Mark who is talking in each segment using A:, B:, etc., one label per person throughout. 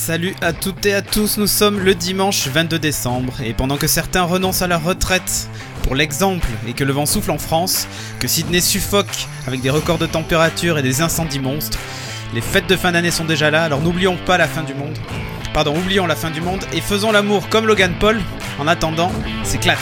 A: Salut à toutes et à tous, nous sommes le dimanche 22 décembre et pendant que certains renoncent à leur retraite pour l'exemple et que le vent souffle en France, que Sydney suffoque avec des records de température et des incendies monstres, les fêtes de fin d'année sont déjà là, alors n'oublions pas la fin du monde. Oublions la fin du monde et faisons l'amour comme Logan Paul. En attendant, s'éclate.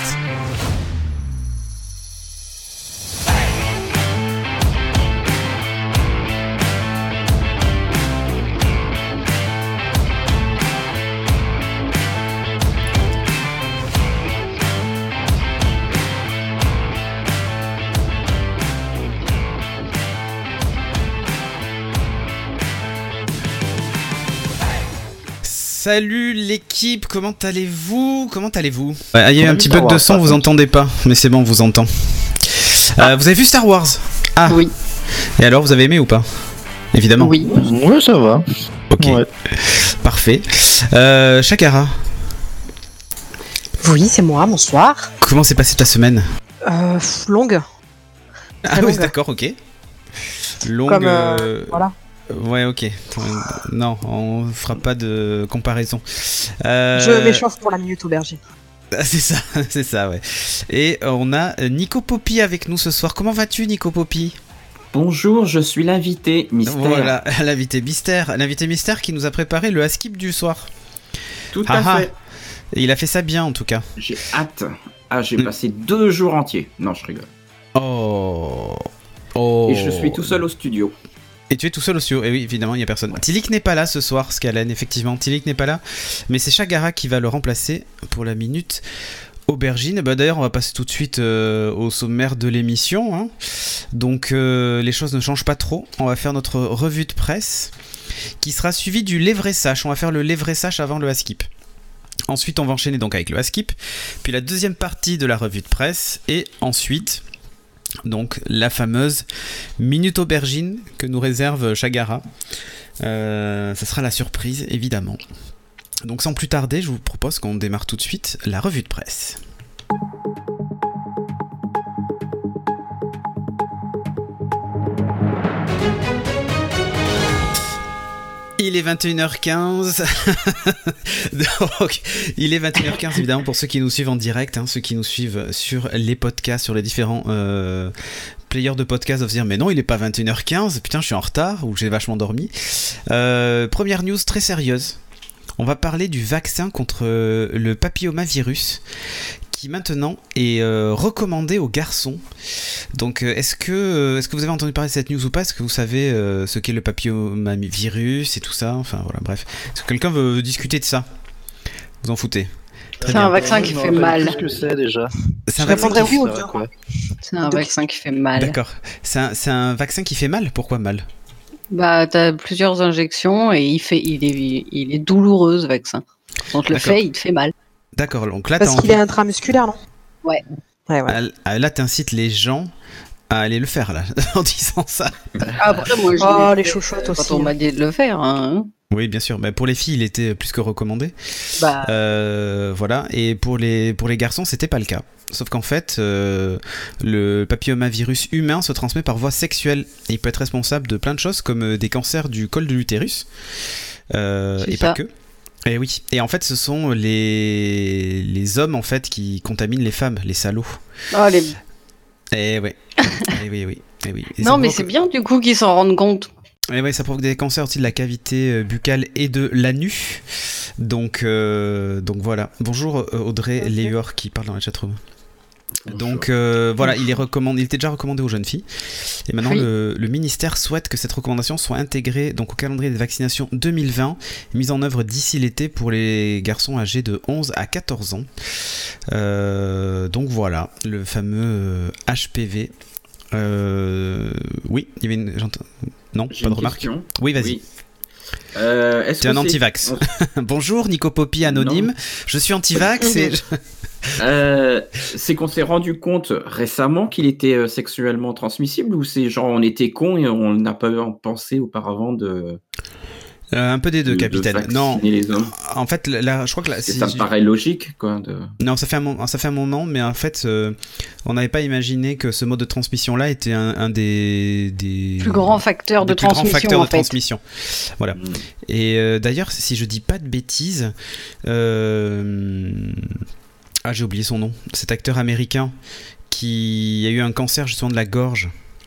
A: Salut l'équipe, comment allez-vous? Il y a eu un petit bug de son, vous entendez pas, mais c'est bon, on vous entend. Vous avez vu Star Wars? Ah oui. Et alors, vous avez aimé ou pas? Évidemment.
B: Oui. Ouais, ça va.
A: Ok. Ouais. Parfait. Shakara.
C: Oui, c'est moi, bonsoir.
A: Comment s'est passée ta semaine?
C: Longue.
A: Ah oui, d'accord, ok. Longue.
C: Comme, voilà.
A: Ouais, ok. Non, on fera pas de comparaison.
C: Je m'échauffe pour la minute aubergine.
A: C'est ça, ouais. Et on a Nico Poppy avec nous ce soir. Comment vas-tu, Nico Poppy?
D: Bonjour, je suis l'invité mystère.
A: Voilà, l'invité mystère qui nous a préparé le skip du soir.
D: Tout à fait.
A: Et il a fait ça bien, en tout cas.
D: J'ai hâte. J'ai passé 2 jours entiers. Non, je rigole.
A: Oh.
D: Et je suis tout seul au studio.
A: Et tu es tout seul au studio, et oui, évidemment, il n'y a personne. Ouais. Tilik n'est pas là ce soir, Scalen, effectivement. Tilik n'est pas là, mais c'est Shagara qui va le remplacer pour la minute aubergine. D'ailleurs, on va passer tout de suite au sommaire de l'émission. Hein. Donc, les choses ne changent pas trop. On va faire notre revue de presse, qui sera suivie du Lévressache. On va faire le Lévressache avant le Askip. Ensuite, on va enchaîner donc avec le Askip, puis la deuxième partie de la revue de presse, et ensuite... donc la fameuse minute aubergine que nous réserve Shagara. Ça sera la surprise évidemment. Donc sans plus tarder, je vous propose qu'on démarre tout de suite la revue de presse. Il est 21h15. Donc, il est 21h15 évidemment pour ceux qui nous suivent en direct, hein, ceux qui nous suivent sur les podcasts, sur les différents players de podcasts doivent se dire mais non, il est pas 21h15, putain je suis en retard ou j'ai vachement dormi. Première news très sérieuse. On va parler du vaccin contre le papillomavirus qui maintenant est recommandé aux garçons. Donc est-ce que vous avez entendu parler de cette news ou pas? Est-ce que vous savez ce qu'est le papillomavirus et tout ça? Enfin voilà, bref. Est-ce que quelqu'un veut discuter de ça? Vous en foutez?
B: C'est un vaccin qui fait mal. Qu'est-ce que c'est déjà?
A: C'est un vaccin qui fait...
B: C'est un vaccin qui fait mal.
A: D'accord. C'est un vaccin qui fait mal? Pourquoi mal?
B: Bah t'as plusieurs injections et il est douloureux ce vaccin. Quand le fait, il te fait mal.
A: D'accord, donc là
C: parce qu'il est intramusculaire, non?
B: Ouais.
A: Là, t'incites les gens à aller le faire, là, en disant ça.
B: Après, moi,
C: les chouchoutes aussi.
B: Quand on m'a dit de le faire. Hein.
A: Oui, bien sûr. Mais pour les filles, il était plus que recommandé. Voilà. Et pour les garçons, c'était pas le cas. Sauf qu'en fait, le papillomavirus humain se transmet par voie sexuelle. Et il peut être responsable de plein de choses, comme des cancers du col de l'utérus. Et pas que. Et oui, et en fait ce sont les hommes en fait qui contaminent les femmes, les salauds.
B: Oh les...
A: Et ouais. Et oui. Et
B: non mais c'est bien du coup qu'ils s'en rendent compte.
A: Et ouais, ça provoque des cancers aussi de la cavité buccale et de l'anus. Donc voilà. Bonjour Audrey Léor qui parle dans la chatroom. Donc voilà, il était déjà recommandé aux jeunes filles. Et maintenant, le ministère souhaite que cette recommandation soit intégrée donc, au calendrier des vaccinations 2020, mise en œuvre d'ici l'été pour les garçons âgés de 11 à 14 ans. Donc voilà, le fameux HPV. Oui, il y avait une... Non, pas de remarque.
D: Question.
A: Oui, vas-y.
D: Oui.
A: T'es un anti-vax. Bonjour, Nico Poppy anonyme. Non. Je suis anti-vax et...
D: c'est qu'on s'est rendu compte récemment qu'il était sexuellement transmissible ou c'est genre on était con et on n'a pas pensé auparavant de...
A: Un peu des deux, capitaine. Non,
D: les hommes.
A: en fait, là, je crois que là,
D: ça me paraît logique, quoi.
A: Non, ça fait un moment, mais en fait, on n'avait pas imaginé que ce mode de transmission-là était un des
B: plus grands facteurs de transmission.
A: Voilà. Et d'ailleurs, si je dis pas de bêtises, j'ai oublié son nom. Cet acteur américain qui a eu un cancer justement de la gorge.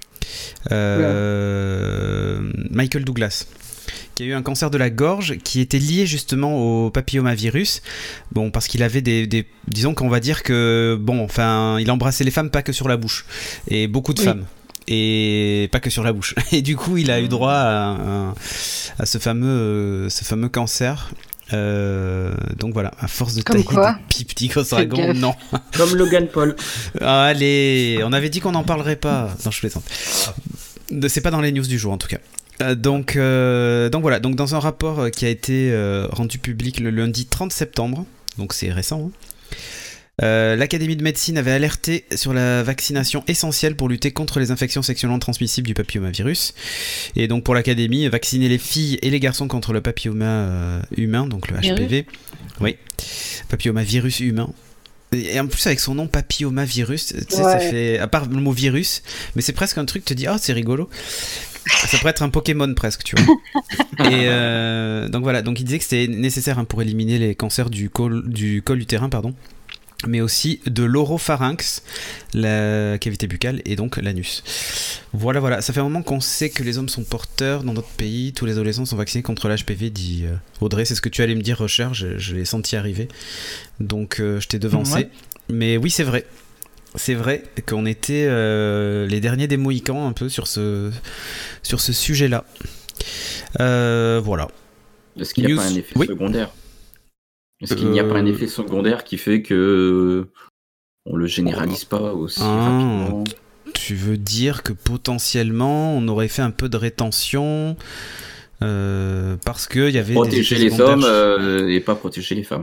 A: Michael Douglas, qui a eu un cancer de la gorge qui était lié justement au papillomavirus. Bon, parce qu'il avait disons qu'on va dire que il embrassait les femmes pas que sur la bouche, et beaucoup de femmes, et pas que sur la bouche. Et du coup, il a eu droit à ce fameux cancer. Donc voilà, à force de tailler des petits grosses dragons, non.
D: Comme Logan Paul.
A: Allez, on avait dit qu'on n'en parlerait pas. Non, je plaisante. C'est pas dans les news du jour en tout cas. Donc voilà, donc dans un rapport qui a été rendu public le lundi 30 septembre, donc c'est récent, l'Académie de médecine avait alerté sur la vaccination essentielle pour lutter contre les infections sexuellement transmissibles du papillomavirus. Et donc pour l'Académie, vacciner les filles et les garçons contre le papilloma humain, donc le HPV, papillomavirus humain. Et en plus avec son nom papillomavirus, tu sais, ça fait, à part le mot virus, mais c'est presque un truc, tu te dis c'est rigolo. Ça pourrait être un Pokémon presque, tu vois. Et donc voilà, donc il disait que c'était nécessaire pour éliminer les cancers du col utérin, mais aussi de l'oropharynx, la cavité buccale et donc l'anus. Voilà, ça fait un moment qu'on sait que les hommes sont porteurs dans notre pays, tous les adolescents sont vaccinés contre l'HPV, dit Audrey, c'est ce que tu allais me dire, Rocher, je l'ai senti arriver, donc je t'ai devancé. Ouais. Mais oui, c'est vrai qu'on était les derniers des Mohicans un peu sur ce sujet-là. Voilà.
D: Est-ce qu'il n'y a pas un effet secondaire ? Est-ce qu'il n'y a pas un effet secondaire qui fait que on le généralise pas aussi rapidement ?
A: Tu veux dire que potentiellement on aurait fait un peu de rétention parce qu'il y avait
D: protéger les hommes et pas protéger les femmes.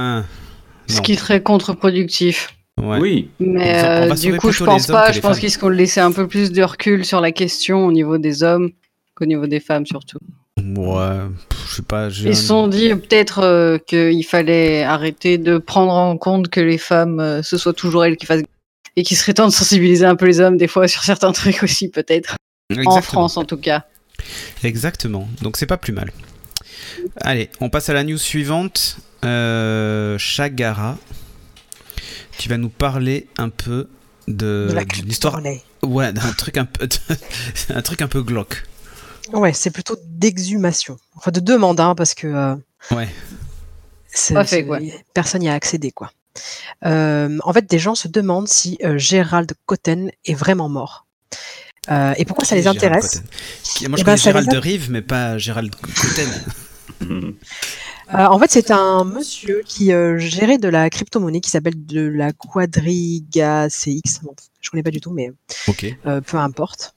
B: Ce qui serait contre-productif.
A: Ouais.
D: Oui.
B: Mais du coup, je pense pas. Je pense qu'ils se laissaient un peu plus de recul sur la question au niveau des hommes qu'au niveau des femmes surtout.
A: Ouais, je sais pas.
B: Ils se sont dit peut-être qu'il fallait arrêter de prendre en compte que les femmes, ce soit toujours elles qui fassent, et qu'il serait temps de sensibiliser un peu les hommes des fois sur certains trucs aussi peut-être. Exactement. En France en tout cas.
A: Exactement. Donc c'est pas plus mal. Allez, on passe à la news suivante. Chagara, tu vas nous parler un peu de l'histoire. Ouais, d'un truc un peu glauque.
C: Ouais, c'est plutôt d'exhumation. Enfin, de demande, parce que personne n'y a accédé, quoi. En fait, des gens se demandent si Gérald Cotten est vraiment mort. Et pourquoi ça les intéresse ?
A: Moi, je connais Gérald de Rive, mais pas Gérald Cotten.
C: En fait, c'est un monsieur qui gérait de la crypto-monnaie qui s'appelle de la Quadriga CX. Bon, je connais pas du tout, mais peu importe.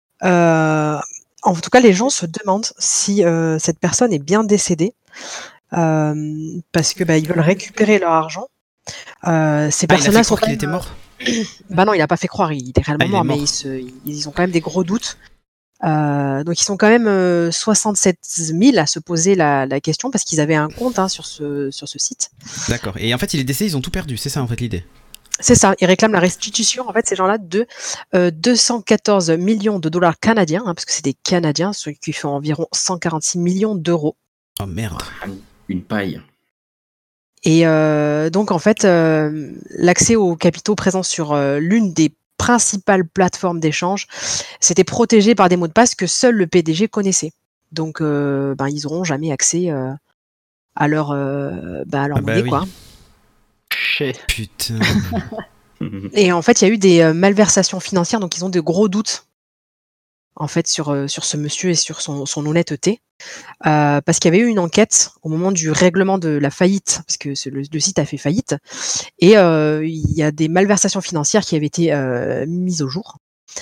C: En tout cas, les gens se demandent si cette personne est bien décédée parce que ils veulent récupérer leur argent. Ces personnes-là sont
A: qu'il était mort.
C: Non, il a pas fait croire, il est réellement mort, mais ils ont quand même des gros doutes. Donc ils sont quand même 67 000 à se poser la question parce qu'ils avaient un compte sur ce site.
A: D'accord. Et en fait, il est décédé, ils ont tout perdu. C'est ça en fait l'idée.
C: C'est ça, ils réclament la restitution, en fait, ces gens-là, de 214 millions de dollars canadiens, parce que c'est des Canadiens, ce qui fait environ 146 millions d'euros.
A: Oh merde.
D: Une paille.
C: Et donc, en fait, l'accès aux capitaux présents sur l'une des principales plateformes d'échange, c'était protégé par des mots de passe que seul le PDG connaissait. Donc, ils n'auront jamais accès à leur monnaie, quoi.
A: Putain.
C: Et en fait, il y a eu des malversations financières, donc ils ont de gros doutes en fait sur ce monsieur et sur son honnêteté, parce qu'il y avait eu une enquête au moment du règlement de la faillite, parce que le site a fait faillite, et il y a des malversations financières qui avaient été mises au jour.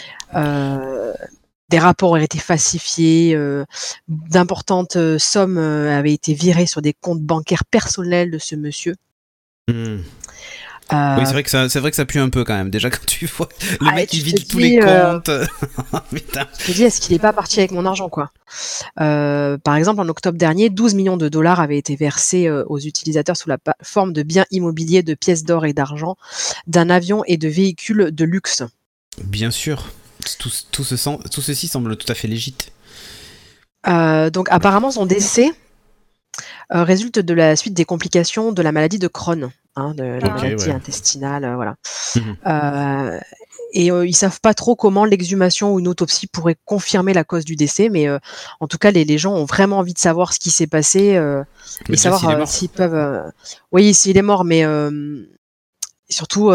C: Des rapports auraient été falsifiés, d'importantes sommes avaient été virées sur des comptes bancaires personnels de ce monsieur.
A: Oui, c'est vrai que ça pue un peu quand même. Déjà quand tu vois le mec qui vide tous les comptes.
C: Putain. Je te dis, est-ce qu'il n'est pas parti avec mon argent, quoi. Par exemple, en octobre dernier, 12 millions de dollars avaient été versés aux utilisateurs sous la forme de biens immobiliers, de pièces d'or et d'argent, d'un avion et de véhicules de luxe.
A: Bien sûr. Tout ceci semble tout à fait légitime.
C: Donc apparemment, son décès résulte de la suite des complications de la maladie de Crohn, de la maladie intestinale, voilà. Et ils savent pas trop comment l'exhumation ou une autopsie pourrait confirmer la cause du décès, mais en tout cas, les gens ont vraiment envie de savoir ce qui s'est passé et savoir s'ils peuvent. Oui, s'il est mort, mais surtout.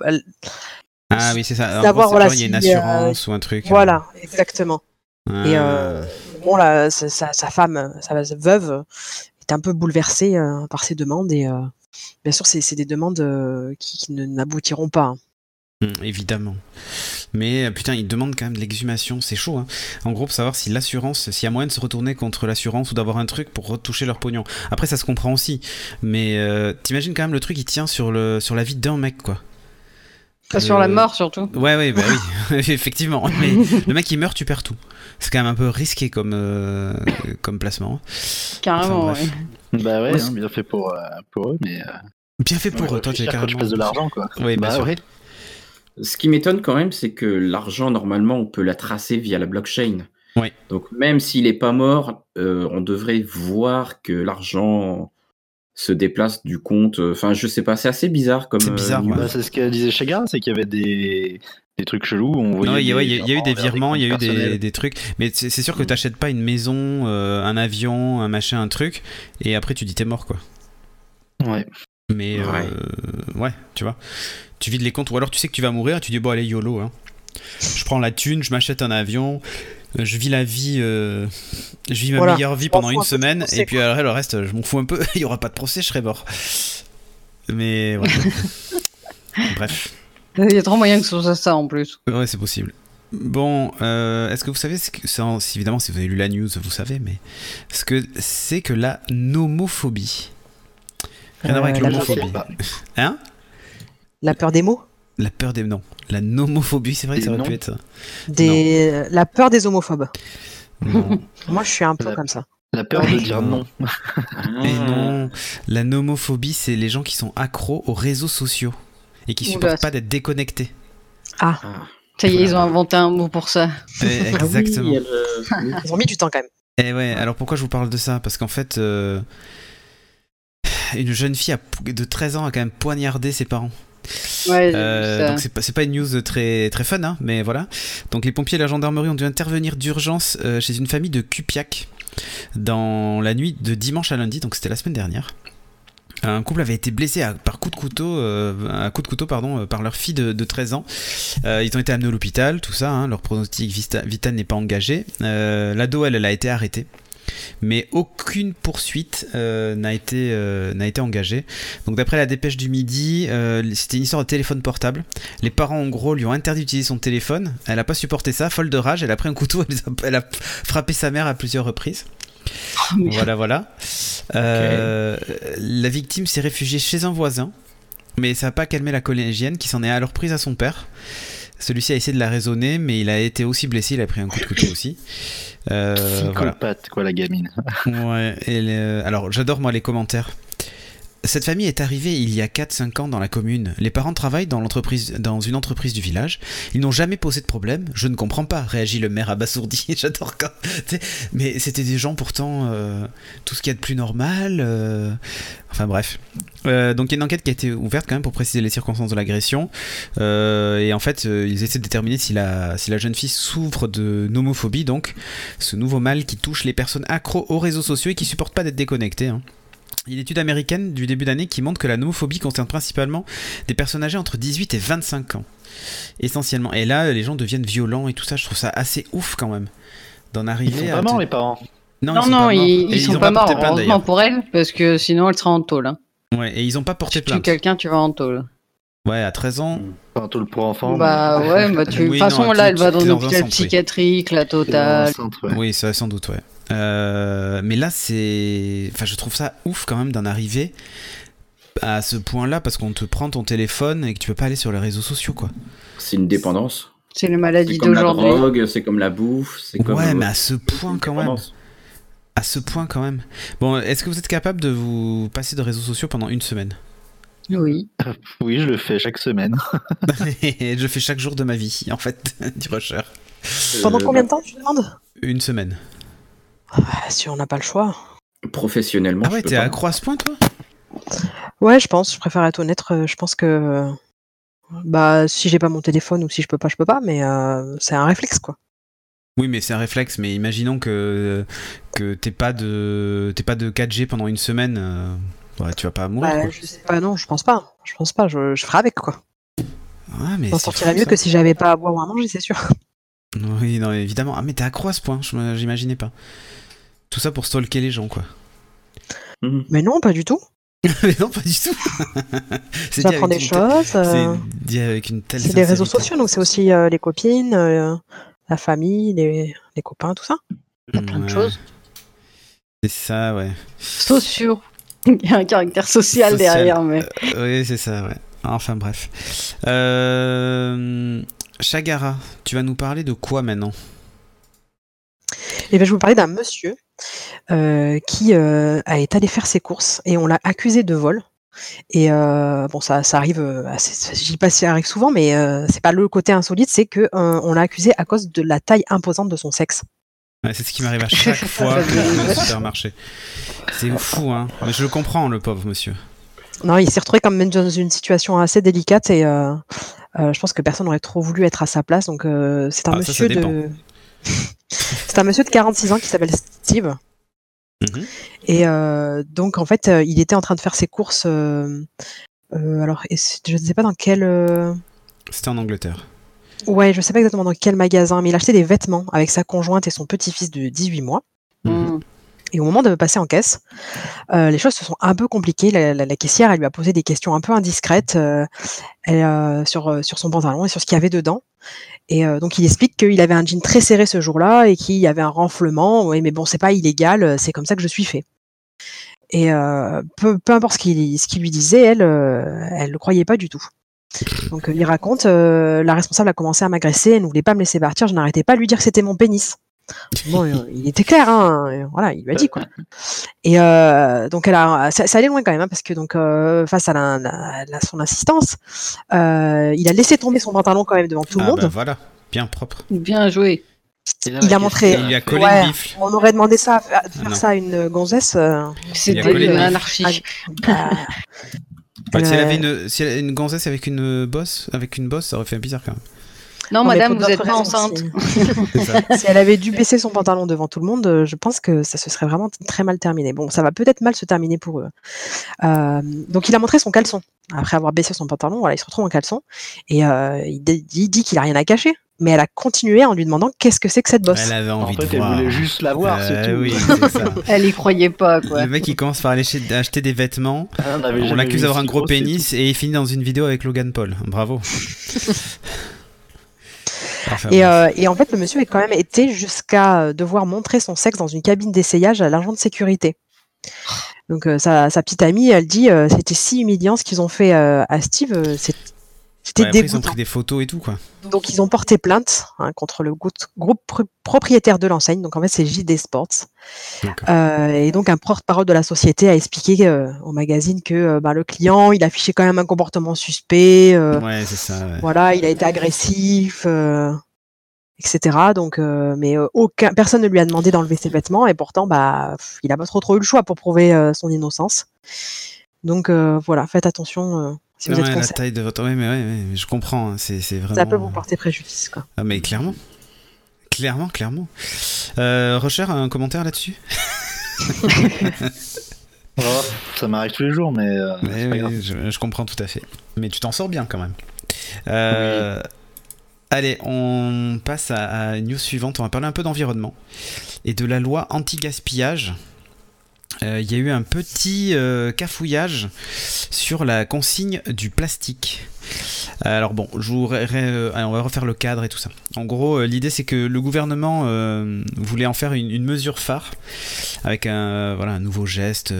A: Ah oui, c'est ça.
C: Savoir,
A: gros, il y a une assurance ou un truc.
C: Voilà, exactement. Et bon, là, sa femme, sa veuve, est un peu bouleversée par ces demandes. Et bien sûr, c'est des demandes qui n'aboutiront pas.
A: Évidemment. Mais putain, ils demandent quand même de l'exhumation, c'est chaud. Hein. En gros, pour savoir si l'assurance, s'il y a moyen de se retourner contre l'assurance ou d'avoir un truc pour retoucher leur pognon. Après, ça se comprend aussi. Mais t'imagines quand même le truc, il tient sur la vie d'un mec, quoi.
B: Pas sur la mort, surtout.
A: Ouais, bah oui, effectivement. Mais le mec, il meurt, tu perds tout. C'est quand même un peu risqué comme placement.
B: Carrément,
E: ouais. Bah ouais, bien fait pour eux, mais...
A: Bien fait pour eux, toi, tu es carrément...
E: Quand tu passes de l'argent, quoi.
A: Oui, bah ouais.
D: Ce qui m'étonne quand même, c'est que l'argent, normalement, on peut la tracer via la blockchain.
A: Oui.
D: Donc, même s'il n'est pas mort, on devrait voir que l'argent se déplace du compte. Enfin, je sais pas, c'est assez bizarre comme.
A: C'est bizarre, ouais.
E: C'est ce que disait Chaga, c'est qu'il y avait des trucs chelous. On voyait
A: il y a eu des virements, il y a eu des trucs. Mais c'est sûr que t'achètes pas une maison, un avion, un machin, un truc, et après tu dis t'es mort, quoi.
E: Ouais.
A: Mais ouais, tu vois. Tu vides les comptes, ou alors tu sais que tu vas mourir, tu dis bon allez YOLO, hein. Je prends la thune, je m'achète un avion, je vis la vie, je vis ma meilleure vie pendant une semaine, procès, et puis après, le reste, je m'en fous un peu, il y aura pas de procès, je serai mort. Mais ouais. Bref.
B: Il y a trop moyen que ce soit ça en plus.
A: Ouais, c'est possible. Bon, est-ce que vous savez, évidemment, si vous avez lu la news, vous savez, mais ce que c'est que la nomophobie? Rien à voir avec l'homophobie. Hein?
C: La peur des mots?
A: La peur des... Non. La nomophobie, c'est vrai que ça aurait pu être ça.
C: La peur des homophobes.
A: Non.
C: Moi, je suis un peu comme ça.
E: La peur de dire non.
A: Et non. La nomophobie, c'est les gens qui sont accros aux réseaux sociaux et qui supportent pas d'être déconnectés.
C: Ah.
B: Ça y est, ils ont inventé un mot pour ça.
A: Exactement.
C: Ils ont mis du temps quand même.
A: Et ouais, alors pourquoi je vous parle de ça? Parce qu'en fait, une jeune fille de 13 ans a quand même poignardé ses parents.
B: Ouais,
A: donc c'est pas une news très, très fun, hein, mais voilà. Donc les pompiers et la gendarmerie ont dû intervenir d'urgence chez une famille de Cupiac dans la nuit de dimanche à lundi, donc c'était la semaine dernière. Un couple avait été blessé à coup de couteau par leur fille de 13 ans. Ils ont été amenés à l'hôpital, tout ça, hein, leur pronostic vital n'est pas engagé. L'ado, elle a été arrêtée. Mais aucune poursuite n'a été engagée. Donc d'après la dépêche du Midi, c'était une histoire de téléphone portable. Les parents en gros lui ont interdit d'utiliser son téléphone. Elle n'a pas supporté ça, folle de rage, elle a pris un couteau, elle a frappé sa mère à plusieurs reprises. Voilà. La victime s'est réfugiée chez un voisin, mais ça n'a pas calmé la collégienne qui s'en est alors prise à son père. Celui-ci a essayé de la raisonner, mais il a été aussi blessé, il a pris un coup de couteau aussi.
E: Psychopathe, quoi, la gamine.
A: Ouais, alors j'adore moi les commentaires. Cette famille est arrivée il y a 4-5 ans dans la commune. Les parents travaillent dans une entreprise du village. Ils n'ont jamais posé de problème. Je ne comprends pas, réagit le maire abasourdi. J'adore quand... Mais c'était des gens pourtant... tout ce qu'il y a de plus normal. Enfin bref. Donc il y a une enquête qui a été ouverte quand même pour préciser les circonstances de l'agression. Et en fait, ils essaient de déterminer si la jeune fille souffre de nomophobie, donc ce nouveau mal qui touche les personnes accros aux réseaux sociaux et qui supportent pas d'être déconnectées, hein. Il y a une étude américaine du début d'année qui montre que la nomophobie concerne principalement des personnes âgées entre 18 et 25 ans. Essentiellement. Et là, les gens deviennent violents et tout ça. Je trouve ça assez ouf quand même. D'en arriver
E: ils sont pas morts, les parents.
B: Non, ils sont pas morts. Heureusement pour elle, parce que sinon elle sera en tôle. Hein.
A: Ouais, et ils ont pas porté plainte.
B: Si tu tues quelqu'un, tu vas en tôle.
A: Ouais, à 13 ans.
E: Pas un tôle pour enfants.
B: Bah ouais, de toute façon, là, elle va dans un hôpital psychiatrique, la totale.
A: Oui, ça sans doute, ouais. Mais là, je trouve ça ouf quand même d'en arriver à ce point-là parce qu'on te prend ton téléphone et que tu peux pas aller sur les réseaux sociaux, quoi.
D: C'est une dépendance.
B: C'est les maladies
D: d'aujourd'hui. C'est comme la
B: d'aujourd'hui.
D: drogue, c'est comme la bouffe, c'est comme...
A: Ouais, mais à ce point quand même. À ce point quand même. Bon, est-ce que vous êtes capable de vous passer de réseaux sociaux pendant une semaine?
B: Oui.
E: Oui, je le fais chaque semaine.
A: Je fais chaque jour de ma vie, en fait, du rusher.
C: Pendant combien de temps, tu demandes?
A: Une semaine.
C: Si on n'a pas le choix.
D: Professionnellement,
A: ah ouais, t'es accro à ce point, toi?
C: Ouais, je pense. Je préfère être honnête. Je pense que si j'ai pas mon téléphone ou si je peux pas, mais c'est un réflexe, quoi.
A: Oui, mais c'est un réflexe. Mais imaginons que t'es pas de 4G pendant une semaine, ouais, tu vas pas mourir. Quoi.
C: Je sais pas, non, je pense pas. Je ferai avec, quoi.
A: Ouais, mais
C: on s'en sortirait mieux que si j'avais pas à boire ou à manger, c'est sûr.
A: Oui, non, évidemment. Ah, mais t'es accro à ce point. J'imaginais pas. Tout ça pour stalker les gens, quoi.
C: Mais non, pas du tout.
A: Mais non, pas du tout.
C: Ça apprend des choses.
A: C'est dit avec une telle
C: C'est des réseaux sociaux, donc c'est aussi les copines, la famille, les copains, tout ça.
B: Il y a plein de choses.
A: C'est ça, ouais.
B: Sociaux. Il y a un caractère social derrière, mais...
A: oui, c'est ça, ouais. Enfin, bref. Shagara, tu vas nous parler de quoi maintenant?
C: Et ben, je vais vous parler d'un monsieur qui a été allé faire ses courses et on l'a accusé de vol. Et ça arrive, je dis pas si ça arrive souvent, mais c'est pas le côté insolite, c'est que on l'a accusé à cause de la taille imposante de son sexe.
A: Ouais, c'est ce qui m'arrive à chaque fois que je vais au supermarché. C'est fou, hein. Mais je le comprends, le pauvre monsieur.
C: Non, il s'est retrouvé quand même dans une situation assez délicate et je pense que personne n'aurait trop voulu être à sa place. Donc c'est un monsieur c'est un monsieur de 46 ans qui s'appelle Steve. Et donc en fait, il était en train de faire ses courses. Alors, je ne sais pas dans quel.
A: C'était en Angleterre.
C: Ouais, je sais pas exactement dans quel magasin, mais il achetait des vêtements avec sa conjointe et son petit-fils de 18 mois. Et au moment de passer en caisse, les choses se sont un peu compliquées. La caissière, elle lui a posé des questions un peu indiscrètes sur son pantalon et sur ce qu'il y avait dedans. Et donc il explique qu'il avait un jean très serré ce jour-là et qu'il y avait un renflement. Oui, mais bon, c'est pas illégal, c'est comme ça que je suis fait. Et peu importe ce qu'il lui disait, elle le croyait pas du tout. Donc il raconte, la responsable a commencé à m'agresser, elle ne voulait pas me laisser partir, je n'arrêtais pas de lui dire que c'était mon pénis. Bon, il était clair, hein, voilà, il lui a dit quoi. Et donc ça allait loin quand même, hein, parce que donc face à son insistance, il a laissé tomber son pantalon quand même devant tout le monde.
A: Bah voilà, bien propre.
B: Bien joué.
C: Il a montré.
A: Il lui a collé une bifle.
C: On aurait demandé ça faire ça à une gonzesse.
B: C'était une anarchie.
A: Si elle avait une gonzesse avec une bosse, ça aurait fait bizarre quand même.
B: Non, madame, vous êtes pas enceinte.
C: Si elle avait dû baisser son pantalon devant tout le monde, je pense que ça se serait vraiment très mal terminé. Bon, ça va peut-être mal se terminer pour eux. Donc, il a montré son caleçon. Après avoir baissé son pantalon, voilà, il se retrouve en caleçon. Et il dit qu'il a rien à cacher. Mais elle a continué en lui demandant qu'est-ce que c'est que cette bosse.
A: Elle avait envie de voir.
E: Elle voulait juste la voir, c'est tout.
A: Oui, c'est ça.
B: Elle y croyait pas, quoi.
A: Le mec, il commence par aller acheter des vêtements. On l'accuse d'avoir un gros pénis et il finit dans une vidéo avec Logan Paul. Bravo. Enfin,
C: et en fait, le monsieur a quand même été jusqu'à devoir montrer son sexe dans une cabine d'essayage à l'agent de sécurité. Donc sa petite amie, elle dit c'était si humiliant ce qu'ils ont fait à Steve, c'était dégoûtant.
A: Ils ont pris des photos et tout, quoi.
C: Donc ils ont porté plainte contre le groupe propriétaire de l'enseigne, donc en fait c'est JD Sports. Et donc un porte-parole de la société a expliqué au magazine que le client, il affichait quand même un comportement suspect.
A: Ouais, c'est ça. Ouais.
C: Voilà, il a été agressif, etc. Donc, mais personne ne lui a demandé d'enlever ses vêtements et pourtant, il a pas trop eu le choix pour prouver son innocence. Donc voilà, faites attention. Si vous êtes
A: la taille de votre... Ouais, mais je comprends. C'est vraiment...
C: Ça peut vous porter préjudice, quoi.
A: Ah, mais clairement. Clairement. Rocher, un commentaire là-dessus?
E: Ça m'arrive tous les jours, mais
A: je comprends tout à fait. Mais tu t'en sors bien quand même. Allez, on passe à une news suivante. On va parler un peu d'environnement et de la loi anti-gaspillage il y a eu un petit cafouillage sur la consigne du plastique. Alors bon, on va refaire le cadre et tout ça. En gros, l'idée c'est que le gouvernement voulait en faire une mesure phare avec un nouveau geste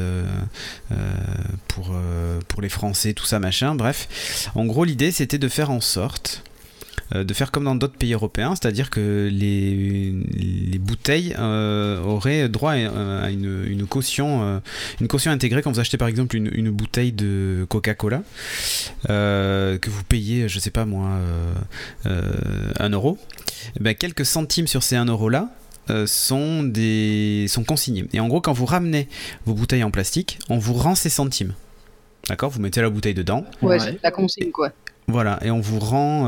A: pour les Français, tout ça machin. Bref, en gros l'idée c'était de faire en sorte de faire comme dans d'autres pays européens, c'est-à-dire que les bouteilles auraient droit à une caution intégrée quand vous achetez par exemple une bouteille de Coca-Cola que vous payez, je sais pas moi, 1 euro. Ben, quelques centimes sur ces 1 euro là sont consignés. Et en gros, quand vous ramenez vos bouteilles en plastique, on vous rend ces centimes. D'accord ? Vous mettez la bouteille dedans.
B: Ouais, c'est la consigne quoi.
A: Voilà, et on vous rend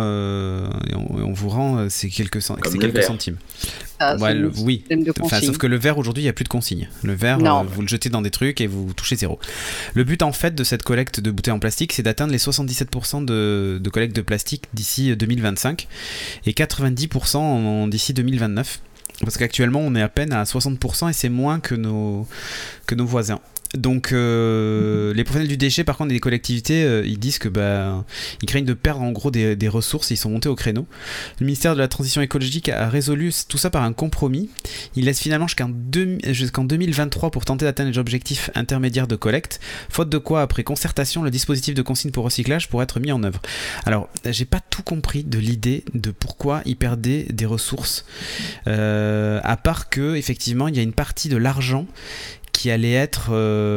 A: ces quelques centimes.
B: Ah,
A: oui, sauf que le verre aujourd'hui il n'y a plus de consigne. Le verre, vous le jetez dans des trucs et vous touchez 0. Le but en fait de cette collecte de bouteilles en plastique, c'est d'atteindre les 77% de collecte de plastique d'ici 2025 et 90% d'ici 2029. Parce qu'actuellement on est à peine à 60% et c'est moins que nos voisins. Donc les professionnels du déchet par contre et des collectivités ils disent que ils craignent de perdre en gros des ressources, ils sont montés au créneau. Le ministère de la Transition écologique a résolu tout ça par un compromis. Il laisse finalement jusqu'en 2023 pour tenter d'atteindre les objectifs intermédiaires de collecte, faute de quoi après concertation le dispositif de consigne pour recyclage pourrait être mis en œuvre. Alors j'ai pas tout compris de l'idée de pourquoi ils perdaient des ressources à part que effectivement il y a une partie de l'argent qui allait être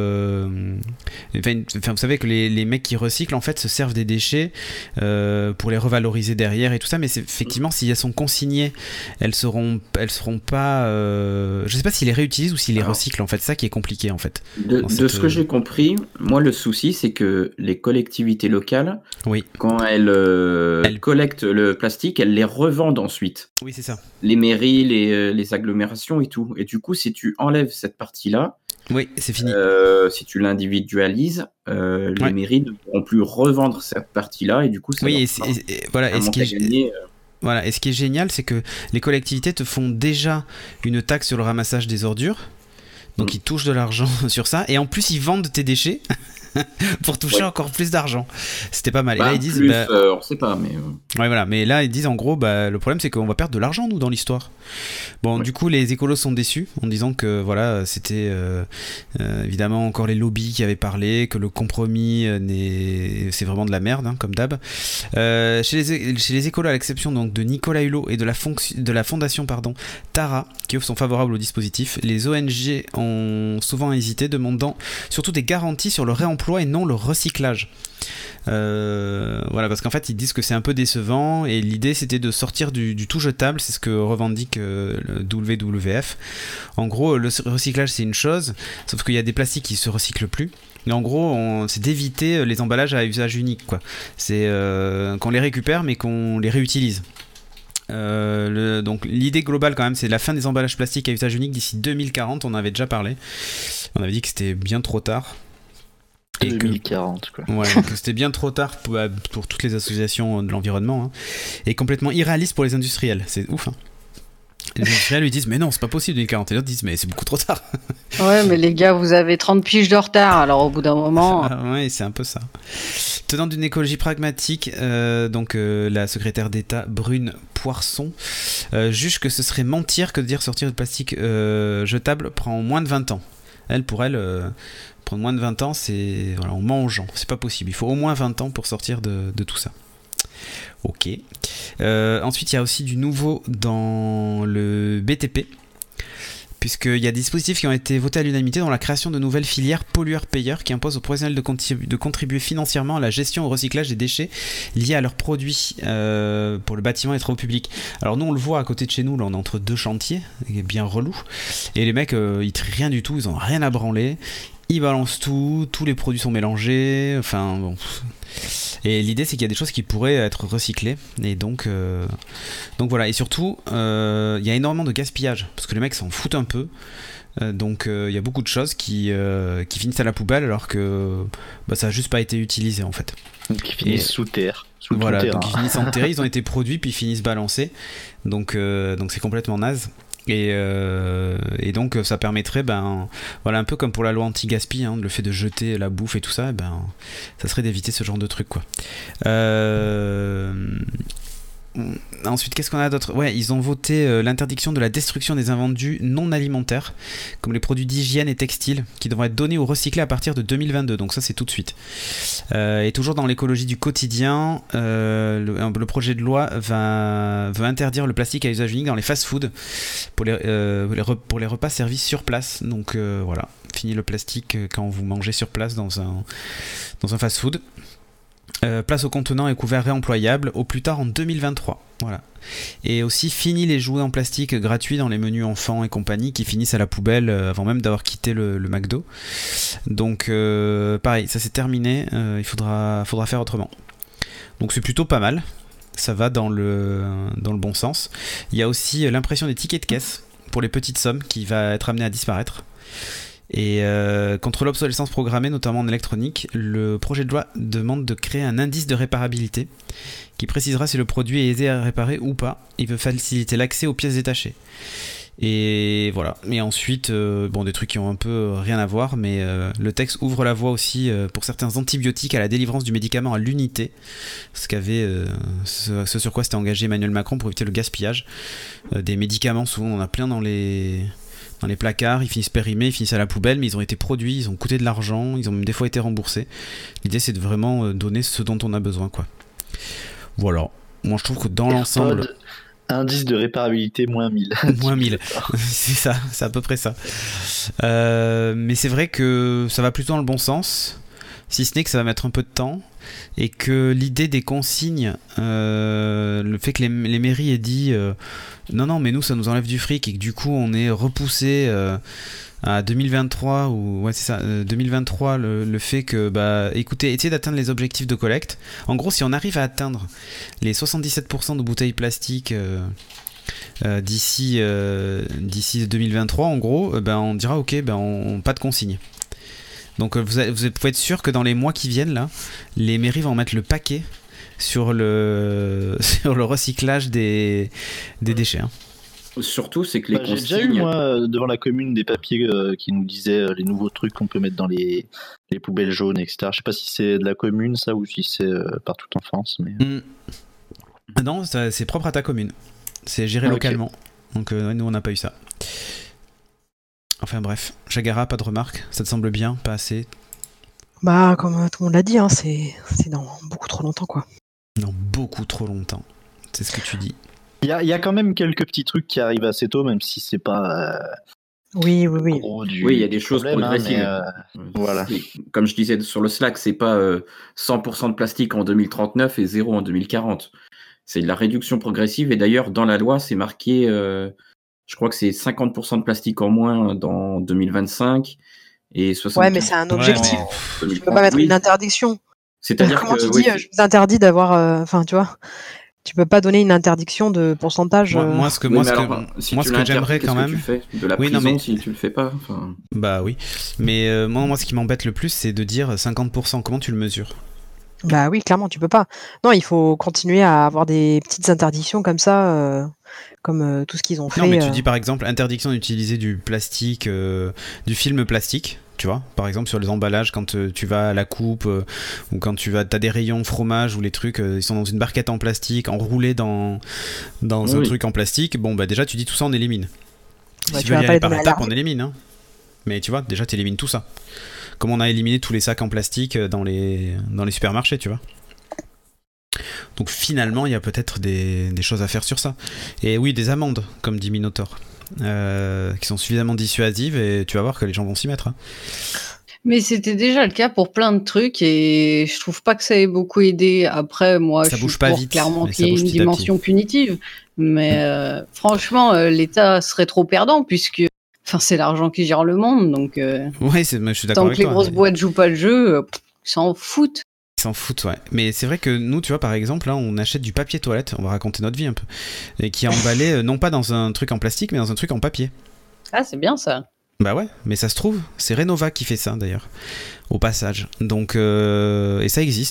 A: vous savez que les mecs qui recyclent en fait se servent des déchets pour les revaloriser derrière et tout ça, mais effectivement si elles sont consignées elles seront pas je sais pas s'ils les réutilisent ou s'ils les recyclent en fait, ça qui est compliqué en fait.
D: De ce que j'ai compris, moi le souci c'est que les collectivités locales quand elles collectent le plastique, elles les revendent ensuite.
A: Oui, c'est ça.
D: Les mairies, les agglomérations et tout, et du coup si tu enlèves cette partie là,
A: oui, c'est fini.
D: Si tu l'individualises, les mairies ne pourront plus revendre cette partie-là et du coup, ça
A: voilà. Et ce qui est génial, c'est que les collectivités te font déjà une taxe sur le ramassage des ordures, donc ils touchent de l'argent sur ça, et en plus ils vendent tes déchets. pour toucher encore plus d'argent. C'était pas mal. Et là ils disent
D: on sait pas, mais
A: ouais, voilà, mais là ils disent en gros le problème c'est qu'on va perdre de l'argent nous dans l'histoire. Bon, du coup les écolos sont déçus en disant que voilà, c'était évidemment encore les lobbies qui avaient parlé, que le compromis c'est vraiment de la merde, hein, comme d'hab. Chez les écolos, à l'exception donc de Nicolas Hulot et de la fondation Tara, qui sont favorables au dispositif, les ONG ont souvent hésité, demandant surtout des garanties sur le réemploi et non le recyclage. Voilà, parce qu'en fait ils disent que c'est un peu décevant et l'idée c'était de sortir du tout jetable, c'est ce que revendique le WWF. En gros, le recyclage c'est une chose, sauf qu'il y a des plastiques qui se recyclent plus. Et en gros, c'est d'éviter les emballages à usage unique, quoi. C'est qu'on les récupère mais qu'on les réutilise. Donc l'idée globale quand même c'est la fin des emballages plastiques à usage unique d'ici 2040. On en avait déjà parlé, on avait dit que c'était bien trop tard.
E: Et 2040 quoi.
A: Ouais, que c'était bien trop tard pour toutes les associations de l'environnement, hein, et complètement irréaliste pour les industriels. C'est ouf, hein. Les industriels lui disent mais non c'est pas possible 2040, et les autres disent mais c'est beaucoup trop tard.
B: Ouais, mais les gars vous avez 30 piges de retard, alors au bout d'un moment
A: ouais, c'est un peu ça. Tenant d'une écologie pragmatique, la secrétaire d'État Brune Poirson juge que ce serait mentir que de dire sortir de plastique jetable prend moins de 20 ans. Pour elle, prendre moins de 20 ans, c'est voilà, on ment aux gens, c'est pas possible. Il faut au moins 20 ans pour sortir de tout ça. Ok. Ensuite, il y a aussi du nouveau dans le BTP, puisqu'il y a des dispositifs qui ont été votés à l'unanimité, dont la création de nouvelles filières pollueurs-payeurs qui imposent aux professionnels de contribuer financièrement à la gestion et au recyclage des déchets liés à leurs produits pour le bâtiment et les travaux publics. Alors nous on le voit à côté de chez nous, là on est entre deux chantiers, il est bien relou, et les mecs ils trient rien du tout, ils ont rien à branler, ils balancent tout, tous les produits sont mélangés, enfin bon. Et l'idée c'est qu'il y a des choses qui pourraient être recyclées, et donc voilà. Et surtout il y a énormément de gaspillage parce que les mecs s'en foutent un peu, donc il y a beaucoup de choses qui finissent à la poubelle alors que ça a juste pas été utilisé en fait.
E: Donc ils finissent sous terre.
A: Voilà, donc ils finissent enterrés, ils ont été produits puis ils finissent balancés, donc c'est complètement naze. Et donc ça permettrait, voilà, un peu comme pour la loi anti-gaspi, hein, le fait de jeter la bouffe et tout ça, ça serait d'éviter ce genre de truc, quoi. Ensuite, qu'est-ce qu'on a d'autre ? Ouais, ils ont voté l'interdiction de la destruction des invendus non alimentaires, comme les produits d'hygiène et textiles, qui devront être donnés ou recyclés à partir de 2022. Donc ça, c'est tout de suite. Et toujours dans l'écologie du quotidien, le projet de loi veut interdire le plastique à usage unique dans les fast-foods pour les repas servis sur place. Donc voilà, fini le plastique quand vous mangez sur place dans un fast-food. Place aux contenants et couverts réemployables au plus tard en 2023. Voilà. Et aussi fini les jouets en plastique gratuits dans les menus enfants et compagnie qui finissent à la poubelle avant même d'avoir quitté le McDo. Donc pareil, ça c'est terminé, il faudra faire autrement. Donc c'est plutôt pas mal, ça va dans le bon sens. Il y a aussi l'impression des tickets de caisse pour les petites sommes qui va être amenée à disparaître. Et contre l'obsolescence programmée, notamment en électronique, le projet de loi demande de créer un indice de réparabilité qui précisera si le produit est aisé à réparer ou pas. Il veut faciliter l'accès aux pièces détachées. Et voilà. Et ensuite, des trucs qui ont un peu rien à voir, mais le texte ouvre la voie aussi pour certains antibiotiques à la délivrance du médicament à l'unité, ce sur quoi s'était engagé Emmanuel Macron pour éviter le gaspillage des médicaments. Souvent, on en a plein dans les placards, ils finissent périmés, ils finissent à la poubelle, mais ils ont été produits, ils ont coûté de l'argent, ils ont même des fois été remboursés. L'idée, c'est de vraiment donner ce dont on a besoin, quoi. Voilà. Moi, je trouve que dans l'ensemble...
E: Indice de réparabilité moins 1000.
A: Moins 1000. C'est ça, c'est à peu près ça. Mais c'est vrai que ça va plutôt dans le bon sens, si ce n'est que ça va mettre un peu de temps. Et que l'idée des consignes, le fait que les mairies aient dit non mais nous ça nous enlève du fric et que du coup on est repoussé à 2023 ou ouais c'est ça 2023 le fait que écoutez, essayez d'atteindre les objectifs de collecte. En gros, si on arrive à atteindre les 77% de bouteilles plastiques d'ici 2023 en gros, on dira ok, pas de consignes. Donc vous pouvez être sûr que dans les mois qui viennent là, les mairies vont mettre le paquet sur le recyclage des déchets. Hein.
D: Surtout, c'est que les consignes...
E: J'ai déjà eu, moi, devant la commune, des papiers qui nous disaient les nouveaux trucs qu'on peut mettre dans les poubelles jaunes, etc. Je sais pas si c'est de la commune, ça, ou si c'est partout en France. Mais...
A: Non, c'est propre à ta commune. C'est géré localement. Donc nous, on n'a pas eu ça. Enfin bref, Jagara, pas de remarques? Ça te semble bien? Pas assez?
C: Comme tout le monde l'a dit, hein, c'est dans beaucoup trop longtemps, quoi.
A: Dans beaucoup trop longtemps. C'est ce que tu dis.
E: Il y a quand même quelques petits trucs qui arrivent assez tôt, même si c'est pas...
C: Oui.
D: Oui, il y a des choses progressives.
E: Voilà.
D: Comme je disais sur le Slack, c'est pas 100% de plastique en 2039 et 0 en 2040. C'est de la réduction progressive. Et d'ailleurs, dans la loi, c'est marqué... je crois que c'est 50% de plastique en moins dans 2025 et 60%.
C: Ouais, mais c'est un objectif. Tu peux pas mettre une interdiction.
D: C'est-à-dire
C: comment tu dis, je vous interdis d'avoir... tu vois, tu peux pas donner une interdiction de pourcentage.
A: Moi, ce que j'aimerais quand même...
D: Tu fais de la prison si tu le fais pas.
A: Bah oui. Mais moi, ce qui m'embête le plus, c'est de dire 50%. Comment tu le mesures?
C: Bah oui, clairement, tu peux pas. Non, il faut continuer à avoir des petites interdictions comme ça, comme tout ce qu'ils ont fait.
A: Non, mais tu dis par exemple interdiction d'utiliser du plastique, du film plastique, tu vois, par exemple sur les emballages quand tu vas à la coupe ou quand t'as des rayons fromage ou les trucs, ils sont dans une barquette en plastique, enroulés dans un truc en plastique. Bon, déjà tu dis tout ça, on élimine. Si tu veux y aller par étapes, on élimine. Hein. Mais tu vois, déjà t'élimines tout ça. Comme on a éliminé tous les sacs en plastique dans les supermarchés, tu vois. Donc finalement, il y a peut-être des choses à faire sur ça. Et oui, des amendes, comme dit Minotaur, qui sont suffisamment dissuasives et tu vas voir que les gens vont s'y mettre. Hein.
B: Mais c'était déjà le cas pour plein de trucs et je trouve pas que ça ait beaucoup aidé. Après, moi,
A: ça
B: je
A: bouge
B: suis
A: pas
B: pour
A: vite,
B: clairement qu'il y ait une dimension punitive. Mais franchement, l'État serait trop perdant puisque c'est l'argent qui gère le monde. Donc,
A: ouais, je suis d'accord avec toi.
B: Tant que les grosses boîtes jouent pas le jeu, ils s'en foutent.
A: Ils s'en foutent, ouais. Mais c'est vrai que nous, tu vois, par exemple, là, on achète du papier toilette, on va raconter notre vie un peu, et qui est emballé non pas dans un truc en plastique, mais dans un truc en papier.
B: Ah, c'est bien ça.
A: Bah ouais, mais ça se trouve, c'est Renova qui fait ça d'ailleurs, au passage. Donc, et ça existe.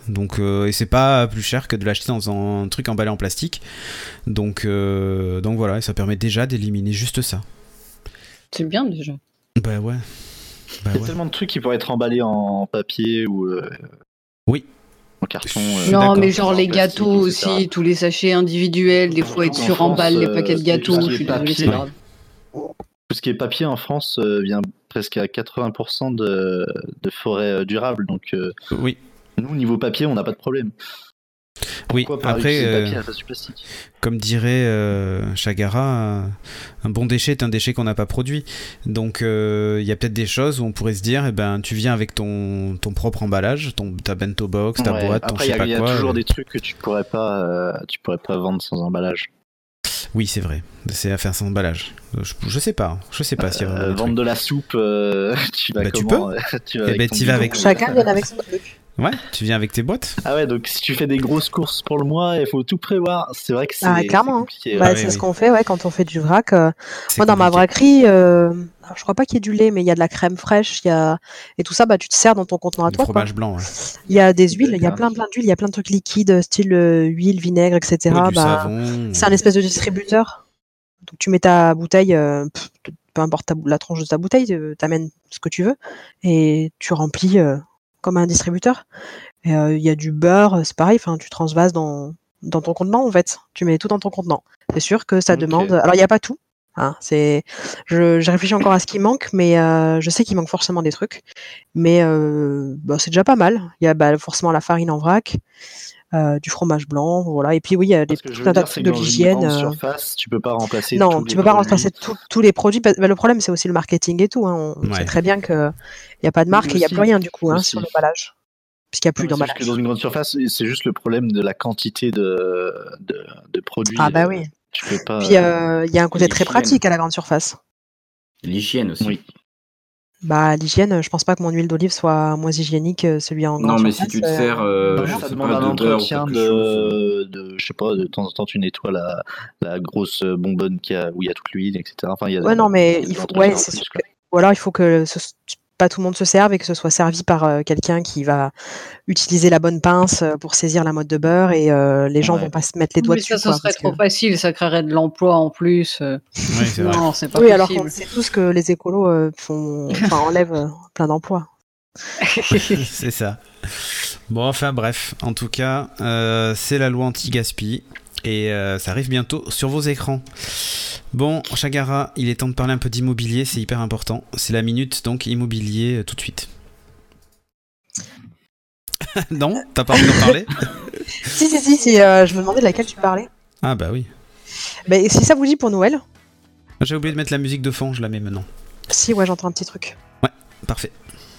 A: Donc, et c'est pas plus cher que de l'acheter dans un truc emballé en plastique. Donc voilà, et ça permet déjà d'éliminer juste ça.
B: C'est bien déjà.
A: Bah ouais.
E: Il y a tellement de trucs qui pourraient être emballés en papier ou
A: oui.
E: en carton.
B: Non, mais genre les gâteaux aussi, tous les sachets individuels, des fois ils suremballent les paquets de gâteaux. Je suis désolée, c'est grave.
E: Tout ce qui est papier en France vient presque à 80% de forêts durables. Donc,
A: oui.
E: Nous, niveau papier, on n'a pas de problème.
A: Oui, après,
E: plastique
A: comme dirait Chagara, un bon déchet est un déchet qu'on n'a pas produit. Donc, il y a peut-être des choses où on pourrait se dire, tu viens avec ton propre emballage, ta bento box, ta boîte,
E: après,
A: ton je sais pas quoi.
E: Il y a toujours des trucs que tu pourrais pas vendre sans emballage.
A: Oui, c'est vrai. C'est à faire sans emballage. Je sais pas. Je sais pas s'il y a vraiment
E: vendre de la soupe, tu vas
A: comment
E: tu vas
A: tu vas avec.
C: Chacun vient avec son truc.
A: Ouais, tu viens avec tes boîtes.
E: Ah ouais, donc si tu fais des grosses courses pour le mois, il faut tout prévoir. C'est vrai que c'est compliqué.
C: C'est ce qu'on fait quand on fait du vrac. Moi, dans ma vraquerie, je crois pas qu'il y ait du lait, mais il y a de la crème fraîche, et tout ça, tu te sers dans ton contenant à toi.
A: Du fromage blanc, ouais.
C: Il y a des huiles, il y a plein d'huiles, il y a plein de trucs liquides, style huile, vinaigre, etc.
A: Oui, du savon.
C: C'est un espèce de distributeur. Donc tu mets ta bouteille, peu importe la tronche de ta bouteille, t'amènes ce que tu veux, et tu remplis comme un distributeur. Il y a du beurre, c'est pareil, tu transvases dans ton contenant en fait. Tu mets tout dans ton contenant. C'est sûr que ça demande. Alors il n'y a pas tout. Je réfléchis encore à ce qui manque, mais je sais qu'il manque forcément des trucs. Mais c'est déjà pas mal. Il y a forcément la farine en vrac, du fromage blanc, voilà. Et puis oui, il y a tout un tas de trucs de l'hygiène.
E: Dans une grande surface, tu peux pas remplacer.
C: Non, tu peux pas remplacer tous les produits. Le problème, c'est aussi le marketing et tout. On sait très bien que il y a pas de marque et il y a plus rien du coup sur l'emballage. Puisqu'il n'y a plus d'emballage.
E: Parce que dans une grande surface, c'est juste le problème de la quantité de produits.
C: Ah bah oui.
E: Tu peux pas.
C: Puis il y a un côté très pratique à la grande surface.
D: L'hygiène aussi.
E: Oui.
C: L'hygiène, je pense pas que mon huile d'olive soit moins hygiénique que celui en grande surface.
D: Non, mais si tu te sers,
E: ça demande un entretien je sais pas, de temps en temps tu nettoies la grosse bonbonne où il y a toute l'huile, etc. Enfin,
C: non, mais il faut, il faut que pas tout le monde se serve et que ce soit servi par quelqu'un qui va utiliser la bonne pince pour saisir la motte de beurre et les gens vont pas se mettre les doigts dessus.
B: Ça serait trop facile, ça créerait de l'emploi en plus.
A: C'est
B: non, c'est pas
C: possible.
B: Alors
C: qu'on sait tous que les écolos enlèvent plein d'emplois.
A: C'est ça. Bon, enfin bref, en tout cas, c'est la loi anti-gaspi et ça arrive bientôt sur vos écrans. Bon, Chagara, il est temps de parler un peu d'immobilier, c'est hyper important. C'est la minute, donc immobilier tout de suite. Non, t'as pas envie d'en parler?
C: Si, je me demandais de laquelle tu parlais.
A: Ah bah oui.
C: Si ça vous dit pour Noël.
A: J'ai oublié de mettre la musique de fond, je la mets maintenant.
C: Si, ouais, j'entends un petit truc.
A: Ouais, parfait.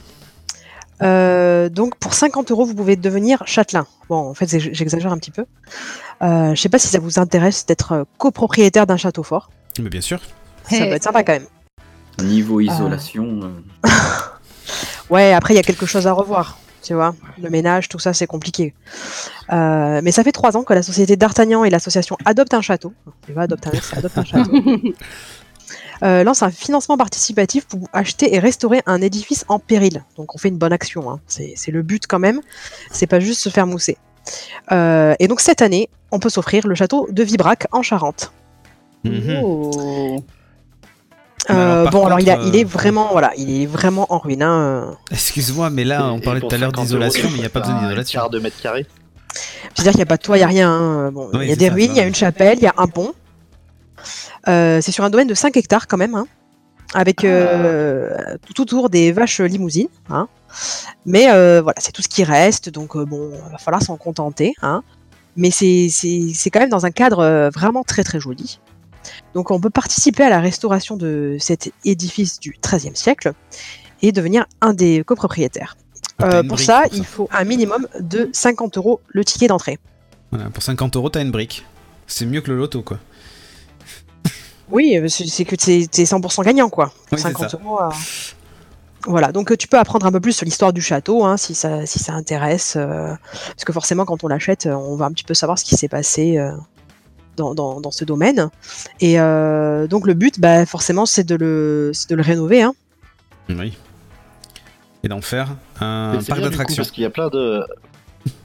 C: Donc pour 50 €, vous pouvez devenir châtelain. Bon, en fait, j'exagère un petit peu. Je sais pas si ça vous intéresse d'être copropriétaire d'un château fort.
A: Mais bien sûr.
C: Ça peut être sympa quand même.
D: Niveau isolation.
C: Ouais, après il y a quelque chose à revoir. Tu vois, le ménage, tout ça, c'est compliqué. Mais ça fait 3 ans que la société d'Artagnan et l'association Adopte un château. C'est pas Adopte un mec, c'est Adopte un château. Lance un financement participatif pour acheter et restaurer un édifice en péril. Donc on fait une bonne action, hein. C'est le but quand même, c'est pas juste se faire mousser. Et donc cette année, on peut s'offrir le château de Vibrac en Charente.
B: Oh.
C: Alors il est vraiment en ruine. Hein.
A: Excuse-moi, mais là on parlait tout à l'heure d'isolation, mais il n'y a pas besoin d'isolation.
E: 1 m².
C: C'est-à-dire qu'il n'y a pas de toit, il n'y a rien. Hein. Bon, il y a des ruines, il y a une chapelle, il y a un pont. C'est sur un domaine de 5 hectares quand même, hein, avec tout autour des vaches limousines. Hein. Mais voilà, c'est tout ce qui reste, donc il va falloir s'en contenter. Hein. Mais c'est quand même dans un cadre vraiment très très joli. Donc on peut participer à la restauration de cet édifice du XIIIe siècle et devenir un des copropriétaires. Pour ça, il faut un minimum de 50 € le ticket d'entrée.
A: Voilà, pour 50 €, t'as une brique. C'est mieux que le loto, quoi.
C: Oui, c'est que t'es 100% gagnant, quoi.
A: Oui,
C: 50 €. Voilà, donc tu peux apprendre un peu plus sur l'histoire du château, hein, si ça intéresse. Parce que forcément, quand on l'achète, on va un petit peu savoir ce qui s'est passé dans ce domaine. Et donc le but, forcément, c'est de le rénover. Hein.
A: Oui. Et d'en faire un parc d'attractions.
E: Parce qu'il y a plein de...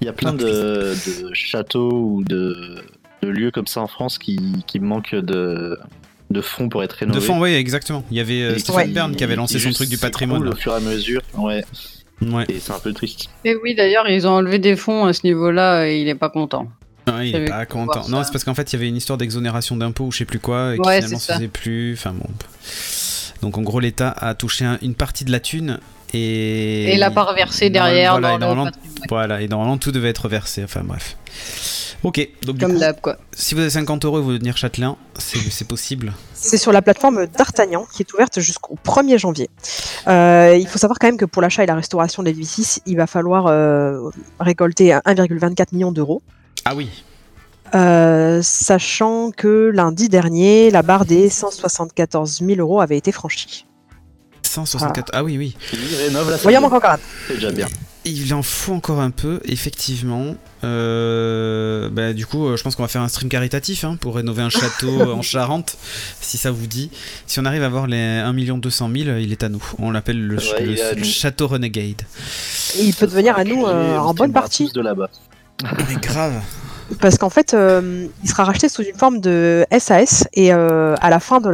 E: Il y a plein de châteaux ou de lieux comme ça en France qui manquent de fonds pour être rénovés.
A: De fonds, oui, exactement. Il y avait Stéphane Bern qui avait lancé son truc du patrimoine.
E: Au fur et à mesure, ouais. Et c'est un peu triste.
B: Et oui, d'ailleurs, ils ont enlevé des fonds à ce niveau-là et il est pas content.
A: Non, il est pas content. Non, c'est parce qu'en fait, il y avait une histoire d'exonération d'impôts ou je sais plus quoi, et qui finalement se faisait plus. Enfin bon. Donc en gros, l'État a touché une partie de la thune et il l'a pas reversé derrière. Voilà, et normalement tout devait être versé. Enfin bref. Ok, donc
B: comme d'hab quoi.
A: Si vous avez 50 € et vous voulez devenir châtelain, c'est possible.
C: C'est sur la plateforme d'Artagnan qui est ouverte jusqu'au 1er janvier. Il faut savoir quand même que pour l'achat et la restauration de l'édifice, il va falloir récolter 1,24 million d'euros.
A: Ah oui.
C: Sachant que lundi dernier, la barre des 174 000 € avait été franchie.
A: 164, ah oui.
E: Il rénove la
C: salle. Encore un.
E: C'est déjà bien.
A: Il en faut encore un peu, effectivement. Du coup, je pense qu'on va faire un stream caritatif pour rénover un château en Charente, si ça vous dit. Si on arrive à avoir les 1 200 000, il est à nous. On l'appelle le château Renegade.
C: Et il peut devenir à nous en bonne partie.
E: De là-bas.
A: Mais grave.
C: Parce qu'en fait, il sera racheté sous une forme de SAS et à la fin de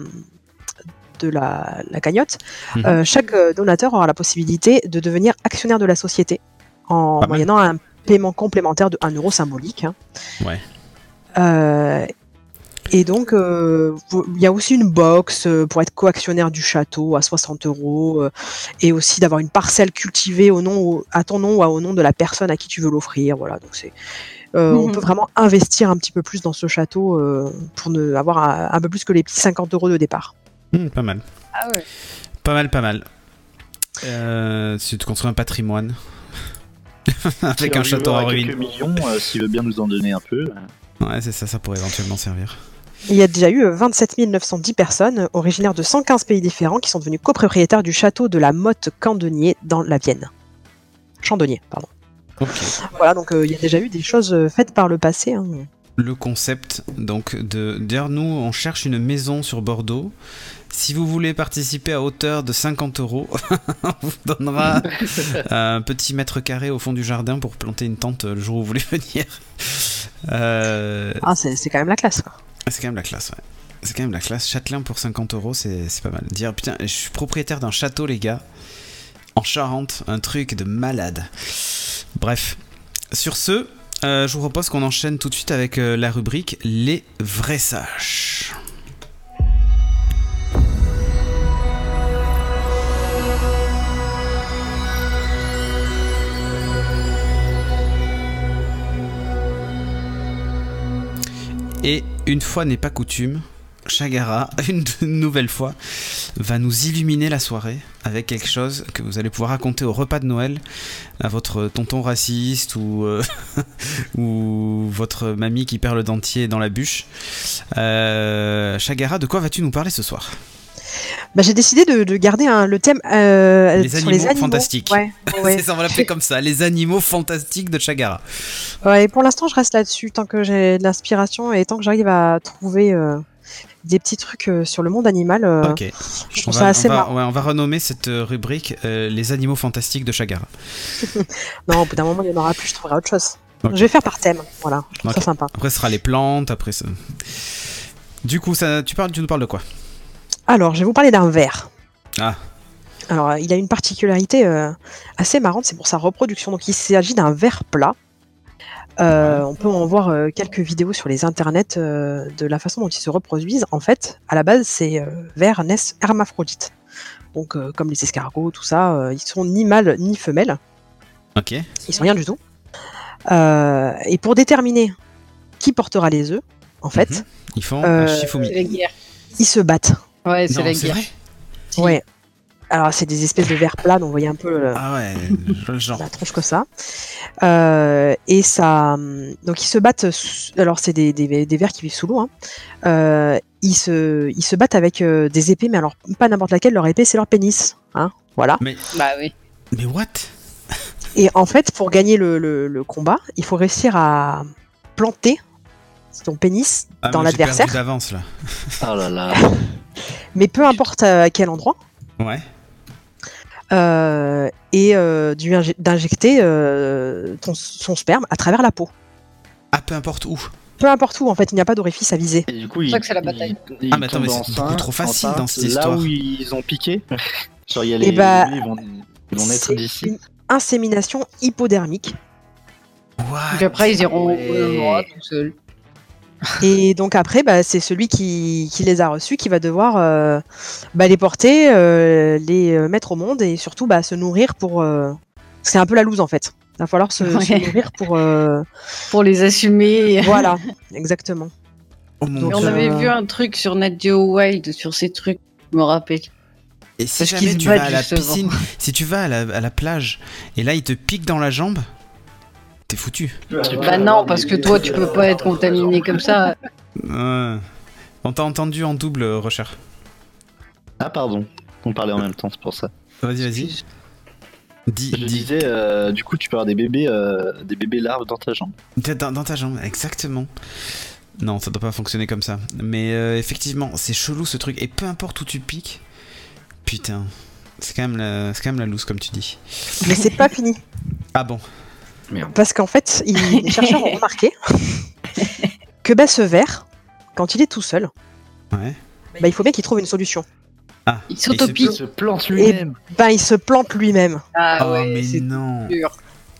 C: la cagnotte, chaque donateur aura la possibilité de devenir actionnaire de la société en moyennant un paiement complémentaire de 1 € symbolique.
A: Ouais.
C: Et donc, il y a aussi une box pour être co-actionnaire du château à 60 € et aussi d'avoir une parcelle cultivée à ton nom ou au nom de la personne à qui tu veux l'offrir. Voilà, donc c'est. On peut vraiment investir un petit peu plus dans ce château pour avoir un peu plus que les petits 50 € de départ.
A: Pas mal.
B: Ah ouais.
A: Pas mal. Si tu construis un patrimoine avec un château en ruine.
E: Quelques millions, s'il veut bien nous en donner un peu.
A: Ouais, c'est ça pourrait éventuellement servir.
C: Il y a déjà eu 27 910 personnes originaires de 115 pays différents qui sont devenues copropriétaires du château de la Motte-Chandonnier dans la Vienne. Chandonnier, pardon.
A: Okay.
C: Voilà, donc il y a déjà eu des choses faites par le passé.
A: Le concept, donc, d'ailleurs, nous, on cherche une maison sur Bordeaux. Si vous voulez participer à hauteur de 50 €, on vous donnera un petit mètre carré au fond du jardin pour planter une tente le jour où vous voulez venir.
C: C'est quand même la classe, quoi.
A: C'est quand même la classe, ouais. C'est quand même la classe. Châtelain pour 50 €, c'est pas mal. Dire, putain, je suis propriétaire d'un château, les gars. En Charente, un truc de malade. Bref. Sur ce, je vous propose qu'on enchaîne tout de suite avec la rubrique Les vrais sages. Et une fois n'est pas coutume, Chagara, une nouvelle fois, va nous illuminer la soirée avec quelque chose que vous allez pouvoir raconter au repas de Noël à votre tonton raciste ou votre mamie qui perd le dentier dans la bûche. Chagara, de quoi vas-tu nous parler ce soir ?
C: J'ai décidé de garder le thème sur les animaux
A: fantastiques. Ouais. C'est ça, on va l'appeler comme ça, les animaux fantastiques de Chagara.
C: Ouais, et pour l'instant, je reste là-dessus tant que j'ai de l'inspiration et tant que j'arrive à trouver des petits trucs sur le monde animal.
A: Ok.
C: Je trouve ça assez marrant.
A: On va renommer cette rubrique les animaux fantastiques de Chagara.
C: Non, au bout d'un moment, il n'y en aura plus, je trouverai autre chose. Okay. Je vais faire par thème, voilà. Je trouve ça sympa.
A: Après, ce sera les plantes, après ça. Du coup, tu nous parles de quoi ?
C: Alors, je vais vous parler d'un ver.
A: Ah.
C: Alors, il a une particularité assez marrante, c'est pour sa reproduction. Donc, il s'agit d'un ver plat. On peut en voir quelques vidéos sur les internets de la façon dont ils se reproduisent. En fait, à la base, ces vers naissent hermaphrodites. Donc, comme les escargots, tout ça, ils sont ni mâles ni femelles.
A: Ok.
C: Ils sont rien du tout. Et pour déterminer qui portera les œufs, en fait,
A: ils font un Shifumi.
C: Ils se battent.
B: Ouais, c'est la guerre.
A: Vrai
C: ouais. Alors, c'est des espèces de vers plats, donc vous voyez un peu
A: le genre.
C: La tronche que ça. Et ça. Donc, ils se battent. Alors, c'est des vers qui vivent sous l'eau. Ils se battent avec des épées, mais alors, pas n'importe laquelle. Leur épée, c'est leur pénis. Voilà.
A: Mais
B: oui.
A: Mais what ?
C: Et en fait, pour gagner le combat, il faut réussir à planter ton pénis dans l'adversaire.
A: J'ai perdu d'avance, là.
E: Oh là là.
C: Mais peu importe à quel endroit.
A: Ouais.
C: et d'injecter son sperme à travers la peau.
A: Ah, peu importe où.
C: Peu importe où, en fait, il n'y a pas d'orifice à viser.
E: Et du coup,
B: C'est pour ça que c'est la bataille.
A: Ah, mais attends, mais c'est beaucoup trop facile dans cette histoire.
E: Là où ils ont piqué, genre il y a
C: Et
E: les
C: bah,
E: bébés, ils vont naître
C: c'est
E: d'ici.
C: une insémination hypodermique.
A: What?
B: Puis après, ils iront
E: Ouais.
B: tout seuls.
C: Et donc après, c'est celui qui les a reçus qui va devoir les porter, les mettre au monde et surtout se nourrir pour... C'est un peu la loose en fait. Il va falloir se nourrir
B: pour les assumer.
C: Voilà, exactement.
A: Oh mon
C: Donc,
B: Mais on
A: Dieu.
B: avait vu un truc sur Nat Geo Wild sur ces trucs, je me rappelle.
A: Et si
B: Parce
A: jamais
B: qu'ils se
A: tu vas
B: battent,
A: à la
B: justement.
A: piscine, si tu vas à la plage, et là il te pique dans la jambe, t'es foutu.
B: Bah non, parce que toi, tu peux pas être contaminé comme ça.
A: On t'a entendu en double, Rocher.
E: Ah pardon, on parlait en même temps, c'est pour ça.
A: Vas-y. Dis.
E: Je disais, du coup, tu peux avoir des bébés larves dans ta jambe.
A: Dans ta jambe, exactement. Non, ça doit pas fonctionner comme ça. Mais effectivement, c'est chelou ce truc. Et peu importe où tu piques, putain, c'est quand même la loose comme tu dis.
C: Mais c'est pas fini.
A: Ah bon?
D: Merde.
C: Parce qu'en fait, les chercheurs ont remarqué que ce ver, quand il est tout seul,
A: Ouais.
C: il faut bien qu'il trouve une solution.
A: Ah.
B: Il
E: Il
B: s'autopique.
E: se plante lui-même.
C: Il se plante lui-même.
B: Ah
A: Oh
B: ouais,
A: mais
B: c'est
A: non.
B: dur.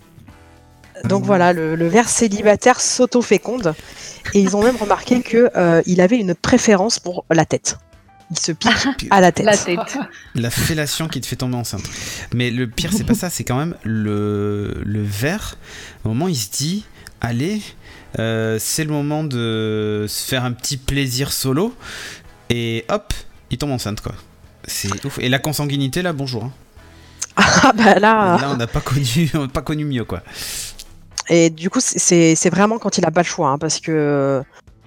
C: Donc voilà, le ver célibataire s'auto-féconde. Et ils ont même remarqué que il avait une préférence pour la tête. Il se pique à la tête.
B: La tête.
A: La fellation qui te fait tomber enceinte. Mais le pire, c'est pas ça, c'est quand même le ver. Au moment où il se dit, allez, c'est le moment de se faire un petit plaisir solo. Et hop, il tombe enceinte, quoi. C'est ouf. Et la consanguinité, là, bonjour. Hein.
C: Ah
A: Là, on n'a pas connu mieux, quoi.
C: Et du coup, c'est vraiment quand il a pas le choix, hein, parce que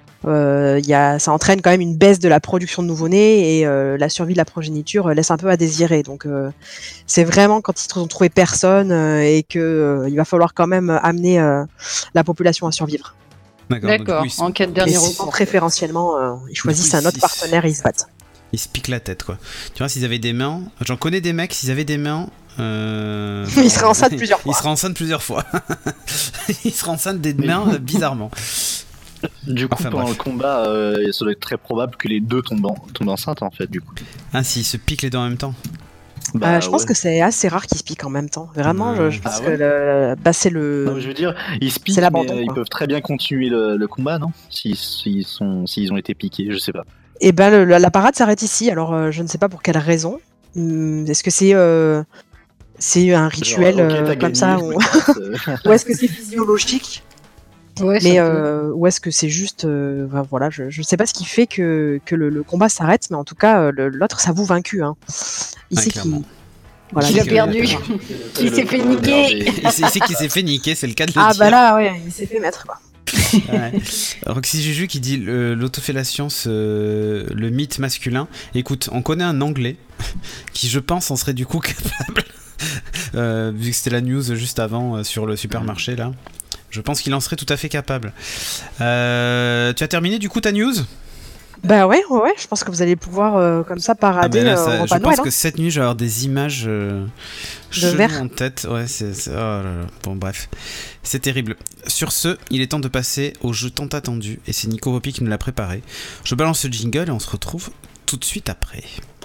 C: ça entraîne quand même une baisse de la production de nouveau-nés et la survie de la progéniture laisse un peu à désirer. Donc c'est vraiment quand ils n'ont trouvé personne et que il va falloir quand même amener la population à survivre.
B: D'accord,
A: donc,
B: en cas de
C: Et
B: dernier
C: souvent,
B: recours.
C: préférentiellement, ils choisissent un autre partenaire et ils se battent.
A: Ils se piquent la tête, quoi. Tu vois, s'ils avaient des mains, j'en connais des mecs, s'ils avaient des mains.
C: Ils seraient enceintes plusieurs fois.
A: Ils seraient enceintes plusieurs fois. Ils seraient enceintes des mains, bizarrement.
E: Du coup,
A: Enfin,
E: pendant
A: bref.
E: le combat, ça doit être très probable que les deux tombent enceintes en fait, du coup.
A: Ah, s'ils se piquent les dents en même temps.
C: Je pense
E: ouais.
C: que c'est assez rare qu'ils se piquent en même temps. Vraiment, je pense
E: Ah ouais
C: que c'est le.
E: Non, mais je veux dire, ils se piquent,
C: c'est
E: mais
C: l'abandon,
E: ils
C: quoi.
E: peuvent très bien continuer le combat, non s'ils ont été piqués, je sais pas.
C: Et la parade s'arrête ici. Alors, je ne sais pas pour quelle raison. Est-ce que c'est un rituel
E: Genre, ok, t'as
C: comme
E: gagné,
C: ça
E: je me
C: ou
E: casse.
C: est-ce que c'est physiologique?
B: Ouais,
C: Mais
B: ça peut.
C: ou est-ce que c'est juste voilà, je ne sais pas ce qui fait que le combat s'arrête, mais en tout cas, l'autre s'avoue vaincu. Hein. Il
A: Ouais,
C: sait
A: clairement.
C: qu'il voilà,
B: Il a
A: que-
B: perdu. Il s'est fait niquer.
A: Il sait qu'il s'est fait niquer, c'est le cas de le
C: Ah
A: dire.
C: bah là, ouais, il s'est fait mettre quoi.
A: Ouais. Roxy Juju qui dit l'autofellation, le mythe masculin. Écoute, on connaît un anglais qui, je pense, en serait du coup capable. Vu que c'était la news juste avant sur le supermarché là. Je pense qu'il en serait tout à fait capable. Tu as terminé du coup ta news?
C: Bah ouais, je pense que vous allez pouvoir comme ça parader
A: là,
C: au repas
A: je
C: de
A: pense
C: Noël.
A: que cette nuit je vais avoir des images cheloues
C: verre.
A: en tête. Ouais, oh là là. Bon bref, c'est terrible. Sur ce, il est temps de passer au jeu tant attendu et c'est Nico Hopi qui nous l'a préparé. Je balance le jingle et on se retrouve tout de suite après.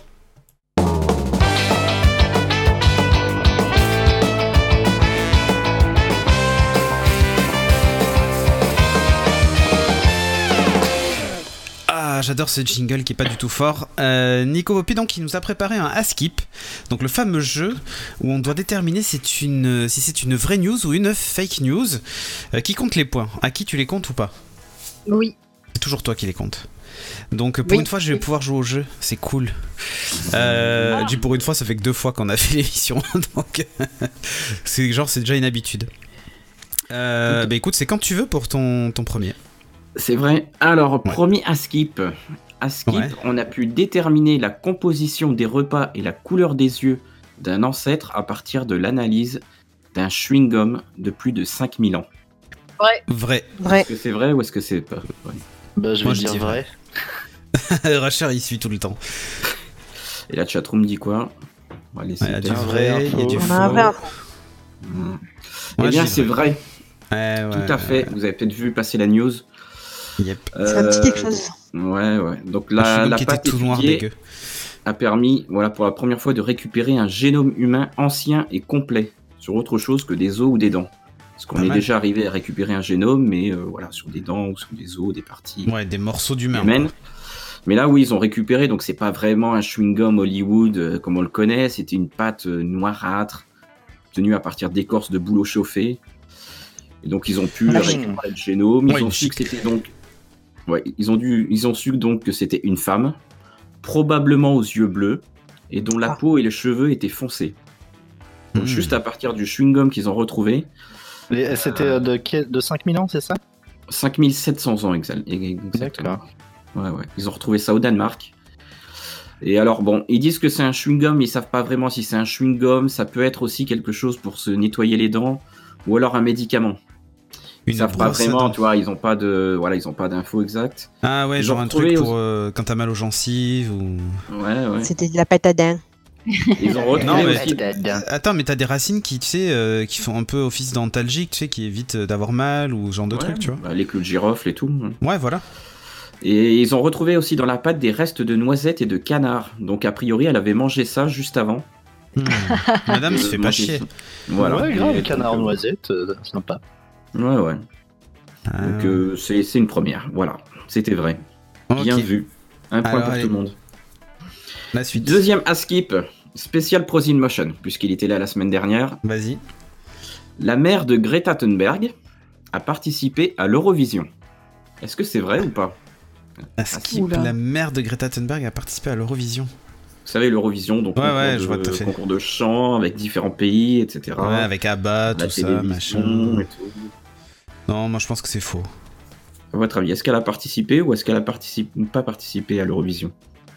A: Ah, j'adore ce jingle qui est pas du tout fort. Nico Hopi donc qui nous a préparé un Askip, donc le fameux jeu où on doit déterminer si c'est une vraie news ou une fake news. Qui compte les points? À qui tu les comptes ou pas?
B: Oui.
A: C'est toujours toi qui les comptes. Donc pour une fois je vais pouvoir jouer au jeu, c'est cool. Dis pour une fois, ça fait que 2 fois qu'on a fait l'émission, donc c'est déjà une habitude. Bah écoute, c'est quand tu veux pour ton premier.
D: C'est vrai. Alors, premier Askip.
A: Ouais.
D: On a pu déterminer la composition des repas et la couleur des yeux d'un ancêtre à partir de l'analyse d'un chewing-gum de plus de 5000 ans.
A: Vrai.
D: Est-ce que c'est vrai ou est-ce que c'est pas vrai?
E: Bah, je
A: Moi,
E: vais
A: je
E: dire
A: dis
E: vrai.
A: Racher il suit tout le temps.
D: Et la chatroom dit quoi? On va laisser
A: du vrai, il y a du faux.
C: On a un vrai info.
D: Eh bien, c'est vrai.
A: Ouais,
D: Tout à fait. Vous avez peut-être vu passer la news.
A: Yep.
C: Ça me dit quelque chose.
D: Ouais. Donc la
A: qui était
D: pâte
A: tout noir
D: étudiée
A: dégueu.
D: a permis, pour la première fois, de récupérer un génome humain ancien et complet sur autre chose que des os ou des dents. Parce qu'on est déjà arrivé à récupérer un génome, mais sur des dents ou sur des os, des parties.
A: Ouais, des morceaux d'humains.
D: Mais là, oui, ils ont récupéré, donc c'est pas vraiment un chewing-gum Hollywood comme on le connaît, c'était une pâte noirâtre, obtenue à partir d'écorce de bouleau chauffé. Et donc ils ont pu récupérer le génome. Ils ont su que c'était donc, ils ont su donc que c'était une femme, probablement aux yeux bleus, et dont la peau et les cheveux étaient foncés. Donc juste à partir du chewing-gum qu'ils ont retrouvé.
E: C'était de 5000 ans, c'est ça?
D: 5700 ans exactement. Ouais. Ils ont retrouvé ça au Danemark. Et alors ils disent que c'est un chewing-gum, mais ils savent pas vraiment si c'est un chewing-gum. Ça peut être aussi quelque chose pour se nettoyer les dents, ou alors un médicamédicament. Ils savent pas vraiment, tu vois, ils ont pas d'infos exactes.
A: Ah ouais, genre un truc pour quand t'as mal aux gencives ou.
D: Ouais.
C: C'était de la pâte à dents.
D: Ils ont retrouvé aussi.
A: Attends, mais t'as des racines qui, tu sais, qui font un peu office dentalgique, tu sais, qui évitent d'avoir mal ou ce genre de trucs, tu vois.
D: Les clous de girofle et tout.
A: Ouais, voilà.
D: Et ils ont retrouvé aussi dans la pâte des restes de noisettes et de canards. Donc a priori, elle avait mangé ça juste avant.
A: Madame se fait pas chier.
D: Voilà.
E: Ouais, grave, canard noisette, sympa.
D: Ouais. Donc c'est une première. Voilà, c'était vrai. Bien vu. Un point pour tout le monde.
A: La suite.
D: Deuxième Askip, spécial Frozen Motion, puisqu'il était là la semaine dernière.
A: Vas-y.
D: La mère de Greta Thunberg a participé à l'Eurovision. Est-ce que c'est vrai ou pas?
A: Askip, la mère de Greta Thunberg a participé à l'Eurovision.
D: Vous savez, l'Eurovision, donc concours de chant avec différents pays, etc.
A: Ouais, avec ABBA, tout ça, machin.
D: Et tout.
A: Non, moi je pense que c'est faux.
D: À votre avis, est-ce qu'elle a participé ou est-ce qu'elle a pas participé à l'Eurovision?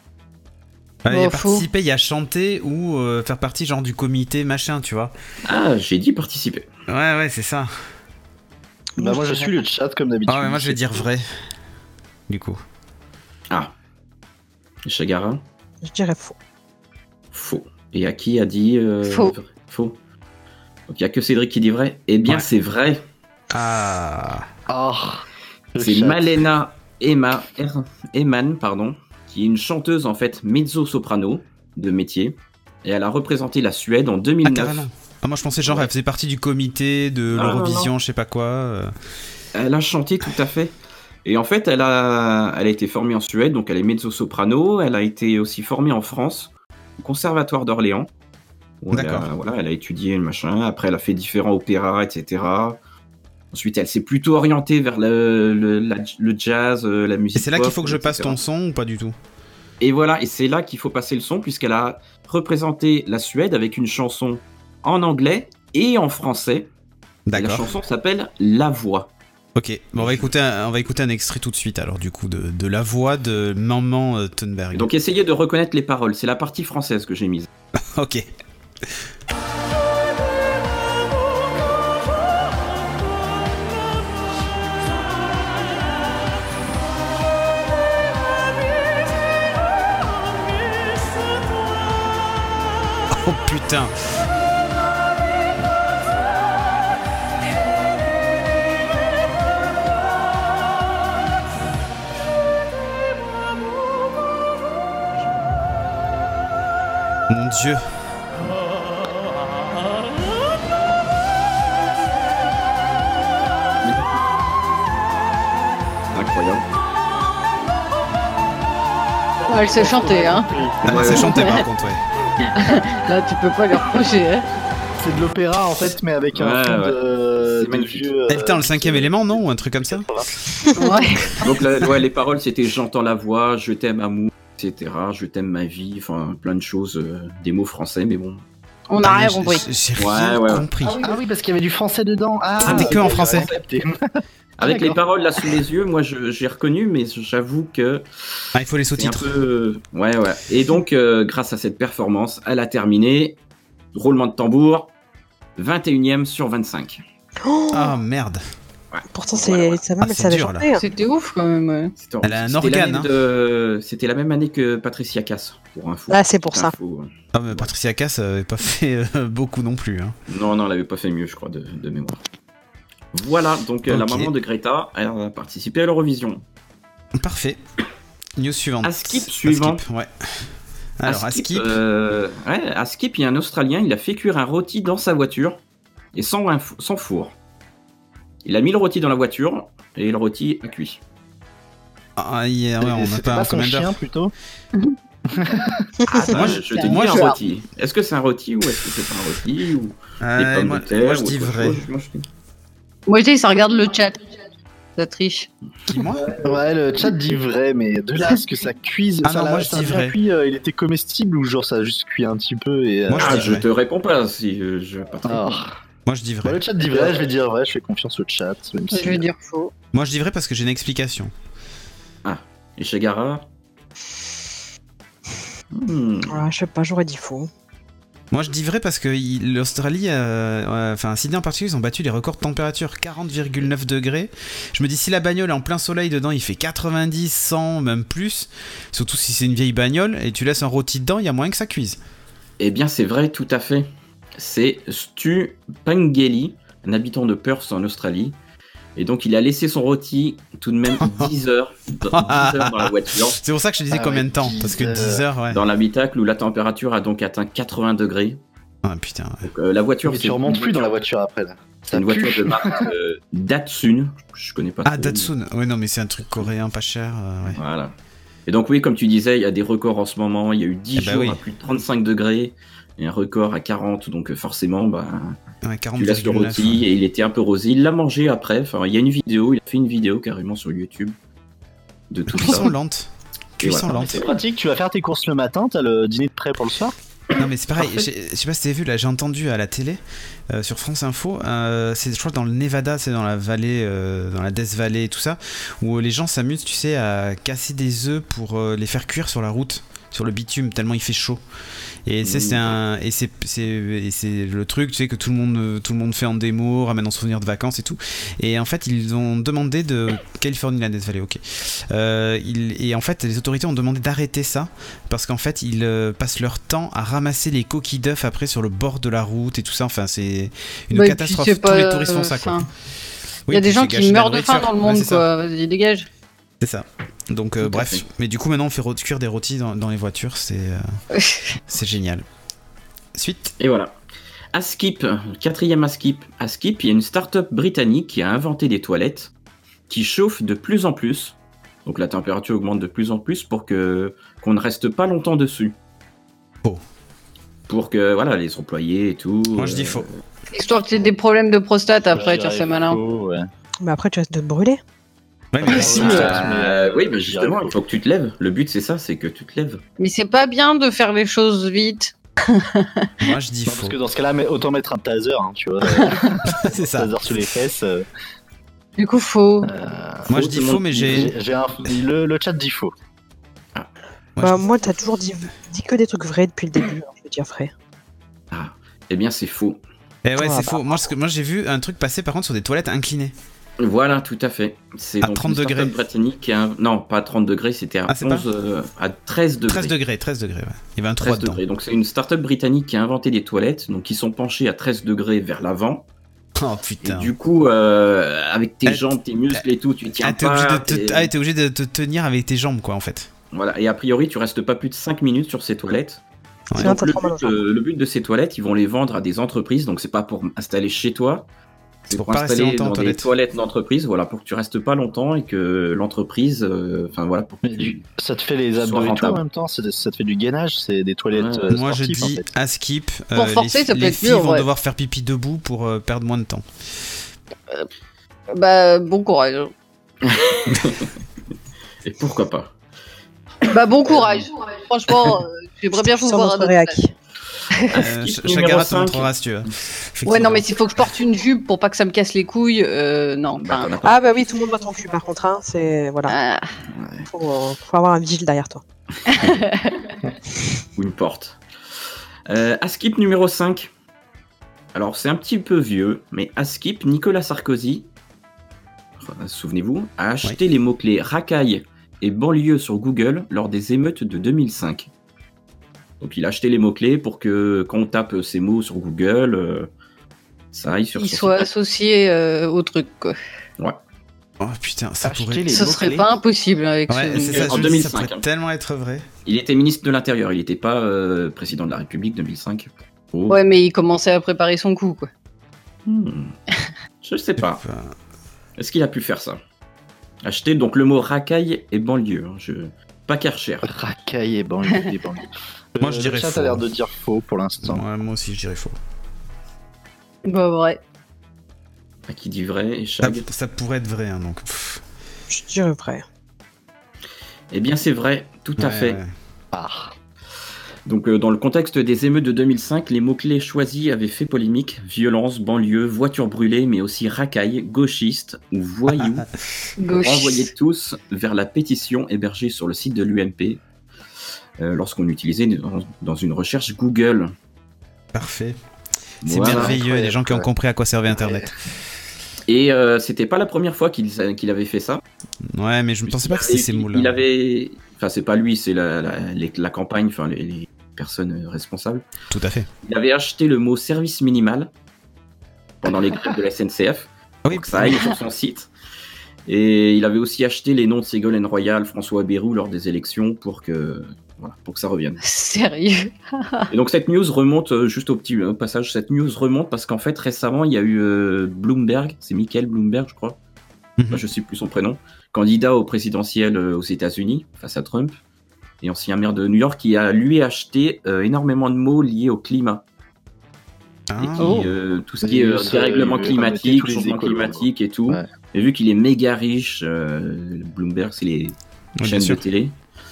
A: Il y a participé, il y a chanté ou faire partie genre du comité machin, tu vois.
D: Ah, j'ai dit participer.
A: Ouais, c'est ça.
E: Bah moi je suis le chat comme d'habitude.
A: Ah ouais, moi je vais dire vrai. Du coup.
D: Ah. Chagara?
C: Je dirais faux.
D: Faux. Et à qui a dit
B: faux.
D: Faux. Donc il n'y a que Cédric qui dit vrai. Eh bien c'est vrai.
A: Ah.
D: C'est Malena Eman, qui est une chanteuse en fait mezzo-soprano de métier. Et elle a représenté la Suède en 2009.
A: Ah, carrément. Moi je pensais genre elle faisait partie du comité de l'Eurovision, je sais pas quoi.
D: Elle a chanté tout à fait. Et en fait, elle a été formée en Suède, donc elle est mezzo-soprano. Elle a été aussi formée en France, au Conservatoire d'Orléans.
A: D'accord.
D: Elle a étudié le machin. Après, elle a fait différents opéras, etc. Ensuite, elle s'est plutôt orientée vers le jazz, la musique.
A: Et c'est là
D: pop,
A: qu'il faut que je
D: etc.
A: passe ton son ou pas du tout?
D: Et voilà, et c'est là qu'il faut passer le son, puisqu'elle a représenté la Suède avec une chanson en anglais et en français.
A: D'accord.
D: Et la chanson s'appelle La Voix.
A: Ok, bon, on va écouter un extrait tout de suite alors du coup de la voix de Maman Thunberg.
D: Donc essayez de reconnaître les paroles, c'est la partie française que j'ai mise.
A: Ok. Oh putain. Mon Dieu.
D: Incroyable.
B: Elle sait chanter, hein.
A: Elle sait chanter par contre, ouais.
B: Là, tu peux pas lui reprocher, hein.
E: C'est de l'opéra en fait, mais avec un fond de vieux.
A: Putain, le cinquième élément, non? Ou un truc comme ça?
B: Ouais.
D: Donc les paroles c'était j'entends la voix, je t'aime amour, etc. Je t'aime ma vie, enfin plein de choses, des mots français, mais bon.
B: On n'a rien compris.
A: J'ai rien compris.
E: Ah oui, parce qu'il y avait du français dedans.
A: C'était que en français.
D: Avec les paroles là sous les yeux, moi j'ai reconnu, mais j'avoue que.
A: Ah, il faut les sous-titres.
D: Ouais. Et donc, grâce à cette performance, elle a terminé. Roulement de tambour, 21ème sur 25.
A: Ah merde.
D: Ouais.
C: Pourtant, ça même, elle savait
A: dur, là.
C: chanter.
B: C'était ouf quand même. Ouais.
A: Elle a un organe.
D: C'était la même année que Patricia Cass, pour info.
C: Ah, c'est pour ça.
A: Ah, mais Patricia Cass avait pas fait beaucoup non plus. Hein.
D: Non, elle avait pas fait mieux, je crois, de mémoire. Voilà, donc la maman de Greta, elle a participé à l'Eurovision.
A: Parfait. News suivante.
D: Askip suivant.
A: Ouais. Alors, Askip.
D: Askip, il y a un Australien, il a fait cuire un rôti dans sa voiture et sans four. Il a mis le rôti dans la voiture et le rôti a cuit.
A: On n'a pas un
E: son chien plutôt.
D: Moi, je te dis un rôti. Est-ce que c'est un rôti ou est-ce que c'est pas un rôti ou des pommes de terre,
A: moi, je dis vrai.
B: Moi, je dis, ça regarde le chat. Ça triche.
A: Qui, moi ?
E: Ouais, le chat dit vrai, mais de là à ce que ça cuise.
A: Ah non, moi je dis vrai.
E: Il était comestible ou genre ça a juste cuit un petit peu et.
A: Moi
D: je te réponds pas si je vais pas te répondre.
A: Moi je dis vrai.
E: Le chat dit vrai, je vais dire vrai, je fais confiance au chat. Même si
B: je vais dire faux.
A: Moi je dis vrai parce que j'ai une explication.
D: Ah, et chez Gara
C: Je sais pas, j'aurais dit faux.
A: Moi je dis vrai parce que l'Australie, Sydney en particulier, ils ont battu les records de température, 40,9 degrés. Je me dis si la bagnole est en plein soleil dedans, il fait 90, 100, même plus. Surtout si c'est une vieille bagnole et tu laisses un rôti dedans, il y a moyen que ça cuise.
D: Eh bien c'est vrai, tout à fait. C'est Stu Pangeli, un habitant de Perth en Australie. Et donc il a laissé son rôti tout de même 10 heures dans la voiture.
A: C'est pour ça que je disais combien de temps, parce que 10 heures, ouais.
D: Dans l'habitacle où la température a donc atteint 80 degrés.
A: Ah putain. Ouais.
D: Donc, la voiture,
E: tu remontes plus dans la voiture après là.
D: C'est une voiture de marque Datsun. Je connais pas.
A: Ah trop, Datsun. Ouais non mais c'est un truc coréen pas cher. Ouais.
D: Voilà. Et donc oui, comme tu disais, il y a des records en ce moment. Il y a eu 10 jours à plus de 35 degrés. Et un record à 40, donc forcément, tu laisses le rôti et il était un peu rosé. Il l'a mangé après. Enfin, il y a une vidéo, il a fait une vidéo carrément sur YouTube de tout ça.
A: Cuisson lente.
E: C'est pratique. Tu vas faire tes courses le matin, t'as le dîner de prêt pour le soir.
A: Non mais c'est pareil. Je sais pas si t'avais vu là, j'ai entendu à la télé sur France Info. C'est je crois dans le Nevada, c'est dans la vallée, dans la Death Valley et tout ça, où les gens s'amusent, tu sais, à casser des œufs pour les faire cuire sur la route, sur le bitume tellement il fait chaud. Et c'est le truc, tu sais, que tout le monde fait en démo, ramène en souvenir de vacances et tout. Et en fait, ils ont demandé de Californie, la Death Valley, ok. Et en fait, les autorités ont demandé d'arrêter ça parce qu'en fait, ils passent leur temps à ramasser les coquilles d'œufs après sur le bord de la route et tout ça. Enfin, c'est une catastrophe. Tous les touristes font ça, quoi.
B: Il y a des gens qui meurent de faim dans le monde, quoi. Vas-y, dégage.
A: C'est ça. Donc bref, mais du coup maintenant on fait cuire des rôtis dans les voitures, c'est génial. Suite.
D: Et voilà. Askip, quatrième Askip. Askip, il y a une start-up britannique qui a inventé des toilettes qui chauffent de plus en plus. Donc la température augmente de plus en plus pour qu'on ne reste pas longtemps dessus.
A: Faux.
D: Pour que voilà les employés et tout.
A: Moi je dis faux.
B: Histoire que tu aies des problèmes de prostate après, tu fais malin.
E: Ouais.
C: Mais après tu vas te brûler.
A: Ouais, mais
D: oui, mais justement, il faut que tu te lèves. Le but, c'est ça, c'est que tu te lèves.
B: Mais c'est pas bien de faire les choses vite.
A: Moi, je dis faux.
E: Parce que dans ce cas-là, autant mettre un taser, hein, tu vois.
A: C'est ça.
E: Taser sous les fesses.
B: Du coup, faux.
A: Moi, je dis faux, mais
E: le chat dit faux.
C: Moi, t'as toujours dit que des trucs vrais depuis le début. Je veux dire vrai.
D: Ah, eh bien, c'est faux.
A: Eh ouais, c'est faux. Moi, j'ai vu un truc passer par contre sur des toilettes inclinées.
D: Voilà, tout à fait. C'est
A: à
D: donc
A: 30 degrés.
D: Britannique non, pas à 30 degrés, c'était à 13 degrés.
A: 13 degrés, ouais. Il y avait un 3 dedans.
D: Donc c'est une start-up britannique qui a inventé des toilettes, donc qui sont penchées à 13 degrés vers l'avant.
A: Oh putain.
D: Et du coup, avec tes jambes, tes muscles et tout, tu tiens pas.
A: T'es obligé de te tenir avec tes jambes, quoi, en fait.
D: Voilà, et a priori, tu restes pas plus de 5 minutes sur ces toilettes.
A: Ouais.
D: Donc, le but de ces toilettes, ils vont les vendre à des entreprises, donc c'est pas pour installer chez toi. C'est pour installer dans des toilettes d'entreprise, voilà, pour que tu restes pas longtemps et que l'entreprise, voilà, pour que
E: ça te fait les abdos et tout en même temps, ça te fait du gainage, c'est des toilettes.
A: Moi je dis en fait. À skip,
B: pour forcer,
A: les filles vont devoir faire pipi debout pour perdre moins de temps.
B: Bon courage.
D: Et pourquoi pas.
B: Bon courage. Franchement, j'aimerais bien vous voir.
A: Chagara te montrera si tu veux.
B: Ouais, non, mais s'il faut que je porte une jupe pour pas que ça me casse les couilles, non.
C: Ah bah oui, tout le monde voit ton cul par contre, hein, c'est voilà. Faut avoir un vigile derrière toi.
D: Ou une porte. Askip numéro 5. Alors c'est un petit peu vieux, mais Askip, Nicolas Sarkozy souvenez-vous, a acheté les mots-clés racaille et banlieue sur Google lors des émeutes de 2005. Donc il a acheté les mots-clés pour que quand on tape ces mots sur Google, ça aille sur son site.
B: Ils soient associés au truc, quoi.
D: Ouais.
A: Oh putain, ça
E: Acheter
A: pourrait...
E: les
B: Ce serait pas impossible avec
A: Ouais, c'est ça,
D: En
A: ça
D: 2005,
A: pourrait tellement être vrai.
D: Il était ministre de l'Intérieur, il n'était pas président de la République 2005. Oh.
B: Ouais, mais il commençait à préparer son coup, quoi.
D: Je sais pas. Est-ce qu'il a pu faire ça? Acheter donc le mot racaille et banlieue. Pas Karcher.
E: Racaille et banlieue.
A: Moi, je dirais
E: le chat
A: faux.
E: a l'air de dire faux pour l'instant.
A: Ouais, moi aussi, je dirais faux.
B: Bah, vrai.
D: Qui dit vrai et
A: Ça,
D: Chag.
A: ça pourrait être vrai, hein, donc...
C: Je dirais vrai.
D: Eh bien, c'est vrai, tout à
A: Ouais,
D: fait.
A: ouais.
E: Ah.
D: Donc, dans le contexte des émeutes de 2005, les mots-clés choisis avaient fait polémique. Violence, banlieue, voiture brûlée, mais aussi racaille, gauchiste ou voyou. Renvoyés tous vers la pétition hébergée sur le site de l'UMP lorsqu'on l'utilisait dans une recherche Google.
A: Parfait. C'est
D: Voilà.
A: merveilleux, les gens qui ont compris à quoi servait Internet.
D: Et c'était pas la première fois qu'il avait fait ça.
A: Ouais, mais je ne pensais pas que c'était ces mots-là.
D: Il avait... Enfin, c'est pas lui, c'est la campagne, enfin les personnes responsables.
A: Tout à fait.
D: Il avait acheté le mot service minimal pendant les grèves de la SNCF.
A: Oui,
D: Pour que ça aille sur son site. Et il avait aussi acheté les noms de Ségolène Royal, François Bayrou lors des élections pour que ça revienne.
B: Sérieux.
D: Et donc cette news remonte, juste au passage, cette news remonte parce qu'en fait récemment il y a eu Bloomberg, c'est Michael Bloomberg je crois, je sais plus son prénom, candidat au présidentiel aux États-Unis face à Trump, et ancien maire de New York, qui a lui acheté énormément de mots liés au climat.
A: Ah.
D: Et qui, tout ce qui est dérèglement climatique, changement climatique et tout. Ouais. Et vu qu'il est méga riche, Bloomberg, c'est les chaînes de télé.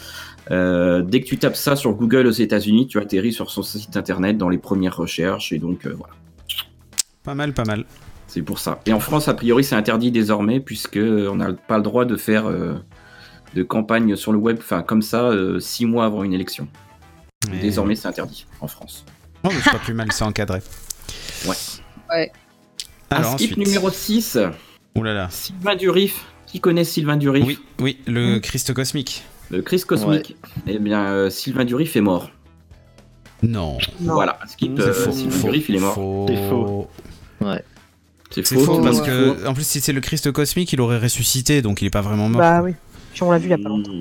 D: Dès que tu tapes ça sur Google aux États-Unis, tu atterris sur son site internet dans les premières recherches. Et donc, voilà.
A: Pas mal, pas mal.
D: C'est pour ça. Et en France, a priori, c'est interdit désormais, puisqu'on n'a pas le droit de faire de campagne sur le web comme ça 6 mois avant une élection. Et... Désormais, c'est interdit en France.
A: Oh, mais c'est pas plus mal, c'est encadré.
B: Ouais.
D: Alors, skip numéro 6.
A: Ouh là là.
D: Sylvain Durif. Qui connaît Sylvain Durif?
A: Oui, le Christ cosmique.
D: Le Christ cosmique. Ouais. Eh bien, Sylvain Durif est mort.
A: Non.
D: Voilà, skip. Sylvain Durif, il est mort.
E: C'est faux. Ouais.
A: C'est faux parce que, en plus, si c'est le Christ cosmique, il aurait ressuscité, donc il est pas vraiment mort.
C: Bah oui. Puis on l'a vu il y a pas longtemps.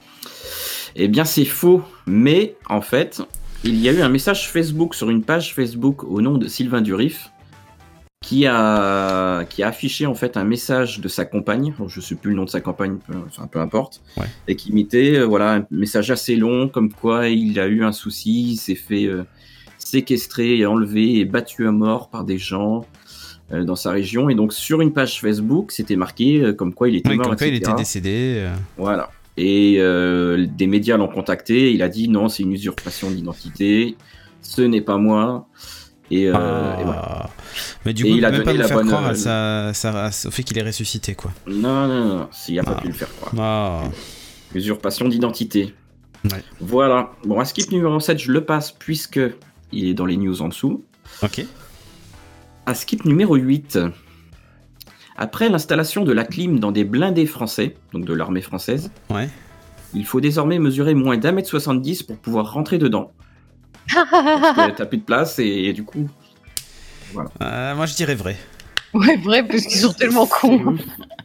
D: Eh bien, c'est faux. Mais, en fait, il y a eu un message Facebook sur une page Facebook au nom de Sylvain Durif qui a affiché en fait un message de sa compagne. Je sais plus le nom de sa compagne, peu importe. Ouais. Et qui imitait, un message assez long, comme quoi il a eu un souci, il s'est fait séquestrer et enlever et battu à mort par des gens dans sa région. Et donc sur une page Facebook, c'était marqué comme quoi il était mort,
A: comme quoi
D: etc.
A: il était décédé.
D: Voilà. Et des médias l'ont contacté. Il a dit non, c'est une usurpation d'identité. Ce n'est pas moi. Et voilà.
A: Mais du coup, il a même pas nous faire croire au fait qu'il est ressuscité, quoi.
D: Non, il a pas pu le faire croire. Usurpation d'identité. Ouais. Voilà. Bon, à skip numéro 7, je le passe puisque il est dans les news en dessous.
A: Ok.
D: À skip numéro 8. Après l'installation de la clim dans des blindés français, donc de l'armée française, il faut désormais mesurer moins d'1m70 pour pouvoir rentrer dedans. Parce que t'as plus de place et du coup... Voilà.
A: Moi je dirais vrai.
B: Ouais, vrai, parce qu'ils sont tellement cons.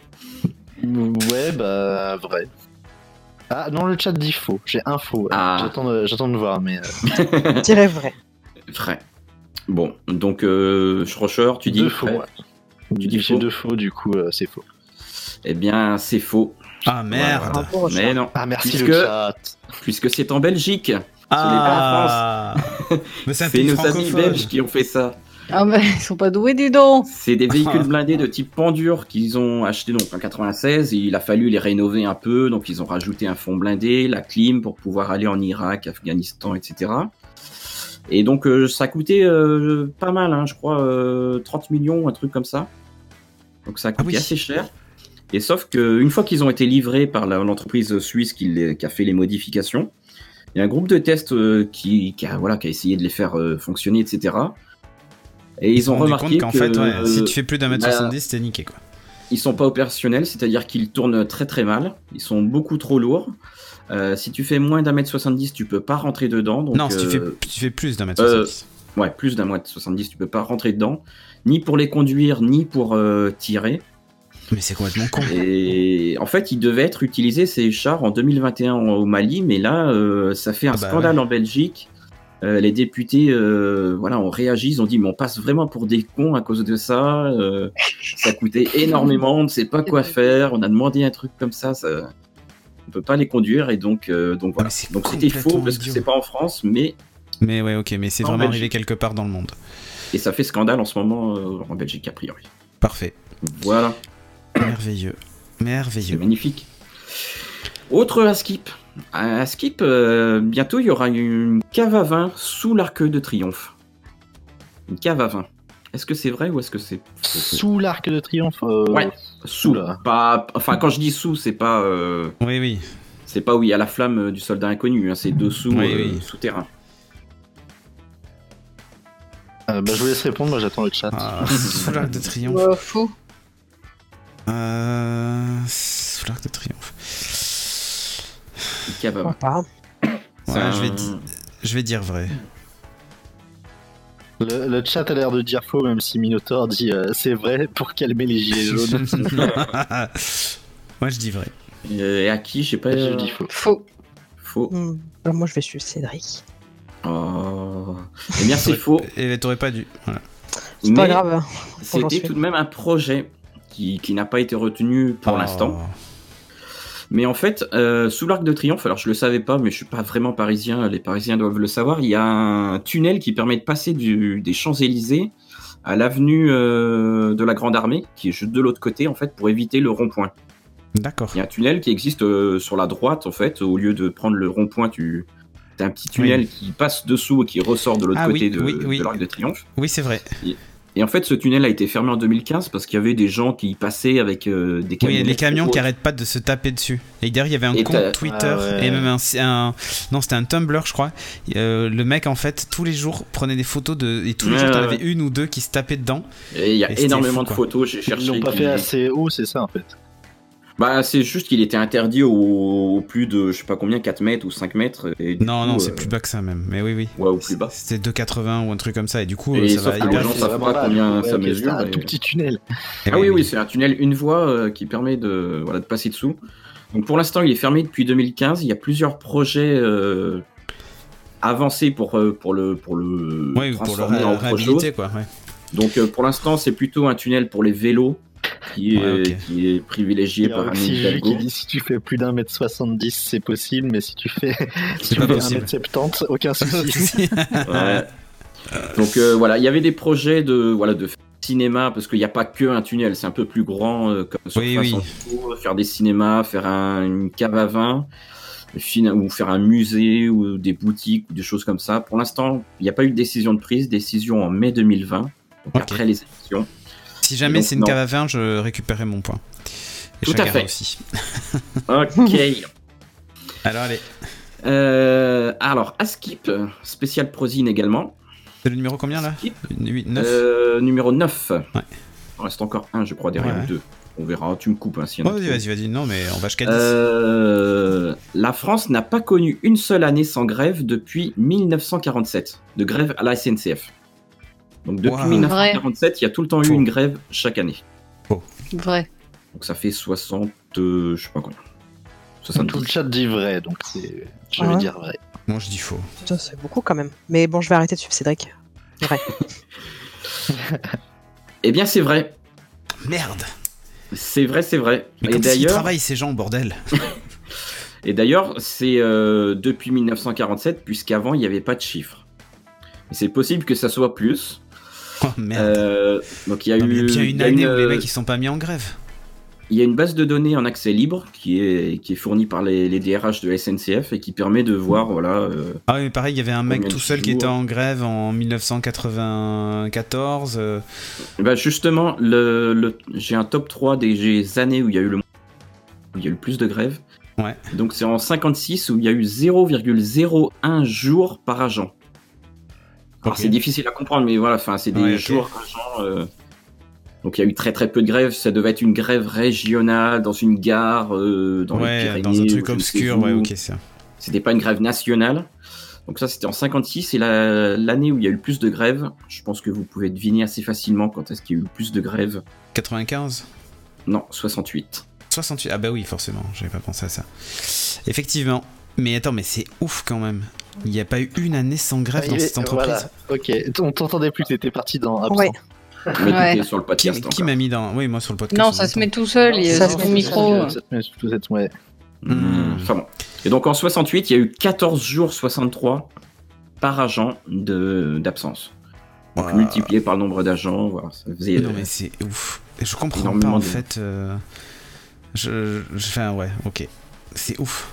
E: Ouais, bah vrai. Ah non, le chat dit faux. J'ai un faux. J'attends de voir, mais...
C: Je dirais vrai.
D: Vrai. Bon, donc Schrocher, tu dis
E: faux. Ouais.
D: Tu dis
E: j'ai
D: faux.
E: 2 faux, du coup c'est faux.
D: Eh bien, c'est faux.
A: Ah merde.
D: Voilà. Mais non.
E: Ah merci le chat.
D: Puisque c'est en Belgique.
A: Ah.
D: Ce n'est pas en France.
A: Mais
D: c'est nos amis belges qui ont fait ça.
B: Ah bah ils sont pas doués, dis donc.
D: C'est des véhicules blindés de type Pandur qu'ils ont achetés donc en 96 et il a fallu les rénover un peu, donc ils ont rajouté un fond blindé, la clim pour pouvoir aller en Irak, Afghanistan, etc. Et donc ça a coûté pas mal, hein, je crois 30 millions, un truc comme ça. Donc ça a coûté assez cher. Et sauf qu'une fois qu'ils ont été livrés par l'entreprise suisse qui a fait les modifications, il y a un groupe de tests qui a essayé de les faire fonctionner, etc. Et ils ont remarqué
A: qu'en fait, si tu fais plus d'1m70, t'es niqué, quoi.
D: ils sont pas opérationnels, c'est-à-dire qu'ils tournent très très mal. Ils sont beaucoup trop lourds. Si tu fais moins d'1m70, tu peux pas rentrer dedans. Donc,
A: non, si tu fais plus d'1m70.
D: Ouais, plus d'1m70, tu peux pas rentrer dedans. Ni pour les conduire, ni pour tirer.
A: Mais c'est complètement con.
D: Et en fait, ils devaient être utilisés, ces chars, en 2021 au Mali. Mais là, ça fait un scandale en Belgique. Les députés ont réagi, ils ont dit mais on passe vraiment pour des cons à cause de ça, ça coûtait énormément, on ne sait pas quoi faire, on a demandé un truc comme ça, on peut pas les conduire et donc voilà. Donc c'était faux parce que c'est pas en France mais
A: ouais, ok, mais c'est vraiment arrivé quelque part dans le monde.
D: Et ça fait scandale en ce moment en Belgique a priori.
A: Parfait.
D: Voilà.
A: Merveilleux.
D: C'est magnifique. Autre Askip. À Skip, bientôt il y aura une cave à vin sous l'Arc de Triomphe. Une cave à vin. Est-ce que c'est vrai ou est-ce que c'est
E: sous l'Arc de Triomphe
D: Ouais, sous. Pas, enfin, quand je dis sous, c'est pas.
A: Oui.
D: C'est pas où il y a la flamme du soldat inconnu. Hein, c'est dessous, souterrain.
E: Je vous laisse répondre. Moi, j'attends le chat.
A: Sous l'Arc de Triomphe.
B: Faux.
A: Sous l'Arc de Triomphe. Je vais dire vrai.
E: Le chat a l'air de dire faux, même si Minotaur dit c'est vrai pour calmer les gilets jaunes.
A: Moi je dis vrai.
D: Et à qui je dis faux. Faux.
C: Moi je vais suivre Cédric.
D: Oh. Eh bien c'est faux.
A: Et t'aurais pas dû. Voilà.
C: C'est pas grave.
D: C'était tout de même un projet qui n'a pas été retenu pour l'instant. Mais en fait, sous l'Arc de Triomphe, alors je le savais pas, mais je suis pas vraiment parisien, les Parisiens doivent le savoir, il y a un tunnel qui permet de passer des Champs-Élysées à l'avenue de la Grande Armée, qui est juste de l'autre côté, en fait, pour éviter le rond-point.
A: D'accord.
D: Il y a un tunnel qui existe sur la droite, en fait, au lieu de prendre le rond-point, t'as un petit tunnel qui passe dessous et qui ressort de l'autre côté de l'Arc de Triomphe.
A: Oui, c'est vrai.
D: Et en fait, ce tunnel a été fermé en 2015 parce qu'il y avait des gens qui passaient avec des camions.
A: Oui, les camions qui arrêtent pas de se taper dessus. Et derrière, il y avait un compte Twitter et même non, c'était un Tumblr, je crois. Le mec, en fait, tous les jours prenait des photos et tous les jours, t'en avais une ou deux qui se tapaient dedans.
D: Et il y a énormément de photos. J'ai cherché.
E: Ils l'ont pas fait assez haut, c'est ça en fait.
D: Bah, c'est juste qu'il était interdit au plus de, je sais pas combien, 4 mètres ou 5 mètres. Et
A: non, c'est plus bas que ça même. Mais oui.
D: Ouais, au plus bas.
A: C'était 2,80 ou un truc comme ça. Et du coup,
D: ça va. Les gens savent pas combien ça mesure.
E: C'est un tout petit tunnel.
D: Oui, c'est un tunnel une voie qui permet de passer dessous. Donc pour l'instant, il est fermé depuis 2015. Il y a plusieurs projets avancés pour le transformer en autre chose.
A: Quoi, ouais.
D: Donc pour l'instant, c'est plutôt un tunnel pour les vélos. Qui est privilégié par un
E: Hidalgo. Qui dit si tu fais plus d'1m70 c'est possible, mais si tu fais 1m70 aucun souci.
D: Ouais. Donc voilà, il y avait des projets de cinéma parce qu'il n'y a pas que un tunnel, c'est un peu plus grand comme surface en dessous, faire des cinémas, faire une cave à vin ou faire un musée ou des boutiques ou des choses comme ça. Pour l'instant, il n'y a pas eu de décision en mai 2020, donc après les élections.
A: Si jamais c'est une cave à vin, je récupérerai mon point. Et
D: tout à fait.
A: Aussi.
D: Ok.
A: Alors allez.
D: Alors Askip, spécial Prozine également.
A: C'est le numéro combien là 8, 9
D: Numéro 9.
A: Ouais.
D: Il reste encore un, je crois, derrière ou deux. On verra, tu me coupes. Hein, si
A: vas-y. Non, mais on va jusqu'à 10.
D: La France n'a pas connu une seule année sans grève depuis 1947, de grève à la SNCF. Donc depuis 1947, il y a tout le temps eu une grève chaque année.
B: Vrai.
D: Donc ça fait 60, je sais pas combien. 70.
E: Tout le chat dit vrai, donc je vais dire vrai.
A: Moi je dis faux.
C: Putain, c'est beaucoup quand même. Mais bon, je vais arrêter de suivre Cédric. Vrai.
D: Eh bien c'est vrai.
A: Merde.
D: C'est vrai.
A: Mais comme ils travaillent ces gens, bordel.
D: Et d'ailleurs, c'est depuis 1947, puisqu'avant il n'y avait pas de chiffres. Et c'est possible que ça soit plus.
A: Oh merde.
D: Donc il y a eu
A: bien une année où les mecs ils sont pas mis en grève.
D: Il y a une base de données en accès libre qui est fournie par les DRH de la SNCF et qui permet de voir
A: Ah oui, mais pareil, il y avait un mec tout seul qui était en grève en 1994.
D: Bah justement, j'ai un top 3 des années où il y a eu le plus de grèves.
A: Ouais.
D: Donc c'est en 56 où il y a eu 0,01 jours par agent. Alors c'est difficile à comprendre, mais voilà, c'est des jours agents. Donc il y a eu très très peu de grèves. Ça devait être une grève régionale dans une gare dans les Pyrénées.
A: Dans un truc obscur, ok, ça.
D: C'était pas une grève nationale. Donc ça, c'était en 56. Et l'année où il y a eu le plus de grèves, je pense que vous pouvez deviner assez facilement quand est-ce qu'il y a eu le plus de grèves.
A: 95 ?
D: Non, 68.
A: 68, ah bah oui, forcément, j'avais pas pensé à ça. Effectivement. Mais attends, mais c'est ouf quand même. Il n'y a pas eu une année sans grève dans cette entreprise.
E: Voilà. Ok, on t'entendait plus, t'étais parti dans absent.
C: Ouais.
D: Mais sur le podcast.
A: Qui m'a mis dans... Oui, moi sur le podcast.
B: Non, ça se met tout seul, il y a son micro.
E: Ça te met tout seul, ouais.
D: Enfin bon. Et donc en 68, il y a eu 14 jours 63 par agent d'absence. Donc multiplié par le nombre d'agents, voilà, ça faisait...
A: Non mais c'est ouf. Je comprends pas
D: énormément
A: en fait. Enfin ouais, ok. C'est ouf.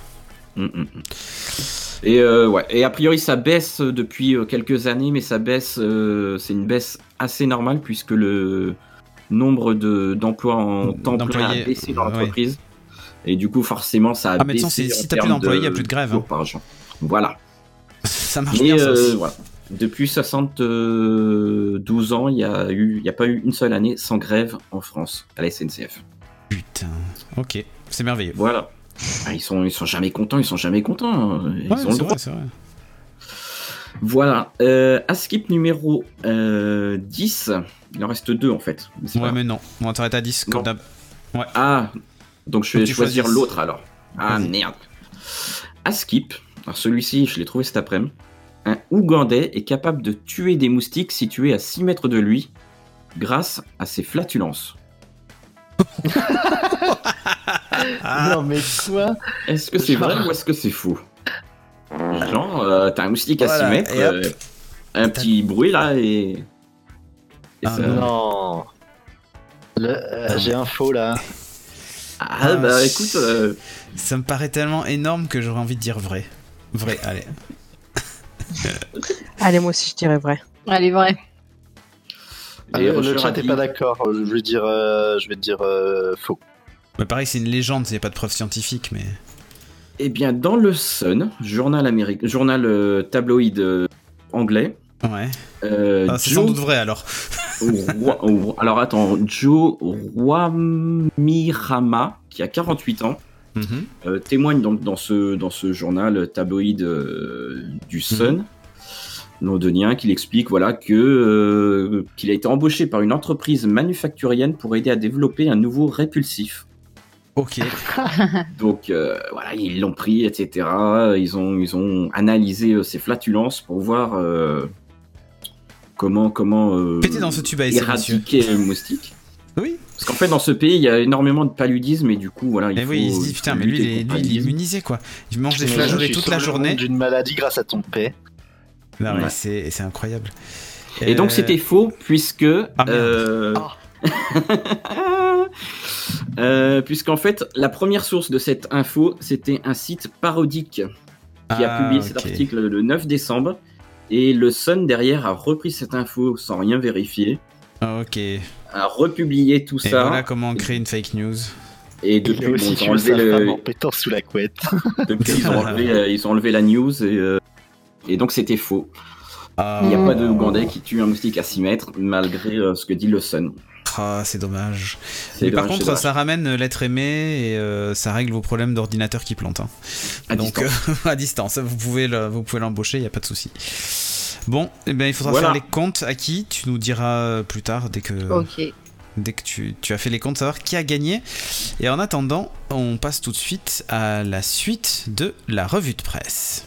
D: Et et a priori ça baisse depuis quelques années, mais ça baisse, c'est une baisse assez normale puisque le nombre d'emplois en temps plein a baissé dans l'entreprise. Et du coup forcément ça a baissé.
A: Maintenant si t'as plus d'employés, il n'y a plus de grève.
D: Par agent. Voilà.
A: Ça marche bien ça aussi.
D: Voilà. Depuis 72 ans, il n'y a pas eu une seule année sans grève en France à la SNCF.
A: Putain, ok, c'est merveilleux.
D: Voilà. Ah, ils sont jamais contents, Ils ont le droit.
A: C'est vrai.
D: Voilà. À skip numéro 10, il en reste 2 en fait.
A: Mais non, on t'arrête à 10 comme d'hab. Ouais.
D: Ah, donc je vais choisir
A: choisisses.
D: l'autre alors. Ah merde. À skip, alors celui-ci, je l'ai trouvé cet après-midi. Un Ougandais est capable de tuer des moustiques situés à 6 mètres de lui grâce à ses flatulences.
E: Non mais quoi?
D: Est-ce que c'est vrai ou est-ce que c'est faux? Genre, t'as un moustique à 6 mètres, un petit bruit là et
E: ça... Non. J'ai un faux là.
D: Bah écoute...
A: Ça me paraît tellement énorme que j'aurais envie de dire vrai. Vrai, allez.
C: Allez, moi aussi je dirais vrai.
B: Allez, vrai.
E: Le chat n'est pas d'accord, je vais dire faux.
A: Bah pareil, c'est une légende, il n'y a pas de preuve scientifique, mais...
D: Eh bien, dans le Sun, journal tabloïd anglais...
A: Ouais. C'est sans doute vrai, alors.
D: Alors, attends, Joe Wamirama, qui a 48 ans, témoigne donc dans ce journal tabloïd du Sun, londonien, qu'il explique voilà, qu'il a été embauché par une entreprise manufacturienne pour aider à développer un nouveau répulsif.
A: Ok.
D: Donc voilà, ils l'ont pris, etc. Ils ont analysé ses flatulences pour voir comment
A: péter dans ce tube à essai,
D: éradiquer le moustique.
A: Oui.
D: Parce qu'en fait, dans ce pays, il y a énormément de paludisme et du coup, voilà, il faut...
A: Oui, il se dit, putain, mais lui, il est immunisé, quoi. Il mange des flageolets toute la journée.
E: D'une maladie grâce à ton paix.
A: Non, mais c'est incroyable.
D: Et donc, c'était faux, puisque... puisqu'en fait, la première source de cette info, c'était un site parodique qui a publié cet article le 9 décembre. Et le Sun, derrière, a repris cette info sans rien vérifier.
A: Ok.
D: A republié tout ça.
A: Et voilà comment on crée une fake news.
E: Et depuis, ils ont enlevé le... en pétant sous la couette.
D: Depuis, ils ont enlevé la news et donc c'était faux. Il n'y a pas de Ougandais qui tue un moustique à 6 mètres, malgré ce que dit le Sun.
A: Ah, c'est dommage. Mais par contre, ça ramène l'être aimé et ça règle vos problèmes d'ordinateur qui plantent. Hein. À distance, vous pouvez l'embaucher, il n'y a pas de souci. Bon, eh ben, il faudra faire les comptes. À qui tu nous diras plus tard, dès que tu as fait les comptes, savoir qui a gagné. Et en attendant, on passe tout de suite à la suite de la revue de presse.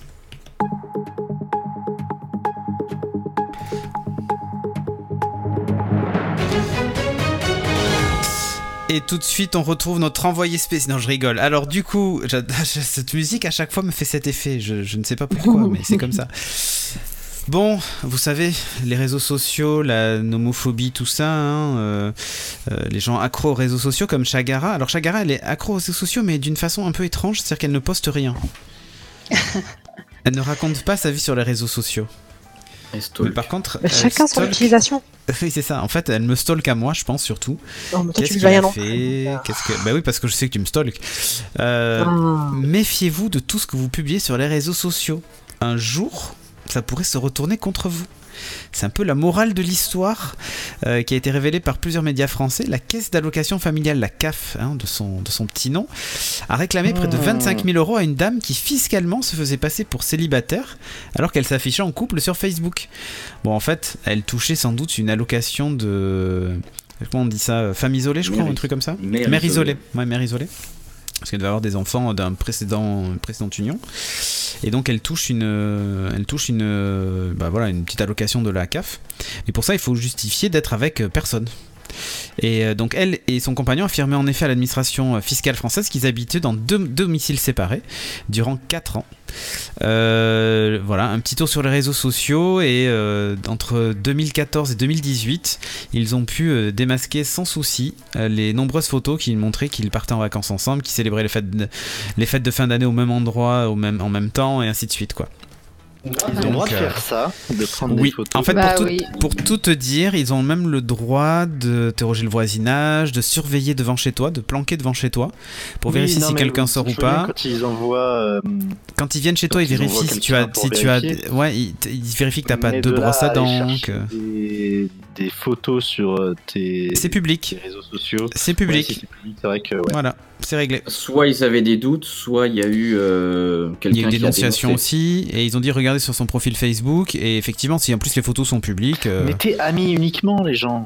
A: Et tout de suite, on retrouve notre envoyé spécial. Non, je rigole. Alors du coup, cette musique à chaque fois me fait cet effet. Je ne sais pas pourquoi, mais c'est comme ça. Bon, vous savez, les réseaux sociaux, la nomophobie, tout ça, hein, les gens accros aux réseaux sociaux comme Chagara. Alors Chagara, elle est accro aux réseaux sociaux, mais d'une façon un peu étrange, c'est-à-dire qu'elle ne poste rien. Elle ne raconte pas sa vie sur les réseaux sociaux. Mais par contre,
C: chacun son utilisation.
A: Oui, c'est ça. En fait, elle me stalk à moi, je pense, surtout.
C: Non, mais toi, tu lui rien non
A: Bah oui, parce que je sais que tu me stalk. Méfiez-vous de tout ce que vous publiez sur les réseaux sociaux. Un jour, ça pourrait se retourner contre vous. c'est un peu la morale de l'histoire qui a été révélée par plusieurs médias français. La caisse d'allocation familiale, la CAF, de son petit nom, a réclamé près de 25 000 € à une dame qui fiscalement se faisait passer pour célibataire alors qu'elle s'affichait en couple sur Facebook. Bon, en fait, elle touchait sans doute une allocation de... Comment on dit ça, femme isolée, je crois, un truc comme ça. Mère isolée. Ouais, mère isolée. Parce qu'elle devait avoir des enfants d'une précédente union. Et donc elle touche une petite allocation de la CAF. Et pour ça, il faut justifier d'être avec personne. Et donc elle et son compagnon affirmaient en effet à l'administration fiscale française qu'ils habitaient dans deux domiciles séparés durant 4 ans. Voilà, un petit tour sur les réseaux sociaux et entre 2014 et 2018, ils ont pu démasquer sans souci les nombreuses photos qui montraient qu'ils partaient en vacances ensemble, qu'ils célébraient les fêtes de fin d'année au même endroit, en même temps et ainsi de suite, quoi.
E: Ils ont le droit de faire ça, de prendre des photos.
A: En fait, pour tout te dire, ils ont même le droit d'interroger le voisinage, de surveiller devant chez toi, de planquer devant chez toi, pour vérifier si quelqu'un sort ou pas.
E: Quand ils envoient,
A: quand ils viennent chez toi, ils vérifient si tu as, ils vérifient que t'as pas de brosse à dents.
E: Des photos sur tes réseaux sociaux.
A: C'est public.
E: Ouais, c'est public, c'est vrai que. Ouais.
A: Voilà, c'est réglé.
D: Soit ils avaient des doutes, soit il y a eu quelqu'un qui a
A: des dénonciations
D: dénoncé.
A: aussi, et ils ont dit regardez sur son profil Facebook, et effectivement, si en plus les photos sont publiques.
E: Mettez amis uniquement, les gens.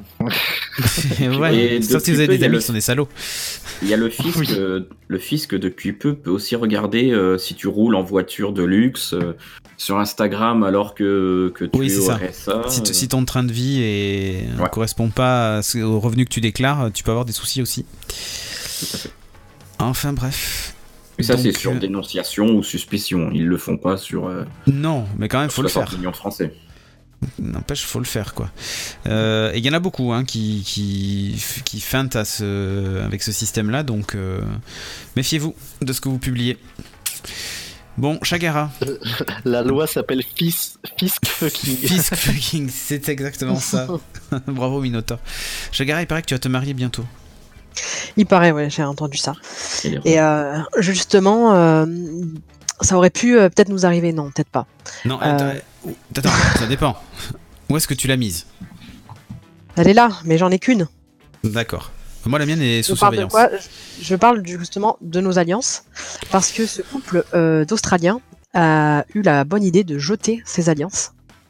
A: Ouais, sauf si vous avez des amis qui sont des salauds.
D: Il y a le fisc. Le fisc, depuis peu, peut aussi regarder si tu roules en voiture de luxe sur Instagram alors que tu es au RSA.
A: Si ton train de vie ne correspond pas aux revenus que tu déclares, tu peux avoir des soucis aussi.
D: Tout à fait.
A: Enfin bref.
D: Et ça, c'est sur dénonciation ou suspicion. Ils le font pas sur.
A: Non, mais quand même, faut le faire.
D: 60 millions de Français.
A: N'empêche, faut le faire, quoi. Et il y en a beaucoup qui feintent avec ce système-là, donc méfiez-vous de ce que vous publiez. Bon, Chagara.
E: La loi s'appelle Fisk Fucking.
A: Fisk Fucking, c'est exactement ça. Bravo, Minotaur. Chagara, il paraît que tu vas te marier bientôt.
C: Il paraît, ouais, j'ai entendu ça. Et justement, ça aurait pu peut-être nous arriver. Non, peut-être pas.
A: Non, attends, ça dépend. Où est-ce que tu l'as mise?
C: Elle est là, mais j'en ai qu'une.
A: D'accord. Moi, la mienne est sous surveillance.
C: Je parle justement de nos alliances, parce que ce couple d'Australiens a eu la bonne idée de jeter ses alliances.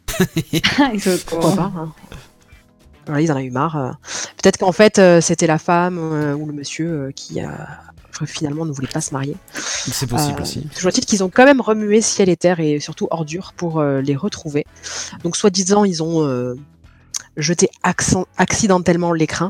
C: Pourquoi pas, hein. Voilà, ils en ont eu marre. Peut-être qu'en fait, c'était la femme ou le monsieur qui finalement ne voulait pas se marier.
A: C'est possible aussi.
C: Toujours est-il qu'ils ont quand même remué ciel et terre et surtout ordures pour les retrouver. Donc, soi-disant, ils ont jeté accidentellement l'écrin.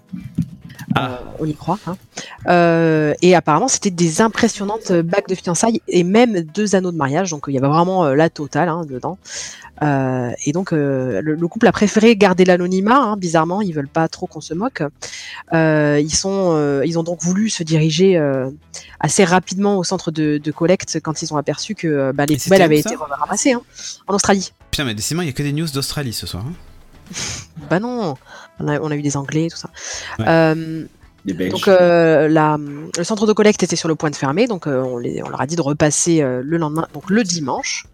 C: On y croit. Hein. Et apparemment, c'était des impressionnantes bagues de fiançailles et même 2 anneaux de mariage. Donc, il y avait vraiment la totale dedans. Et donc, le couple a préféré garder l'anonymat. Hein, bizarrement, ils veulent pas trop qu'on se moque. Ils ont donc voulu se diriger assez rapidement au centre de collecte quand ils ont aperçu que les poubelles avaient été ramassées en Australie.
A: Putain, mais décidément, il y a que des news d'Australie ce soir. Hein.
C: Bah non, on a eu des Anglais, tout ça.
A: Ouais.
D: Des Belges.
C: Donc le centre de collecte était sur le point de fermer, donc on leur a dit de repasser le lendemain, donc le dimanche.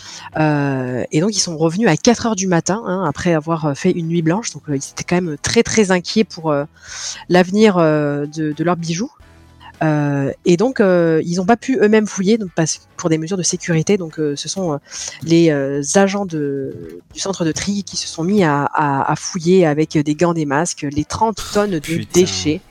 C: Et donc ils sont revenus à 4h du matin, après avoir fait une nuit blanche. Donc ils étaient quand même très très inquiets pour l'avenir de leurs bijoux. Et donc ils n'ont pas pu eux-mêmes fouiller pour des mesures de sécurité. Donc ce sont les agents du centre de tri qui se sont mis à fouiller avec des gants, des masques, les 30 tonnes de déchets.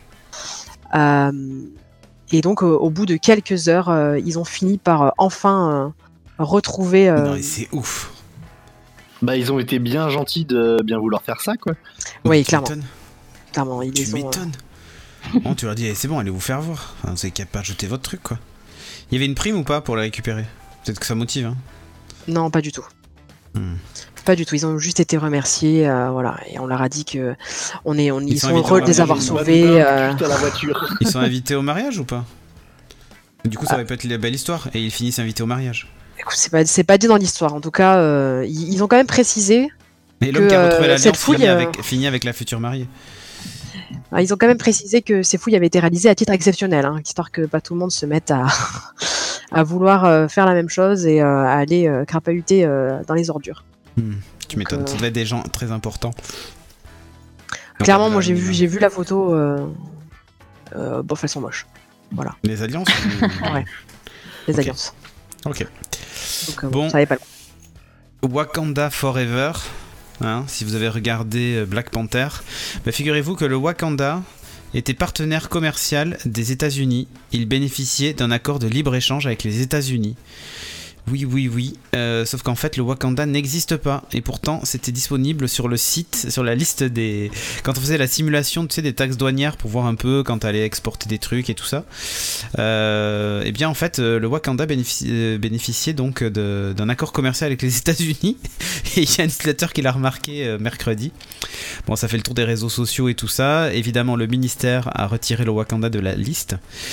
C: Et donc au bout de quelques heures, ils ont fini par enfin retrouver.
A: Non, mais c'est ouf.
E: Bah ils ont été bien gentils de bien vouloir faire ça, quoi.
C: Oui, clairement. Ils
A: tu m'étonnes. Bon, tu leur dis, c'est bon, allez vous faire voir. Enfin, vous savez qu'il n'y a pas à jeter votre truc, quoi. Il y avait une prime ou pas pour la récupérer? Peut-être que ça motive, hein.
C: Non, pas du tout. Pas du tout. Ils ont juste été remerciés, voilà. Et on leur a dit que ils sont heureux de les avoir sauvés.
A: Ils sont invités au mariage ou pas? Du coup, ça va pas être la belle histoire. Et ils finissent invités au mariage.
C: Écoute, c'est pas dit dans l'histoire. En tout cas, ils ont quand même précisé.
A: Et l'homme qui a retrouvé l'alliance finit avec la future mariée.
C: Ils ont quand même précisé que ces fouilles avaient été réalisées à titre exceptionnel, histoire que pas tout le monde se mette à vouloir faire la même chose et à aller crapahuter dans les ordures.
A: Tu m'étonnes, ça devait être des gens très importants.
C: Clairement, moi j'ai vu la photo. Bof, elles sont moches. Voilà.
A: Les alliances
C: Ouais. Les alliances.
A: Ok.
C: Donc,
A: bon.
C: Ça avait pas le coup.
A: Wakanda Forever. Hein, si vous avez regardé Black Panther, figurez-vous que le Wakanda était partenaire commercial des États-Unis. Il bénéficiait d'un accord de libre-échange avec les États-Unis. Oui. Sauf qu'en fait, le Wakanda n'existe pas. Et pourtant, c'était disponible sur le site, sur la liste des... Quand on faisait la simulation, tu sais, des taxes douanières pour voir un peu quand t'allais exporter des trucs et tout ça. Eh bien, en fait, le Wakanda bénéficiait donc d'un accord commercial avec les États-Unis. Et il y a un utilisateur qui l'a remarqué mercredi. Bon, ça fait le tour des réseaux sociaux et tout ça. Évidemment, le ministère a retiré le Wakanda de la liste.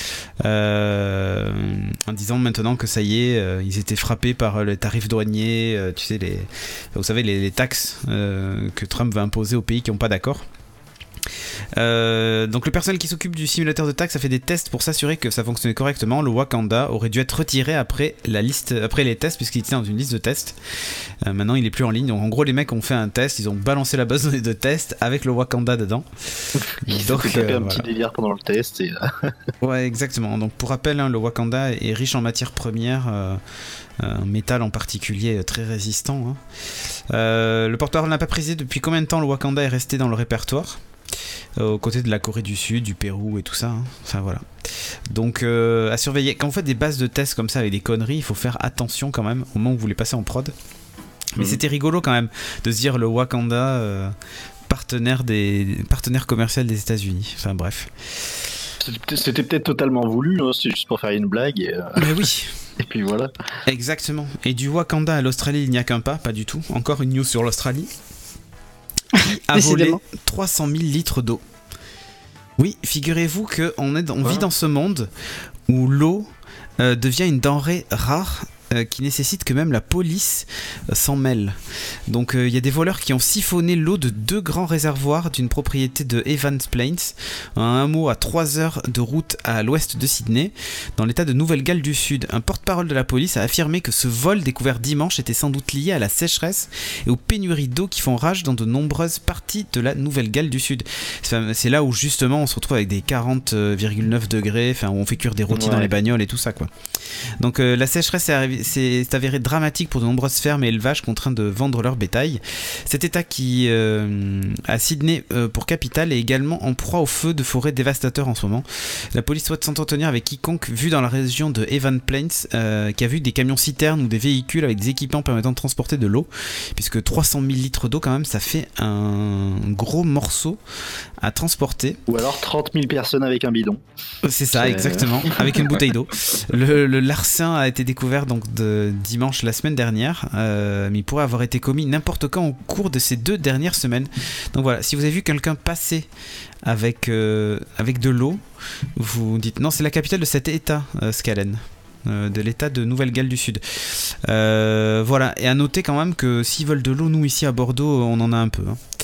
A: En disant maintenant que ça y est, ils étaient frappés par les tarifs douaniers, tu sais, vous savez, les taxes que Trump va imposer aux pays qui n'ont pas d'accord. Donc le personnel qui s'occupe du simulateur de taxes a fait des tests pour s'assurer que ça fonctionnait correctement. Le Wakanda aurait dû être retiré après les tests, puisqu'il était dans une liste de tests. Maintenant il est plus en ligne. Donc en gros les mecs ont fait un test, ils ont balancé la base de données de test avec le Wakanda dedans.
E: Ils ont fait un petit délire pendant le test et...
A: Ouais, exactement. Donc pour rappel, le Wakanda est riche en matières premières, un métal en particulier très résistant. Le porte-parole n'a pas précisé depuis combien de temps le Wakanda est resté dans le répertoire. Aux côtés de la Corée du Sud, du Pérou et tout ça. Enfin voilà. Donc à surveiller. Quand vous faites des bases de tests comme ça avec des conneries, il faut faire attention quand même au moment où vous les passez en prod. Mais c'était rigolo quand même de se dire le Wakanda partenaire commercial des États-Unis. Enfin bref.
E: C'était peut-être totalement voulu, hein, c'est juste pour faire une blague.
A: Mais oui.
E: Et puis voilà.
A: Exactement. Et du Wakanda à l'Australie, il n'y a qu'un pas du tout. Encore une news sur l'Australie. Qui a volé 300 000 litres d'eau. Oui, figurez-vous qu'on vit dans ce monde où l'eau devient une denrée rare qui nécessite que même la police s'en mêle. Donc il y a des voleurs qui ont siphonné l'eau de 2 grands réservoirs d'une propriété de Evans Plains, un hameau à 3 heures de route à l'ouest de Sydney, dans l'état de Nouvelle-Galles du Sud. Un porte-parole de la police a affirmé que ce vol découvert dimanche était sans doute lié à la sécheresse et aux pénuries d'eau qui font rage dans de nombreuses parties de la Nouvelle-Galles du Sud. C'est là où justement on se retrouve avec des 40,9 degrés, enfin où on fait cuire des rôtis dans les bagnoles et tout ça quoi. Donc la sécheresse s'est avérée dramatique pour de nombreuses fermes et élevages contraints de vendre leur bétail. Cet état qui a Sydney pour capitale est également en proie au feu de forêt dévastateur en ce moment. La police souhaite s'entretenir avec quiconque vu dans la région de Evans Plains qui a vu des camions citernes ou des véhicules avec des équipements permettant de transporter de l'eau, puisque 300 000 litres d'eau quand même ça fait un gros morceau à transporter.
E: Ou alors 30 000 personnes avec un bidon.
A: C'est ça, exactement, avec une bouteille d'eau. Le larcin a été découvert donc dimanche la semaine dernière, mais il pourrait avoir été commis n'importe quand au cours de ces 2 dernières semaines. Donc voilà, si vous avez vu quelqu'un passer avec de l'eau, vous dites non, c'est la capitale de cet état, Scalen. De l'état de Nouvelle-Galles du Sud. Voilà, et à noter quand même que s'ils veulent de l'eau, nous ici à Bordeaux, on en a un peu.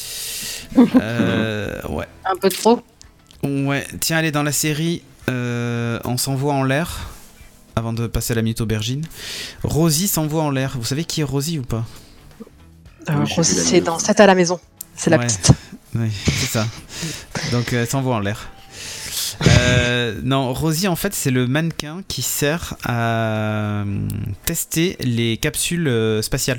A: Ouais.
B: Un peu trop.
A: Ouais, tiens, allez, dans la série, on s'envoie en l'air. Avant de passer à la minute aubergine, Rosie s'envoie en l'air. Vous savez qui est Rosie ou pas?
C: Rosie, c'est dans 7 à la maison. C'est la petite.
A: Oui, c'est ça. Donc elle s'envoie en l'air. Non, Rosie en fait c'est le mannequin qui sert à tester les capsules spatiales.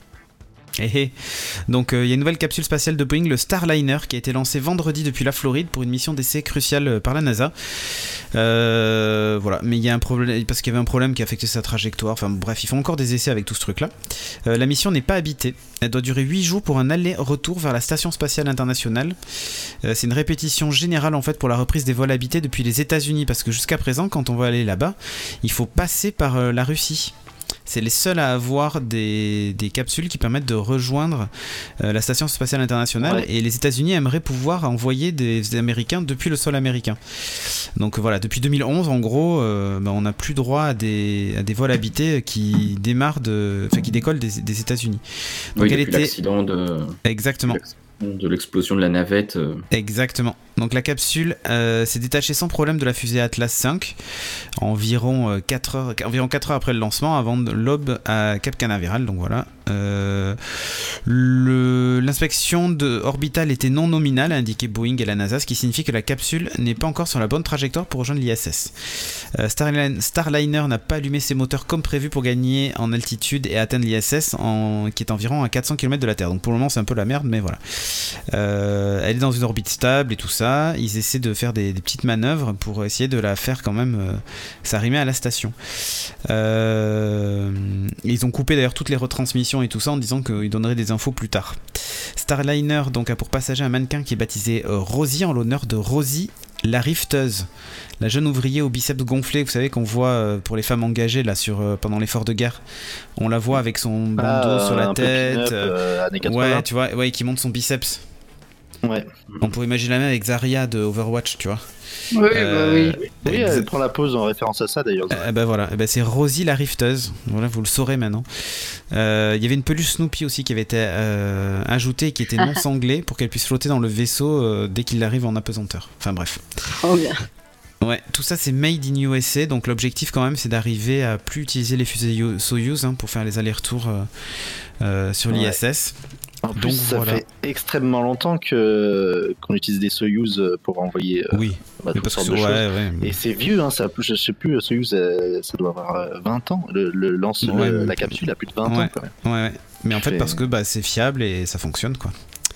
A: Donc il y a une nouvelle capsule spatiale de Boeing, le Starliner, qui a été lancée vendredi depuis la Floride pour une mission d'essai cruciale par la NASA. Voilà, mais il y a un problème parce qu'il y avait un problème qui a affecté sa trajectoire. Enfin bref, ils font encore des essais avec tout ce truc-là. La mission n'est pas habitée. Elle doit durer 8 jours pour un aller-retour vers la Station Spatiale Internationale. C'est une répétition générale en fait pour la reprise des vols habités depuis les États-Unis, parce que jusqu'à présent, quand on veut aller là-bas, il faut passer par la Russie. C'est les seuls à avoir des capsules qui permettent de rejoindre la Station Spatiale Internationale, et les États-Unis aimeraient pouvoir envoyer des Américains depuis le sol américain. Donc voilà, depuis 2011 en gros, on n'a plus droit à des vols habités qui décollent des États-Unis. Donc
D: oui, depuis l'accident de...
A: Exactement.
D: De l'explosion de la navette.
A: Exactement. Donc la capsule s'est détachée sans problème de la fusée Atlas V environ 4 heures après le lancement, avant l'aube à Cap Canaveral. Donc voilà, L'inspection orbitale était non nominale, a indiqué Boeing et la NASA, ce qui signifie que la capsule n'est pas encore sur la bonne trajectoire pour rejoindre l'ISS. Starliner n'a pas allumé ses moteurs comme prévu pour gagner en altitude et atteindre l'ISS, qui est environ à 400 km de la Terre. Donc pour le moment c'est un peu la merde, mais voilà. Elle est dans une orbite stable et tout ça. Ils essaient de faire des petites manœuvres pour essayer de la faire quand même s'arrimer à la station. Ils ont coupé d'ailleurs toutes les retransmissions et tout ça en disant qu'ils donneraient des infos plus tard. Starliner donc a pour passager un mannequin qui est baptisé Rosie en l'honneur de Rosie la rifteuse, la jeune ouvrière au biceps gonflé, vous savez qu'on voit pour les femmes engagées là pendant l'effort de guerre. On la voit avec son bandeau sur la tête, ouais, tu vois, ouais, qui monte son biceps.
E: Ouais.
A: On pourrait imaginer la même avec Zarya de Overwatch, tu vois.
B: Oui, oui.
E: Oui, elle prend la pause en référence à ça d'ailleurs.
A: Voilà, c'est Rosie la rifteuse. Voilà, vous le saurez maintenant. Il y avait une peluche Snoopy aussi qui avait été ajoutée, qui était non sanglée pour qu'elle puisse flotter dans le vaisseau dès qu'il arrive en apesanteur. Enfin bref.
B: Oh bien.
A: Ouais, tout ça c'est made in USA, donc l'objectif quand même c'est d'arriver à plus utiliser les fusées Soyuz pour faire les allers-retours sur l'ISS.
E: En plus, ça fait extrêmement longtemps qu'on utilise des Soyuz pour envoyer toutes sortes de choses. Et c'est vieux, hein, je sais plus, Soyuz, ça doit avoir 20 ans. La capsule a plus de 20 ans quand même.
A: Ouais. Mais en fait, parce que c'est fiable et ça fonctionne, quoi.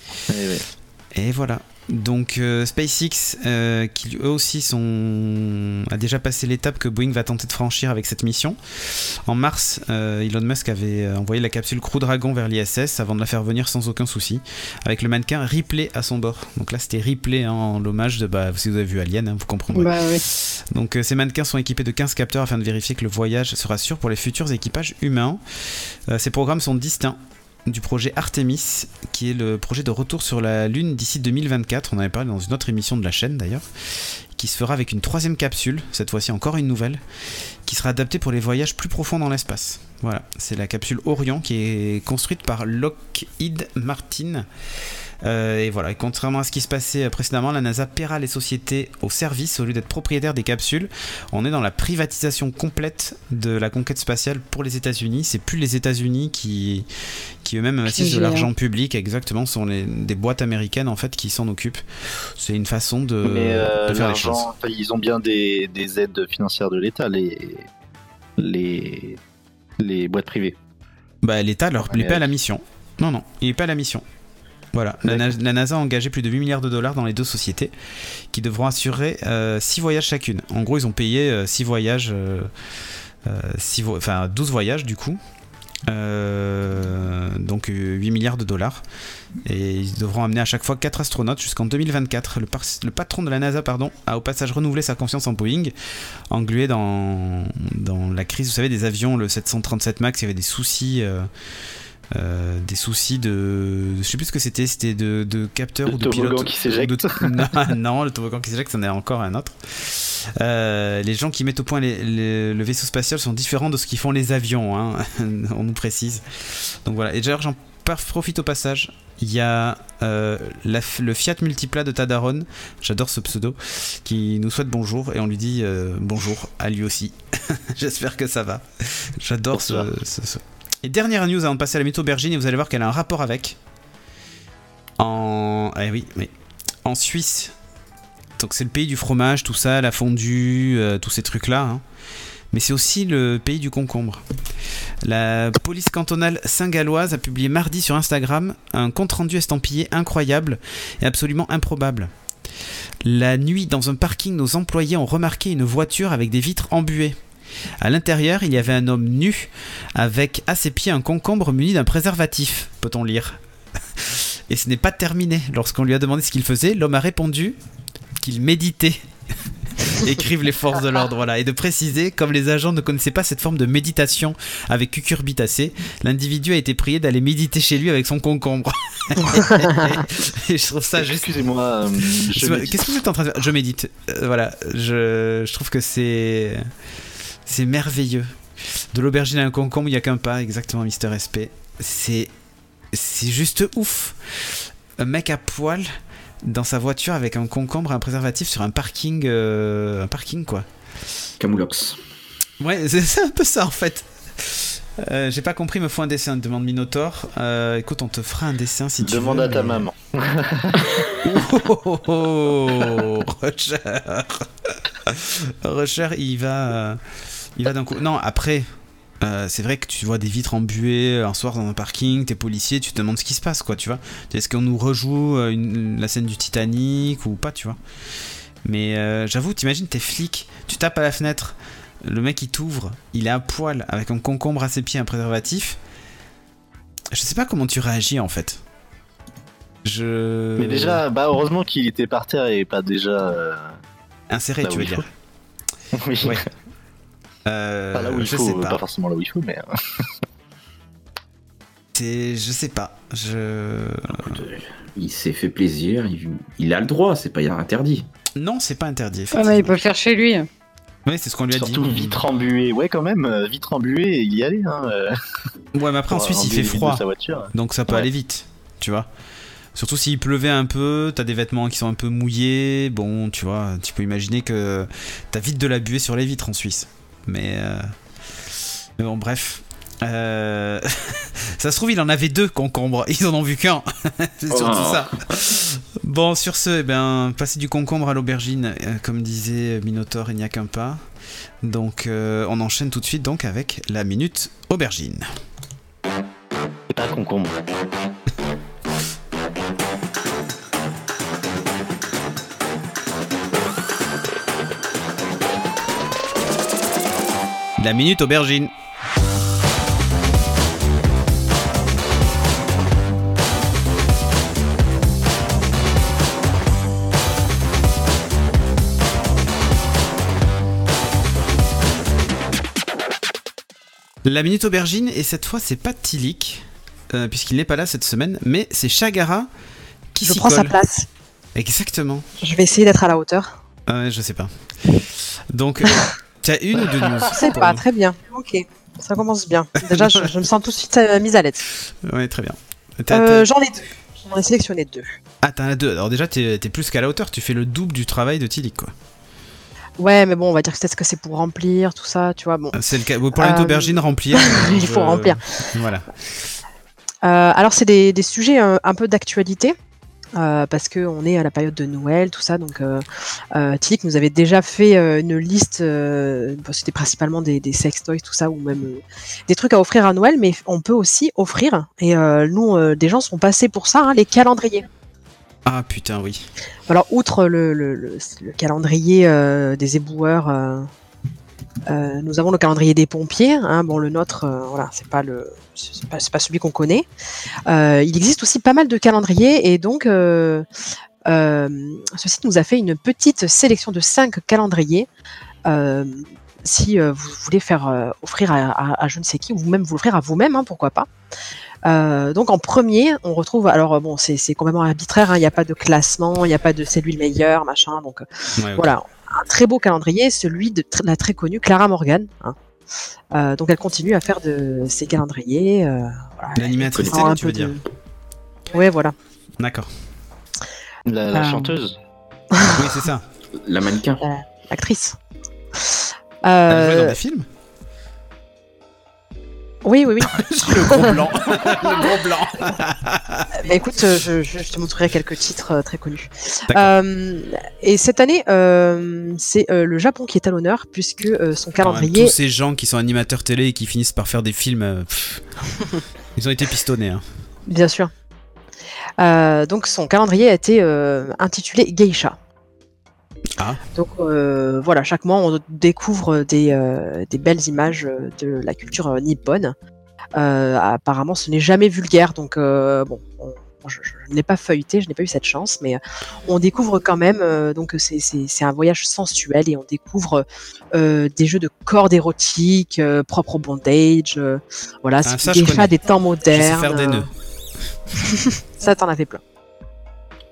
A: Et voilà. Donc SpaceX, qui eux aussi a déjà passé l'étape que Boeing va tenter de franchir avec cette mission. En mars, Elon Musk avait envoyé la capsule Crew Dragon vers l'ISS avant de la faire venir sans aucun souci, avec le mannequin Ripley à son bord. Donc là c'était Ripley en l'hommage de, si vous avez vu Alien, vous comprendrez.
B: Oui.
A: Donc ces mannequins sont équipés de 15 capteurs afin de vérifier que le voyage sera sûr pour les futurs équipages humains. Ces programmes sont distincts du projet Artemis, qui est le projet de retour sur la Lune d'ici 2024. On en avait parlé dans une autre émission de la chaîne d'ailleurs, qui se fera avec une 3e capsule, cette fois-ci encore une nouvelle, qui sera adaptée pour les voyages plus profonds dans l'espace. Voilà, c'est la capsule Orion qui est construite par Lockheed Martin. Et voilà, et contrairement à ce qui se passait précédemment, la NASA paiera les sociétés au service au lieu d'être propriétaire des capsules. On est dans la privatisation complète de la conquête spatiale pour les États-Unis. C'est plus les États-Unis qui eux-mêmes investissent de l'argent public, exactement. Ce sont des boîtes américaines en fait qui s'en occupent. C'est une façon de faire les choses.
E: Ils ont bien des aides financières de l'État, les boîtes privées.
A: L'État les paie à la mission. Non, il n'est pas à la mission. Voilà, la NASA a engagé plus de 8 milliards de dollars dans les deux sociétés qui devront assurer 6 voyages chacune. En gros, ils ont payé 6 voyages, 12 voyages du coup. Donc 8 milliards de dollars. Et ils devront amener à chaque fois 4 astronautes jusqu'en 2024. Le patron de la NASA a au passage renouvelé sa confiance en Boeing, englué dans la crise, vous savez, des avions, le 737 MAX, il y avait des soucis de je sais plus ce que c'était de capteurs ou de pilotes
E: qui s'éjectent.
A: non, le toboggan qui s'éjecte, c'en est encore un autre. Les gens qui mettent au point le vaisseau spatial sont différents de ce qu'ils font les avions, hein. On nous précise. Donc voilà, et d'ailleurs j'en profite au passage, il y a le Fiat Multipla de Tadaron, j'adore ce pseudo, qui nous souhaite bonjour et on lui dit bonjour à lui aussi. J'espère que ça va. J'adore ce. Et dernière news avant de passer à la mytho aubergine, et vous allez voir qu'elle a un rapport avec. En Suisse. Donc c'est le pays du fromage, tout ça, la fondue, tous ces trucs-là. Hein. Mais c'est aussi le pays du concombre. La police cantonale saint-galloise a publié mardi sur Instagram un compte-rendu estampillé incroyable et absolument improbable. La nuit, dans un parking, nos employés ont remarqué une voiture avec des vitres embuées. À l'intérieur, il y avait un homme nu avec à ses pieds un concombre muni d'un préservatif, peut-on lire. Et ce n'est pas terminé. Lorsqu'on lui a demandé ce qu'il faisait, l'homme a répondu qu'il méditait. Écrivent les forces de l'ordre, voilà. Et de préciser, comme les agents ne connaissaient pas cette forme de méditation avec cucurbitacée, l'individu a été prié d'aller méditer chez lui avec son concombre. Et je trouve ça juste...
E: Excusez-moi.
A: Qu'est-ce que vous êtes en train de faire ? Je médite. Voilà. Je trouve que c'est merveilleux. De l'aubergine à un concombre, il n'y a qu'un pas, exactement, Mister SP. C'est juste ouf. Un mec à poil dans sa voiture avec un concombre et un préservatif sur un parking quoi.
D: Camoulox.
A: Ouais, c'est un peu ça en fait. J'ai pas compris, me faut un dessin, demande Minotaur. Écoute, on te fera un dessin si tu veux.
E: Demande à ta maman.
A: Roger. Roger, il va d'un coup. Non, après, c'est vrai que tu vois des vitres embuées un soir dans un parking, t'es policier, tu te demandes ce qui se passe, quoi, tu vois. Est-ce qu'on nous rejoue la scène du Titanic ou pas, tu vois. Mais j'avoue, t'imagines, t'es flic, tu tapes à la fenêtre. Le mec il t'ouvre, il est à poil avec un concombre à ses pieds, un préservatif. Je sais pas comment tu réagis en fait.
E: Mais déjà, heureusement qu'il était par terre et pas déjà
A: inséré, tu veux dire.
E: Oui.
A: Ouais.
E: Pas là où il faut, pas forcément là où il faut, mais.
A: Je sais pas.
D: Il s'est fait plaisir, il a le droit, c'est pas interdit.
A: Non, c'est pas interdit.
B: Ah mais il peut le faire chez lui.
A: Oui, c'est ce qu'on lui a dit.
E: Surtout vitre embuée. Ouais, quand même, vitre embuée, il y allait. Hein.
A: Ouais, mais après en Suisse il fait froid, donc ça peut aller vite, tu vois. Surtout s'il pleuvait un peu, t'as des vêtements qui sont un peu mouillés, bon, tu vois, tu peux imaginer que t'as vite de la buée sur les vitres en Suisse. Mais bon, bref. Ça se trouve, il en avait 2 concombres, ils en ont vu qu'un. C'est surtout ça. Bon, sur ce, passer du concombre à l'aubergine, comme disait Minotaur, il n'y a qu'un pas. Donc, on enchaîne tout de suite donc avec la minute aubergine.
E: C'est pas concombre.
A: La minute aubergine. La minute aubergine, et cette fois c'est pas Tilik, puisqu'il n'est pas là cette semaine, mais c'est Shagara qui s'y colle.
C: Je prends sa place.
A: Exactement.
C: Je vais essayer d'être à la hauteur.
A: Je sais pas. Donc, tu as une ou 2 news?
C: Je sais pas, très bien. Ok, ça commence bien. Déjà, je me sens tout de suite mise à l'aise.
A: Ouais, très bien.
C: J'en ai 2. J'en ai sélectionné 2.
A: Ah, t'en as 2. Alors déjà, t'es plus qu'à la hauteur, tu fais le double du travail de Tilik, quoi.
C: Ouais, mais bon, on va dire que peut-être que c'est pour remplir tout ça, tu vois. Bon.
A: C'est le cas. Pour une aubergine, remplir.
C: Il faut remplir.
A: Voilà.
C: Alors, c'est des sujets un peu d'actualité. Parce qu'on est à la période de Noël, tout ça. Donc, Tilik nous avait déjà fait une liste. C'était principalement des sextoys, tout ça, ou même des trucs à offrir à Noël. Mais on peut aussi offrir, et nous, des gens sont passés pour ça, hein, les calendriers.
A: Ah putain, oui.
C: Alors, outre le calendrier des éboueurs, nous avons le calendrier des pompiers. Hein, bon, le nôtre, voilà, c'est pas celui qu'on connaît. Il existe aussi pas mal de calendriers, et donc ce site nous a fait une petite sélection de 5 calendriers. Si vous voulez faire offrir à je ne sais qui, ou même vous l'offrir à vous-même, hein, pourquoi pas. Donc en premier, on retrouve, alors bon, c'est complètement arbitraire, hein, il n'y a pas de classement, il n'y a pas de c'est lui le meilleur, machin, donc voilà, un très beau calendrier, celui de la très connue Clara Morgan. Hein. Donc elle continue à faire de ces calendriers. Voilà,
A: l'animatrice télé, tu veux dire?
C: Ouais, voilà.
A: D'accord.
E: La chanteuse.
A: Oui, c'est ça.
D: La mannequin.
C: L'actrice.
A: Elle joue dans des films?
C: Oui.
A: Le gros blanc. Le gros blanc.
C: Bah, écoute, je te montrerai quelques titres très connus. Et cette année, c'est le Japon qui est à l'honneur, puisque son calendrier...
A: Tous ces gens qui sont animateurs télé et qui finissent par faire des films, ils ont été pistonnés. Hein.
C: Bien sûr. Donc son calendrier a été intitulé Geisha.
A: Ah.
C: Donc voilà, chaque mois on découvre des belles images de la culture nippone. Apparemment ce n'est jamais vulgaire, donc bon, je ne l'ai pas feuilleté, je n'ai pas eu cette chance, mais on découvre quand même, donc c'est un voyage sensuel, et on découvre des jeux de cordes érotiques propres au bondage, voilà, c'est déjà des temps modernes.
A: Je sais faire des nœuds.
C: Ça t'en a fait plein.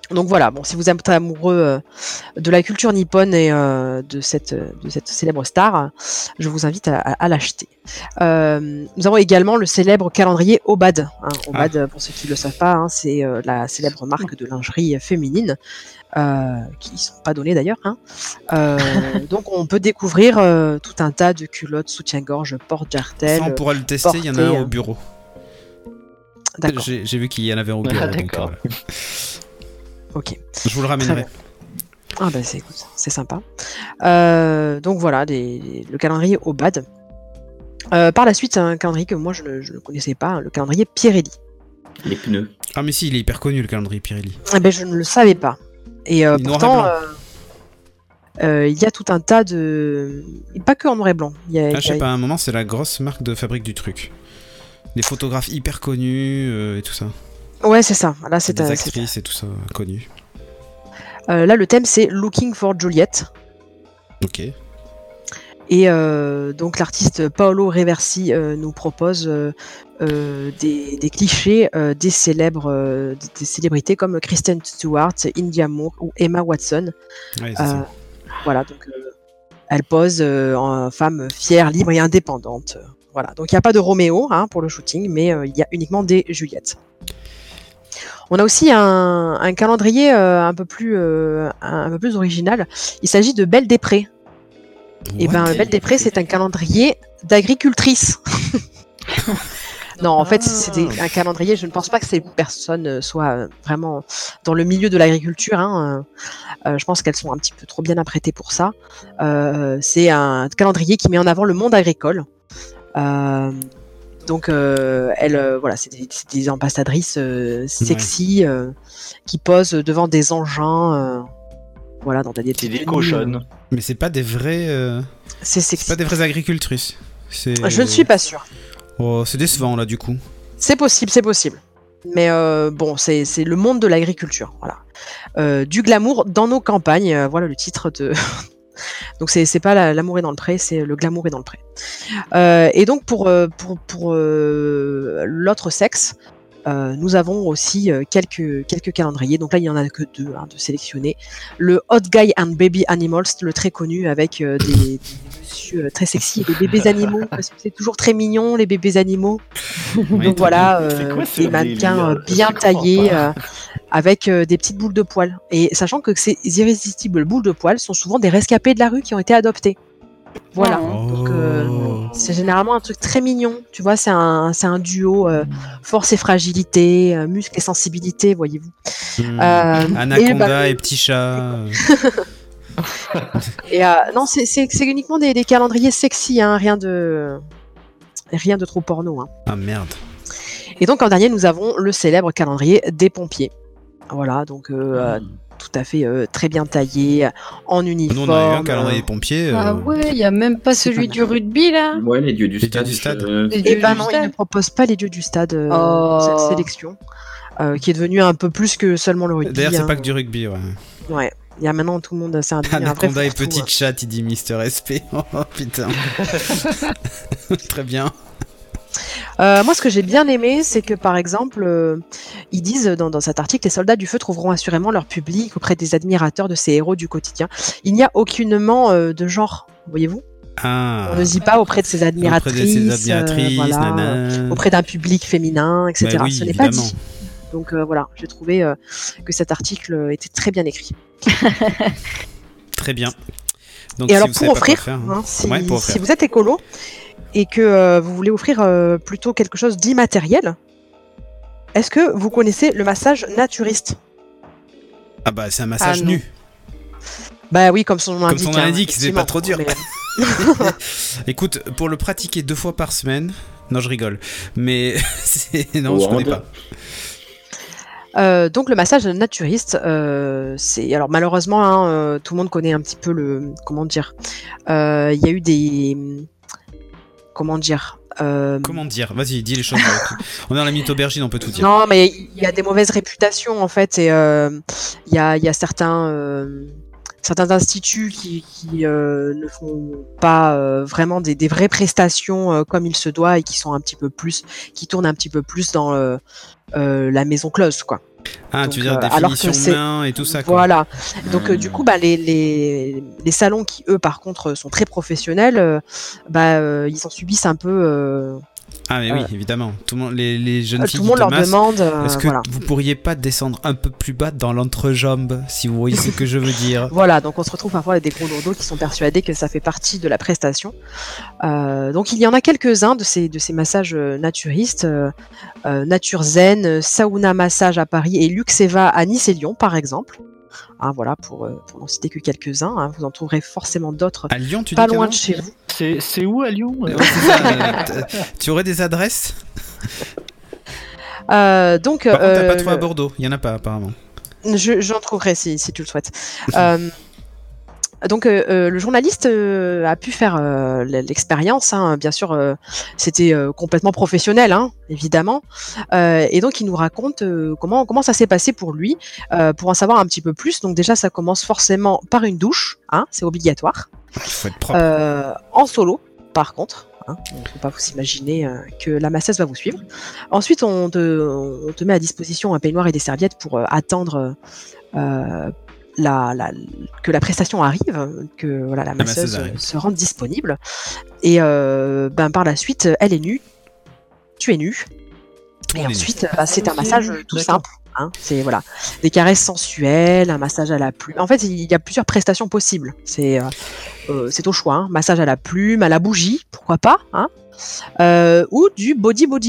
C: Donc voilà, bon, si vous êtes amoureux de la culture nippone et de cette célèbre star, je vous invite à l'acheter. Nous avons également le célèbre calendrier Obad. Obad, pour ceux qui ne le savent pas, c'est la célèbre marque de lingerie féminine, qui ne sont pas données d'ailleurs. Donc on peut découvrir tout un tas de culottes, soutien-gorge, porte-jartelles.
A: Ça, on pourra le tester, il y en a un au bureau.
C: D'accord.
A: J'ai vu qu'il y en avait au bureau.
E: D'accord.
A: Donc,
C: Ok.
A: Je vous le ramènerai.
C: Ah bah c'est sympa. Donc voilà, le calendrier Obad. Par la suite, un calendrier que moi je ne connaissais pas, le calendrier Pirelli.
D: Les pneus.
A: Ah mais si, il est hyper connu le calendrier Pirelli.
C: Eh ben je ne le savais pas. Et pourtant, il y a tout un tas de... Et pas que en noir et blanc.
A: Je sais pas, à un moment c'est la grosse marque de fabrique du truc. Des photographes hyper connus et tout ça.
C: Ouais, c'est ça. Là, c'est
A: des actrices et tout ça, connues.
C: Là, le thème, c'est Looking for Juliet.
A: Ok.
C: Et donc, l'artiste Paolo Reversi nous propose des clichés des célébrités comme Kristen Stewart, India Moore ou Emma Watson.
A: Ouais, c'est ça.
C: Voilà, donc elle pose en femme fière, libre et indépendante. Voilà, donc il n'y a pas de Roméo pour le shooting, mais il y a uniquement des Juliettes. On a aussi un calendrier un peu plus original. Il s'agit de Belle des Prés. Et Belle des Prés, c'est un calendrier d'agricultrice. Non, en fait, c'est un calendrier. Je ne pense pas que ces personnes soient vraiment dans le milieu de l'agriculture. Je pense qu'elles sont un petit peu trop bien apprêtées pour ça. C'est un calendrier qui met en avant le monde agricole. Donc, c'est des ambassadrices sexy qui posent devant des engins, dans des
E: cochonnes.
A: Mais c'est pas des vrais. C'est pas des vraies agricultrices.
C: Je ne suis pas sûre.
A: Oh, c'est décevant là du coup.
C: C'est possible. Mais c'est le monde de l'agriculture. Voilà. Du glamour dans nos campagnes. Voilà le titre de. Donc c'est pas l'amour est dans le pré, c'est le glamour est dans le pré. Et donc pour l'autre sexe, nous avons aussi quelques calendriers. Donc là il y en a que 2 de sélectionnés. Le Hot Guy and Baby Animals, le très connu avec des messieurs très sexy et des bébés animaux parce que c'est toujours très mignon les bébés animaux. Donc voilà, des mannequins bien taillés. Avec des petites boules de poils. Et sachant que ces irrésistibles boules de poils sont souvent des rescapés de la rue qui ont été adoptés. Voilà. Donc c'est généralement un truc très mignon. Tu vois, c'est un duo force et fragilité, muscle et sensibilité, voyez-vous.
A: Anaconda et petit chat.
C: Et non, c'est uniquement des calendriers sexy, rien de trop porno.
A: Ah merde.
C: Et donc en dernier, nous avons le célèbre calendrier des pompiers. Voilà, donc tout à fait très bien taillé, en uniforme.
A: Nous, on a eu un calendrier des pompiers.
B: Ah ouais, il n'y a même pas celui du rugby là.
D: Ouais, les dieux du stade.
C: Et non, ils ne proposent pas les dieux du stade, cette sélection, qui est devenue un peu plus que seulement le rugby.
A: D'ailleurs, c'est pas que du rugby, ouais.
C: Ouais. Il y a maintenant tout le monde, c'est un
A: Anaconda et petite chatte, il dit Mister SP. Oh putain. Très bien.
C: Moi, ce que j'ai bien aimé, c'est que par exemple, ils disent dans cet article, les soldats du feu trouveront assurément leur public auprès des admirateurs de ces héros du quotidien. Il n'y a aucunement de genre, voyez-vous. On ne dit pas auprès de ses admiratrices, auprès d'un public féminin, etc.
A: Bah oui,
C: ce n'est
A: évidemment.
C: pas dit. Donc voilà, j'ai trouvé que cet article était très bien écrit.
A: Très bien. Donc,
C: et alors pour offrir, si vous êtes écolo et que vous voulez offrir plutôt quelque chose d'immatériel, est-ce que vous connaissez le massage naturiste?
A: Ah bah c'est un massage nu.
C: Bah oui, comme son nom indique.
A: Comme son nom indique, c'est pas trop dur. Écoute, pour le pratiquer 2 fois par semaine, non je rigole, mais non je connais pas.
C: Donc le massage naturiste, c'est alors malheureusement tout le monde connaît un petit peu le il y a eu des comment dire,
A: vas-y, dis les choses. On est dans la minute aubergine, on peut tout dire.
C: Non, mais il y a des mauvaises réputations en fait, et il y a certains instituts qui ne font pas vraiment des vraies prestations comme il se doit et qui sont un petit peu plus, qui tournent un petit peu plus dans la maison close, quoi.
A: Ah, donc, tu veux dire définition main et tout ça, quoi.
C: Voilà. Donc, du coup, les salons qui, eux, par contre, sont très professionnels, ils en subissent un peu...
A: Ah mais oui, évidemment. Tout le monde, les jeunes filles
C: tout le monde leur demande.
A: Est-ce que vous pourriez pas descendre un peu plus bas dans l'entrejambe, si vous voyez ce que je veux dire?
C: Voilà, donc on se retrouve parfois avec des gros lourdeaux qui sont persuadés que ça fait partie de la prestation. Donc il y en a quelques-uns de ces massages naturistes, Nature Zen, Sauna Massage à Paris et Luxeva à Nice et Lyon par exemple. Hein, voilà, pour n'en citer que quelques-uns. Hein. Vous en trouverez forcément d'autres
A: à Lyon,
C: pas loin de chez vous.
E: C'est où à Lyon?
A: Ouais, c'est ça, tu aurais des adresses?
C: Donc,
A: par contre, t'as pas trouvé à Bordeaux, il y en a pas apparemment.
C: J'en trouverai si tu le souhaites. Donc le journaliste a pu faire l'expérience, hein, bien sûr c'était complètement professionnel, hein, évidemment, et donc il nous raconte comment ça s'est passé pour lui, pour en savoir un petit peu plus. Donc déjà ça commence forcément par une douche, hein, c'est obligatoire,
A: faut être propre.
C: en solo par contre. Il ne faut pas vous imaginer que la masseuse va vous suivre. Ensuite, on te met à disposition un peignoir et des serviettes pour attendre que la prestation arrive, que voilà, la masseuse se rende disponible. Et par la suite, elle est nue, tu es nu. Et ensuite, c'est un massage tout simple. Hein, c'est voilà, des caresses sensuelles, un massage à la plume. En fait, il y a plusieurs prestations possibles. C'est au choix. Hein. Massage à la plume, à la bougie, pourquoi pas, hein, ou du body. Donc,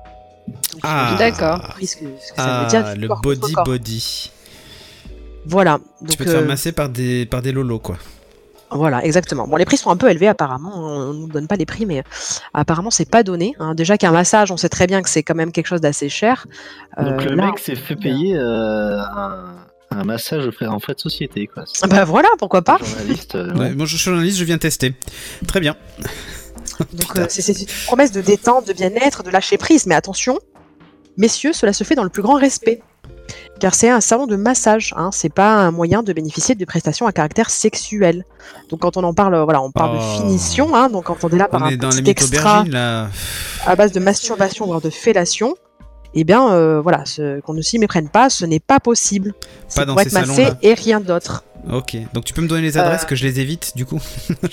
B: d'accord.
C: Ce que ça veut dire,
A: le body.
C: Voilà. Donc,
A: tu peux te faire masser par des lolos, quoi.
C: Voilà, exactement. Bon, les prix sont un peu élevés apparemment, on ne nous donne pas les prix, mais apparemment c'est pas donné. Hein. Déjà qu'un massage, on sait très bien que c'est quand même quelque chose d'assez cher.
E: Donc le mec s'est fait payer un massage en frais de société, quoi.
C: Bah voilà, pourquoi pas.
E: Journaliste,
A: moi je suis journaliste, je viens tester. Très bien.
C: Donc c'est une promesse de détente, de bien-être, de lâcher prise, mais attention, messieurs, cela se fait dans le plus grand respect. Car c'est un salon de massage, hein, c'est pas un moyen de bénéficier de prestations à caractère sexuel. Donc quand on en parle, on parle de finition, hein, donc entendez-là par un petit extra
A: là.
C: À base de masturbation voire de fellation. Eh bien, qu'on ne s'y méprenne pas, ce n'est pas possible. C'est pour être massé et rien d'autre.
A: Ok, donc tu peux me donner les adresses que je les évite du coup.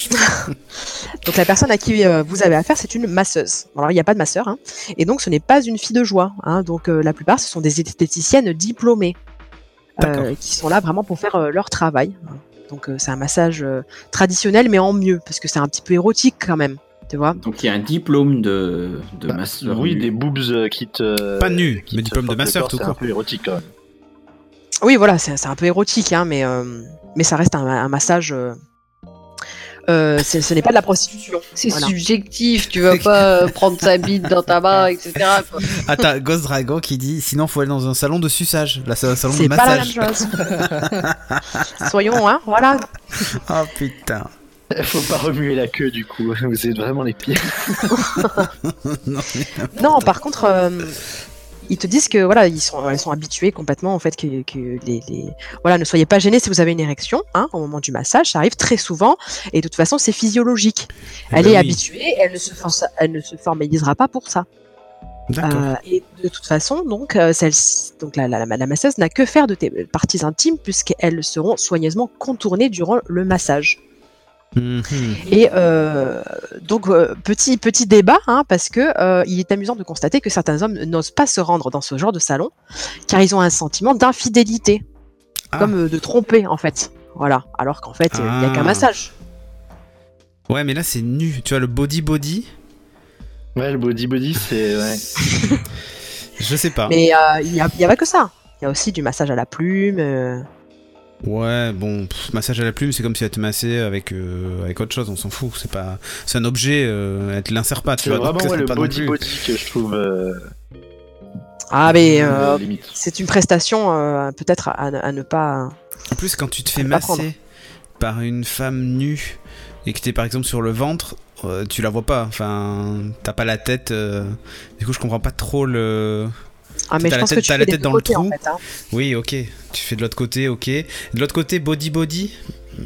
C: Donc la personne à qui vous avez affaire, c'est une masseuse. Alors il n'y a pas de masseur, hein, et donc ce n'est pas une fille de joie. Hein, donc la plupart, ce sont des esthéticiennes diplômées qui sont là vraiment pour faire leur travail. Donc c'est un massage traditionnel, mais en mieux, parce que c'est un petit peu érotique quand même. Tu vois.
D: Donc il y a un diplôme de masseur.
E: Oui, des boobs qui te.
A: Pas nu, mais diplôme de masseur tout court.
E: C'est un peu érotique quand même.
C: Oui, voilà, c'est un peu érotique, hein, mais ça reste un massage. Ce n'est pas de la prostitution.
B: C'est subjectif, tu vas pas prendre sa bite dans ta main, etc. Quoi.
A: Attends, Ghost Dragon qui dit sinon faut aller dans un salon de suçage. Là, c'est un salon de
C: massage. C'est pas
A: la
C: même chose. Soyons, hein, voilà.
A: Oh putain.
E: Faut pas remuer la queue du coup, vous êtes vraiment les pires.
C: Non, par contre. Ils te disent que voilà, ils sont habitués complètement en fait que voilà, ne soyez pas gênés si vous avez une érection, hein, au moment du massage, ça arrive très souvent et de toute façon c'est physiologique. Elle est habituée, elle ne se formalisera pas pour ça. Et de toute façon donc la masseuse n'a que faire de tes parties intimes puisqu'elles seront soigneusement contournées durant le massage. Et donc petit débat, hein, parce que il est amusant de constater que certains hommes n'osent pas se rendre dans ce genre de salon car ils ont un sentiment d'infidélité, comme de tromper en fait. Voilà, alors qu'en fait il n'y a qu'un massage.
A: Ouais, mais là c'est nu, tu vois le body.
E: Ouais, le body c'est ouais.
A: Je sais pas.
C: Mais il y a pas que ça. Il y a aussi du massage à la plume.
A: Ouais, bon, massage à la plume, c'est comme si elle te massait avec autre chose, on s'en fout, c'est un objet, elle te l'insère pas, tu vois.
E: C'est vraiment le body que je trouve.
C: C'est une prestation peut-être à ne pas.
A: En plus, quand tu te fais masser par une femme nue et que t'es par exemple sur le ventre, tu la vois pas, enfin, t'as pas la tête. Du coup, je comprends pas trop le.
C: Ah, mais je pense que tu fais la tête dans le trou. En fait, hein.
A: Oui, ok. Tu fais de l'autre côté, ok. De l'autre côté, body.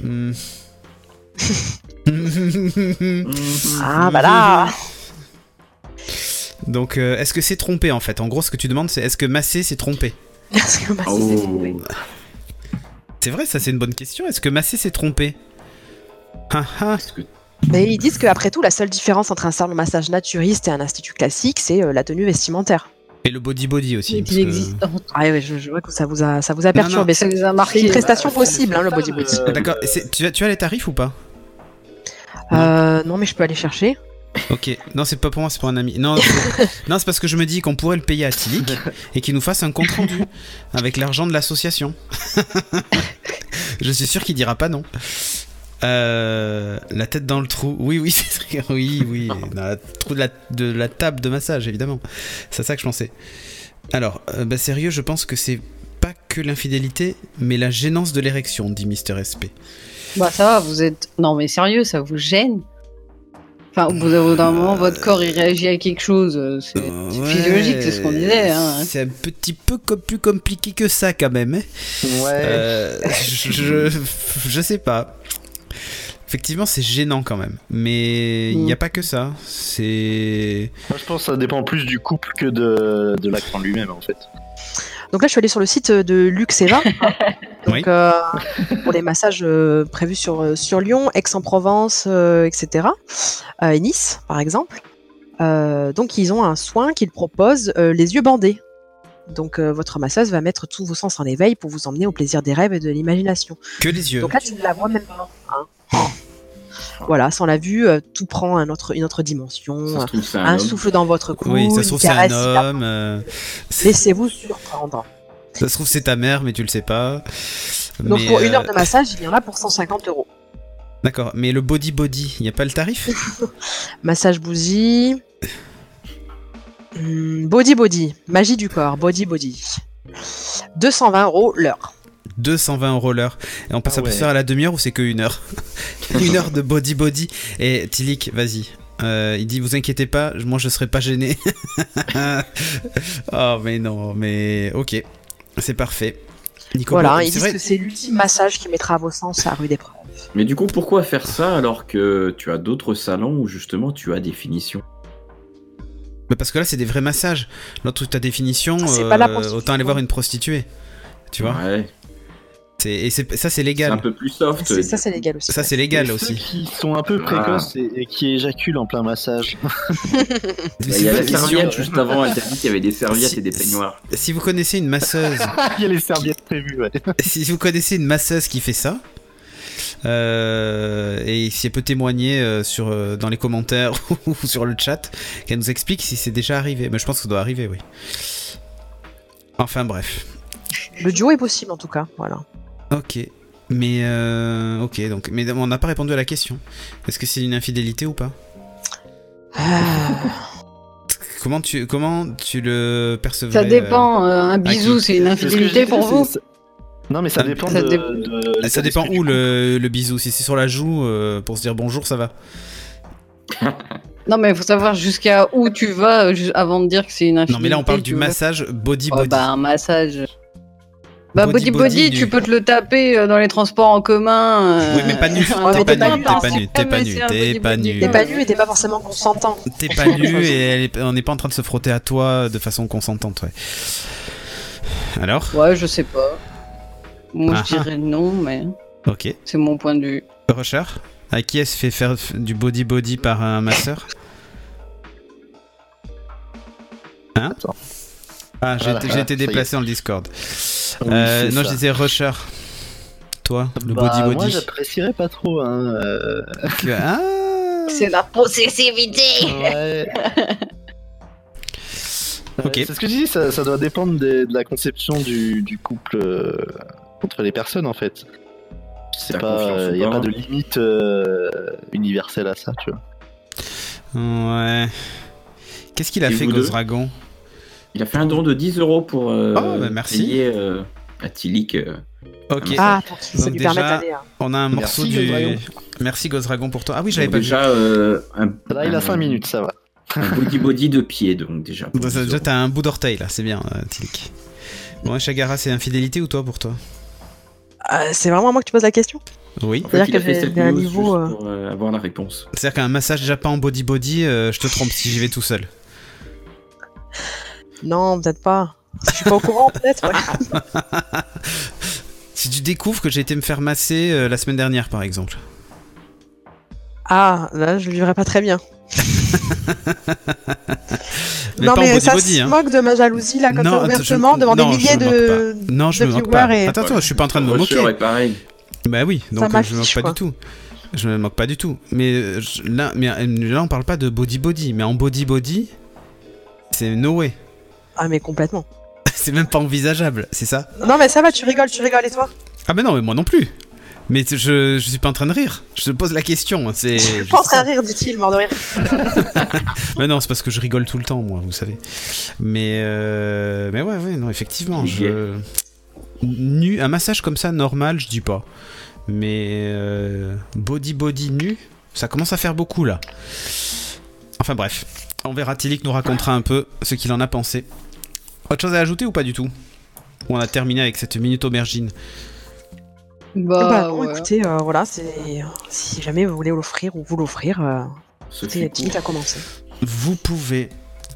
C: Ah, bah là.
A: Donc, est-ce que c'est trompé en fait? En gros, ce que tu demandes, c'est est-ce que masser, c'est trompé?
C: Est-ce que Massé s'est trompé?
A: C'est vrai, ça c'est une bonne question. Est-ce que Massé s'est trompé?
C: Mais ils disent qu'après tout, la seule différence entre un salon de massage naturiste et un institut classique, c'est la tenue vestimentaire.
A: Et le body aussi.
B: C'est inexistant.
C: Ah ouais, je vois que ça vous a perturbé.
B: Ça vous a marqué.
C: C'est une prestation possible, le body.
A: D'accord. Tu as les tarifs ou pas?
C: Non, mais je peux aller chercher.
A: Ok, non, c'est pas pour moi, c'est pour un ami. Non, c'est parce que je me dis qu'on pourrait le payer à Tilik et qu'il nous fasse un compte rendu avec l'argent de l'association. Je suis sûr qu'il dira pas non. La tête dans le trou. Oui, c'est oui. Dans le trou de la table de massage, évidemment. C'est ça que je pensais. Alors, sérieux, je pense que c'est pas que l'infidélité, mais la gênance de l'érection, dit Mister SP.
B: Bah ça va, vous êtes... Non mais sérieux, ça vous gêne? Enfin, au bout d'un moment, votre corps il réagit à quelque chose, c'est physiologique, c'est ce qu'on disait. Hein.
A: C'est un petit peu plus compliqué que ça quand même. Hein.
E: Ouais.
A: Je sais pas. Effectivement, c'est gênant quand même. Mais il n'y a pas que ça. C'est...
E: Moi, je pense que ça dépend plus du couple que de l'acte en lui-même, en fait.
C: Donc là, je suis allée sur le site de Luxeva. Donc, pour les massages prévus sur Lyon, Aix-en-Provence, etc. Et Nice, par exemple. Donc, ils ont un soin qu'ils proposent, les yeux bandés. Donc, votre masseuse va mettre tous vos sens en éveil pour vous emmener au plaisir des rêves et de l'imagination.
A: Que les yeux.
C: Donc là, tu ne la vois même pas. Hein. Voilà, sans la vue, tout prend une autre dimension. Un souffle dans votre cou.
A: Oui, ça se trouve, c'est un homme.
C: Laissez-vous surprendre.
A: Ça se trouve, c'est ta mère, mais tu le sais pas.
C: Donc, pour 1 heure de massage, il y en a pour 150 €.
A: D'accord, mais le body, il n'y a pas le tarif?
C: Massage bougie. Body, magie du corps, body. 220 € l'heure.
A: 220 € l'heure. Et on peut ça peut se faire à la demi-heure ou c'est que 1 heure? 1 heure de body. Et Tilik, vas-y. Il dit, vous inquiétez pas, moi je serai pas gêné. Oh mais non, mais ok. C'est parfait. Nico,
C: voilà, ils disent que c'est l'ultime massage qui mettra vos sens à rude épreuve.
D: Mais du coup, pourquoi faire ça alors que tu as d'autres salons où justement tu as des finitions?
A: Mais parce que là, c'est des vrais massages. L'autre, ta définition, autant aller voir une prostituée. Tu vois?
D: Ouais.
A: Ça, c'est légal.
D: C'est un peu plus soft.
C: Ça, c'est légal aussi.
A: Ça, c'est légal aussi.
E: Ceux qui sont un peu précoces et qui éjaculent en plein massage.
D: Il y a la serviette juste avant, elle t'a dit qu'il y avait des serviettes et des peignoirs.
A: Si vous connaissez une masseuse...
E: Il y a les serviettes prévues, ouais.
A: Si vous connaissez une masseuse qui fait ça, et si elle peut témoigner dans les commentaires ou sur le chat, qu'elle nous explique si c'est déjà arrivé. Mais je pense que ça doit arriver, oui. Enfin, bref.
C: Le duo est possible, en tout cas, voilà.
A: Ok, mais donc, mais on n'a pas répondu à la question. Est-ce que c'est une infidélité ou pas? Comment tu le percevrais?
B: Ça dépend. Un bisou, c'est une infidélité pour vous?
E: Non, mais ça dépend.
A: Ça dépend où le bisou. Si c'est sur la joue pour se dire bonjour, ça va.
B: Non, mais il faut savoir jusqu'à où tu vas avant de dire que c'est une infidélité.
A: Non, mais là on parle du massage body.
B: Un massage. Body, tu peux te le taper dans les transports en commun.
A: Oui, mais pas nu. T'es pas nu
C: et t'es pas forcément consentant.
A: T'es pas nu et on n'est pas en train de se frotter à toi de façon consentante, ouais. Alors?
B: Ouais, je sais pas. Moi, je dirais non, mais.
A: Ok.
B: C'est mon point de vue.
A: Rusher, à qui est-ce fait faire du body par un masseur? Hein? Ah, j'ai été déplacé dans le Discord.
E: Oui,
A: non, je disais Rusher. Toi, le body.
E: Moi, j'apprécierais pas trop.
B: C'est la possessivité.
E: Ouais.
A: Ok.
E: C'est ce que je dis, ça doit dépendre de la conception du couple entre les personnes, en fait. C'est pas, il y a pas de limite universelle à ça, tu vois.
A: Ouais. Qu'est-ce qu'il a fait, Gozdragon?
D: Il a fait un don de 10 € pour payer à Tilik.
A: Ok.
C: Pour qu'il se lui permette d'aller.
A: On a un morceau du. Merci Gozdragon pour toi. Ah oui, j'avais pas
E: déjà. Là, il a 5 minutes, ça va.
D: Un body de pied, donc déjà.
A: Déjà, t'as un bout d'orteil là, c'est bien, Tilik. Bon, Shagara, c'est infidélité ou toi pour toi?
C: C'est vraiment à moi que tu poses la question?
D: Oui. En fait, il a fait cette news juste pour avoir la réponse.
A: C'est-à-dire qu'un massage déjà pas en body, je te trompe si j'y vais tout seul.
C: Non, peut-être pas. Je suis pas au courant, peut-être. Ouais.
A: Si tu découvres que j'ai été me faire masser la semaine dernière, par exemple.
C: Ah, là, je le vivrais pas très bien.
A: Mais
C: non,
A: pas
C: mais ça
A: body,
C: se moque de ma jalousie, là, comme ça, ouvertement, devant des milliers de.
A: Non, je me moque pas. Attends, je suis pas en train de me moquer.
D: Pareil.
A: Bah oui, donc je me moque pas du tout. Je me moque pas du tout. Mais là, on parle pas de body, mais en body, c'est no way.
C: Ah, mais complètement.
A: C'est même pas envisageable, c'est ça?
C: Non, mais ça va, tu rigoles, et toi?
A: Ah, mais non, mais moi non plus. Mais je suis pas en train de rire. Je te pose la question. Je
C: suis pas en train de rire, dit-il, mort de rire.
A: Mais non, c'est parce que je rigole tout le temps, moi, vous savez. Mais ouais, non, effectivement. Nu, un massage comme ça, normal, je dis pas. Mais body nu, ça commence à faire beaucoup, là. Enfin bref. On verra, Tilik nous racontera un peu ce qu'il en a pensé. Autre chose à ajouter ou pas du tout? Ou on a terminé avec cette minute aubergine?
C: Non, écoutez, voilà, si jamais vous voulez l'offrir ou vous l'offrir, Tilik a commencé.
A: Vous pouvez.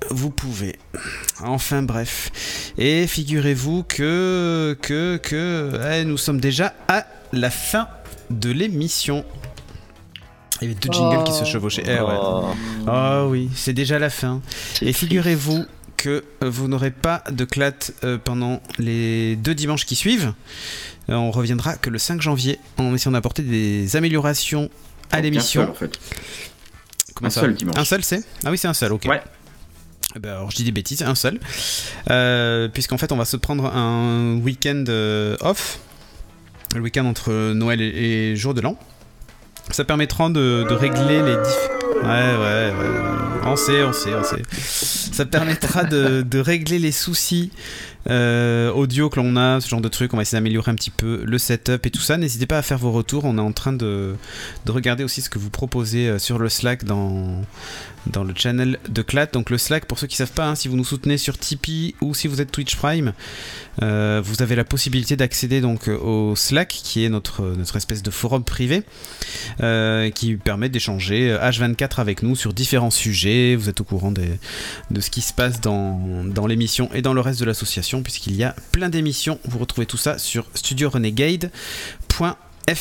A: Enfin bref. Et figurez-vous que nous sommes déjà à la fin de l'émission. Il y avait 2 jingles qui se chevauchaient. Oh oui, c'est déjà la fin. Et figurez-vous que vous n'aurez pas de clat pendant les 2 dimanches qui suivent. On reviendra que le 5 janvier en essayant d'apporter des améliorations à l'émission.
D: En fait.
A: Comment ça ?
D: Seul dimanche.
A: Un seul, c'est ? Ah oui, c'est un seul, ok.
D: Ouais.
A: Alors je dis des bêtises, un seul. Puisqu'en fait on va se prendre un week-end off. Le week-end entre Noël et jour de l'an. Ça permettra de régler les Ouais. On sait. Ça permettra de régler les soucis audio que l'on a, ce genre de trucs. On va essayer d'améliorer un petit peu le setup et tout ça. N'hésitez pas à faire vos retours. On est en train de regarder aussi ce que vous proposez sur le Slack dans le channel de Clat. Donc le Slack, pour ceux qui ne savent pas, si vous nous soutenez sur Tipeee ou si vous êtes Twitch Prime, vous avez la possibilité d'accéder donc au Slack, qui est notre espèce de forum privé, qui permet d'échanger H24 avec nous sur différents sujets. Vous êtes au courant de ce qui se passe dans l'émission et dans le reste de l'association, puisqu'il y a plein d'émissions. Vous retrouvez tout ça sur studiorenegade.fr.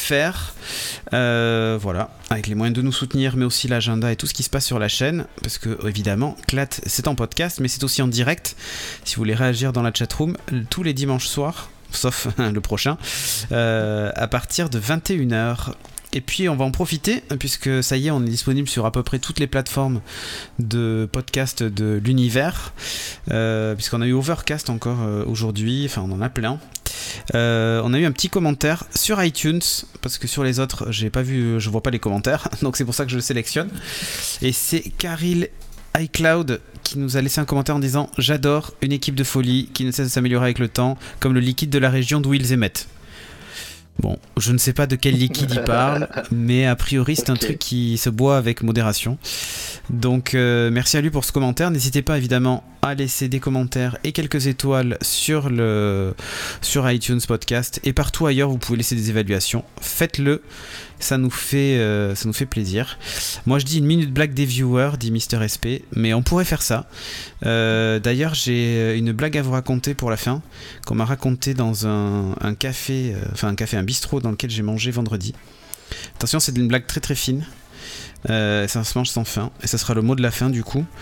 A: Voilà, avec les moyens de nous soutenir, mais aussi l'agenda et tout ce qui se passe sur la chaîne, parce que évidemment Clat c'est en podcast, mais c'est aussi en direct. Si vous voulez réagir dans la chatroom tous les dimanches soirs, sauf le prochain, à partir de 21h. Et puis on va en profiter, puisque ça y est, on est disponible sur à peu près toutes les plateformes de podcast de l'univers, puisqu'on a eu Overcast encore aujourd'hui, enfin on en a plein. On a eu un petit commentaire sur iTunes, parce que sur les autres je vois pas les commentaires, donc c'est pour ça que je le sélectionne. Et c'est Karil iCloud qui nous a laissé un commentaire en disant: j'adore, une équipe de folie qui ne cesse de s'améliorer avec le temps, comme le liquide de la région d'où ils émettent. Bon, je ne sais pas de quel liquide il parle, mais a priori c'est un truc qui se boit avec modération. Donc merci à lui pour ce commentaire. N'hésitez pas évidemment à laisser des commentaires et quelques étoiles sur iTunes Podcast, et partout ailleurs vous pouvez laisser des évaluations. Faites-le, ça nous fait plaisir. Moi je dis une minute blague des viewers, dit Mister SP, mais on pourrait faire ça. D'ailleurs j'ai une blague à vous raconter pour la fin, qu'on m'a raconté dans un café, un bistrot dans lequel j'ai mangé vendredi. Attention, c'est une blague très très fine. Ça se mange sans fin, et ça sera le mot de la fin du coup.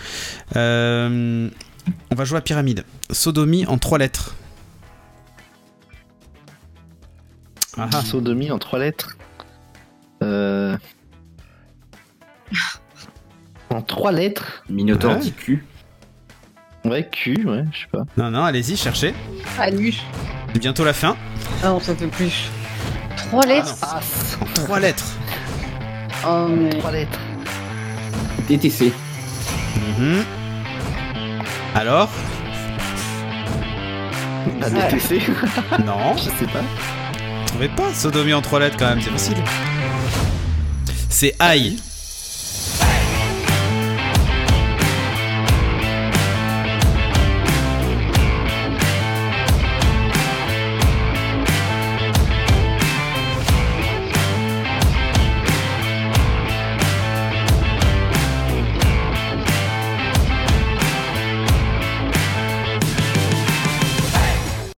A: On va jouer à pyramide. Sodomie en 3 lettres.
E: Sodomie en 3 lettres. En 3 lettres.
D: Minotaure dit Q.
E: Ouais, Q, ouais, je sais pas.
A: Non, allez-y, cherchez.
B: Anus.
A: C'est bientôt la fin.
B: Ah non, ça fait plus. 3 lettres.
A: En 3 lettres.
B: Oh, mais...
E: 3 lettres.
D: DTC.
A: Alors
E: DTC.
A: Non.
E: Je sais pas.
A: Vous trouvez pas sodomie en 3 lettres quand même, c'est facile. C'est aïe.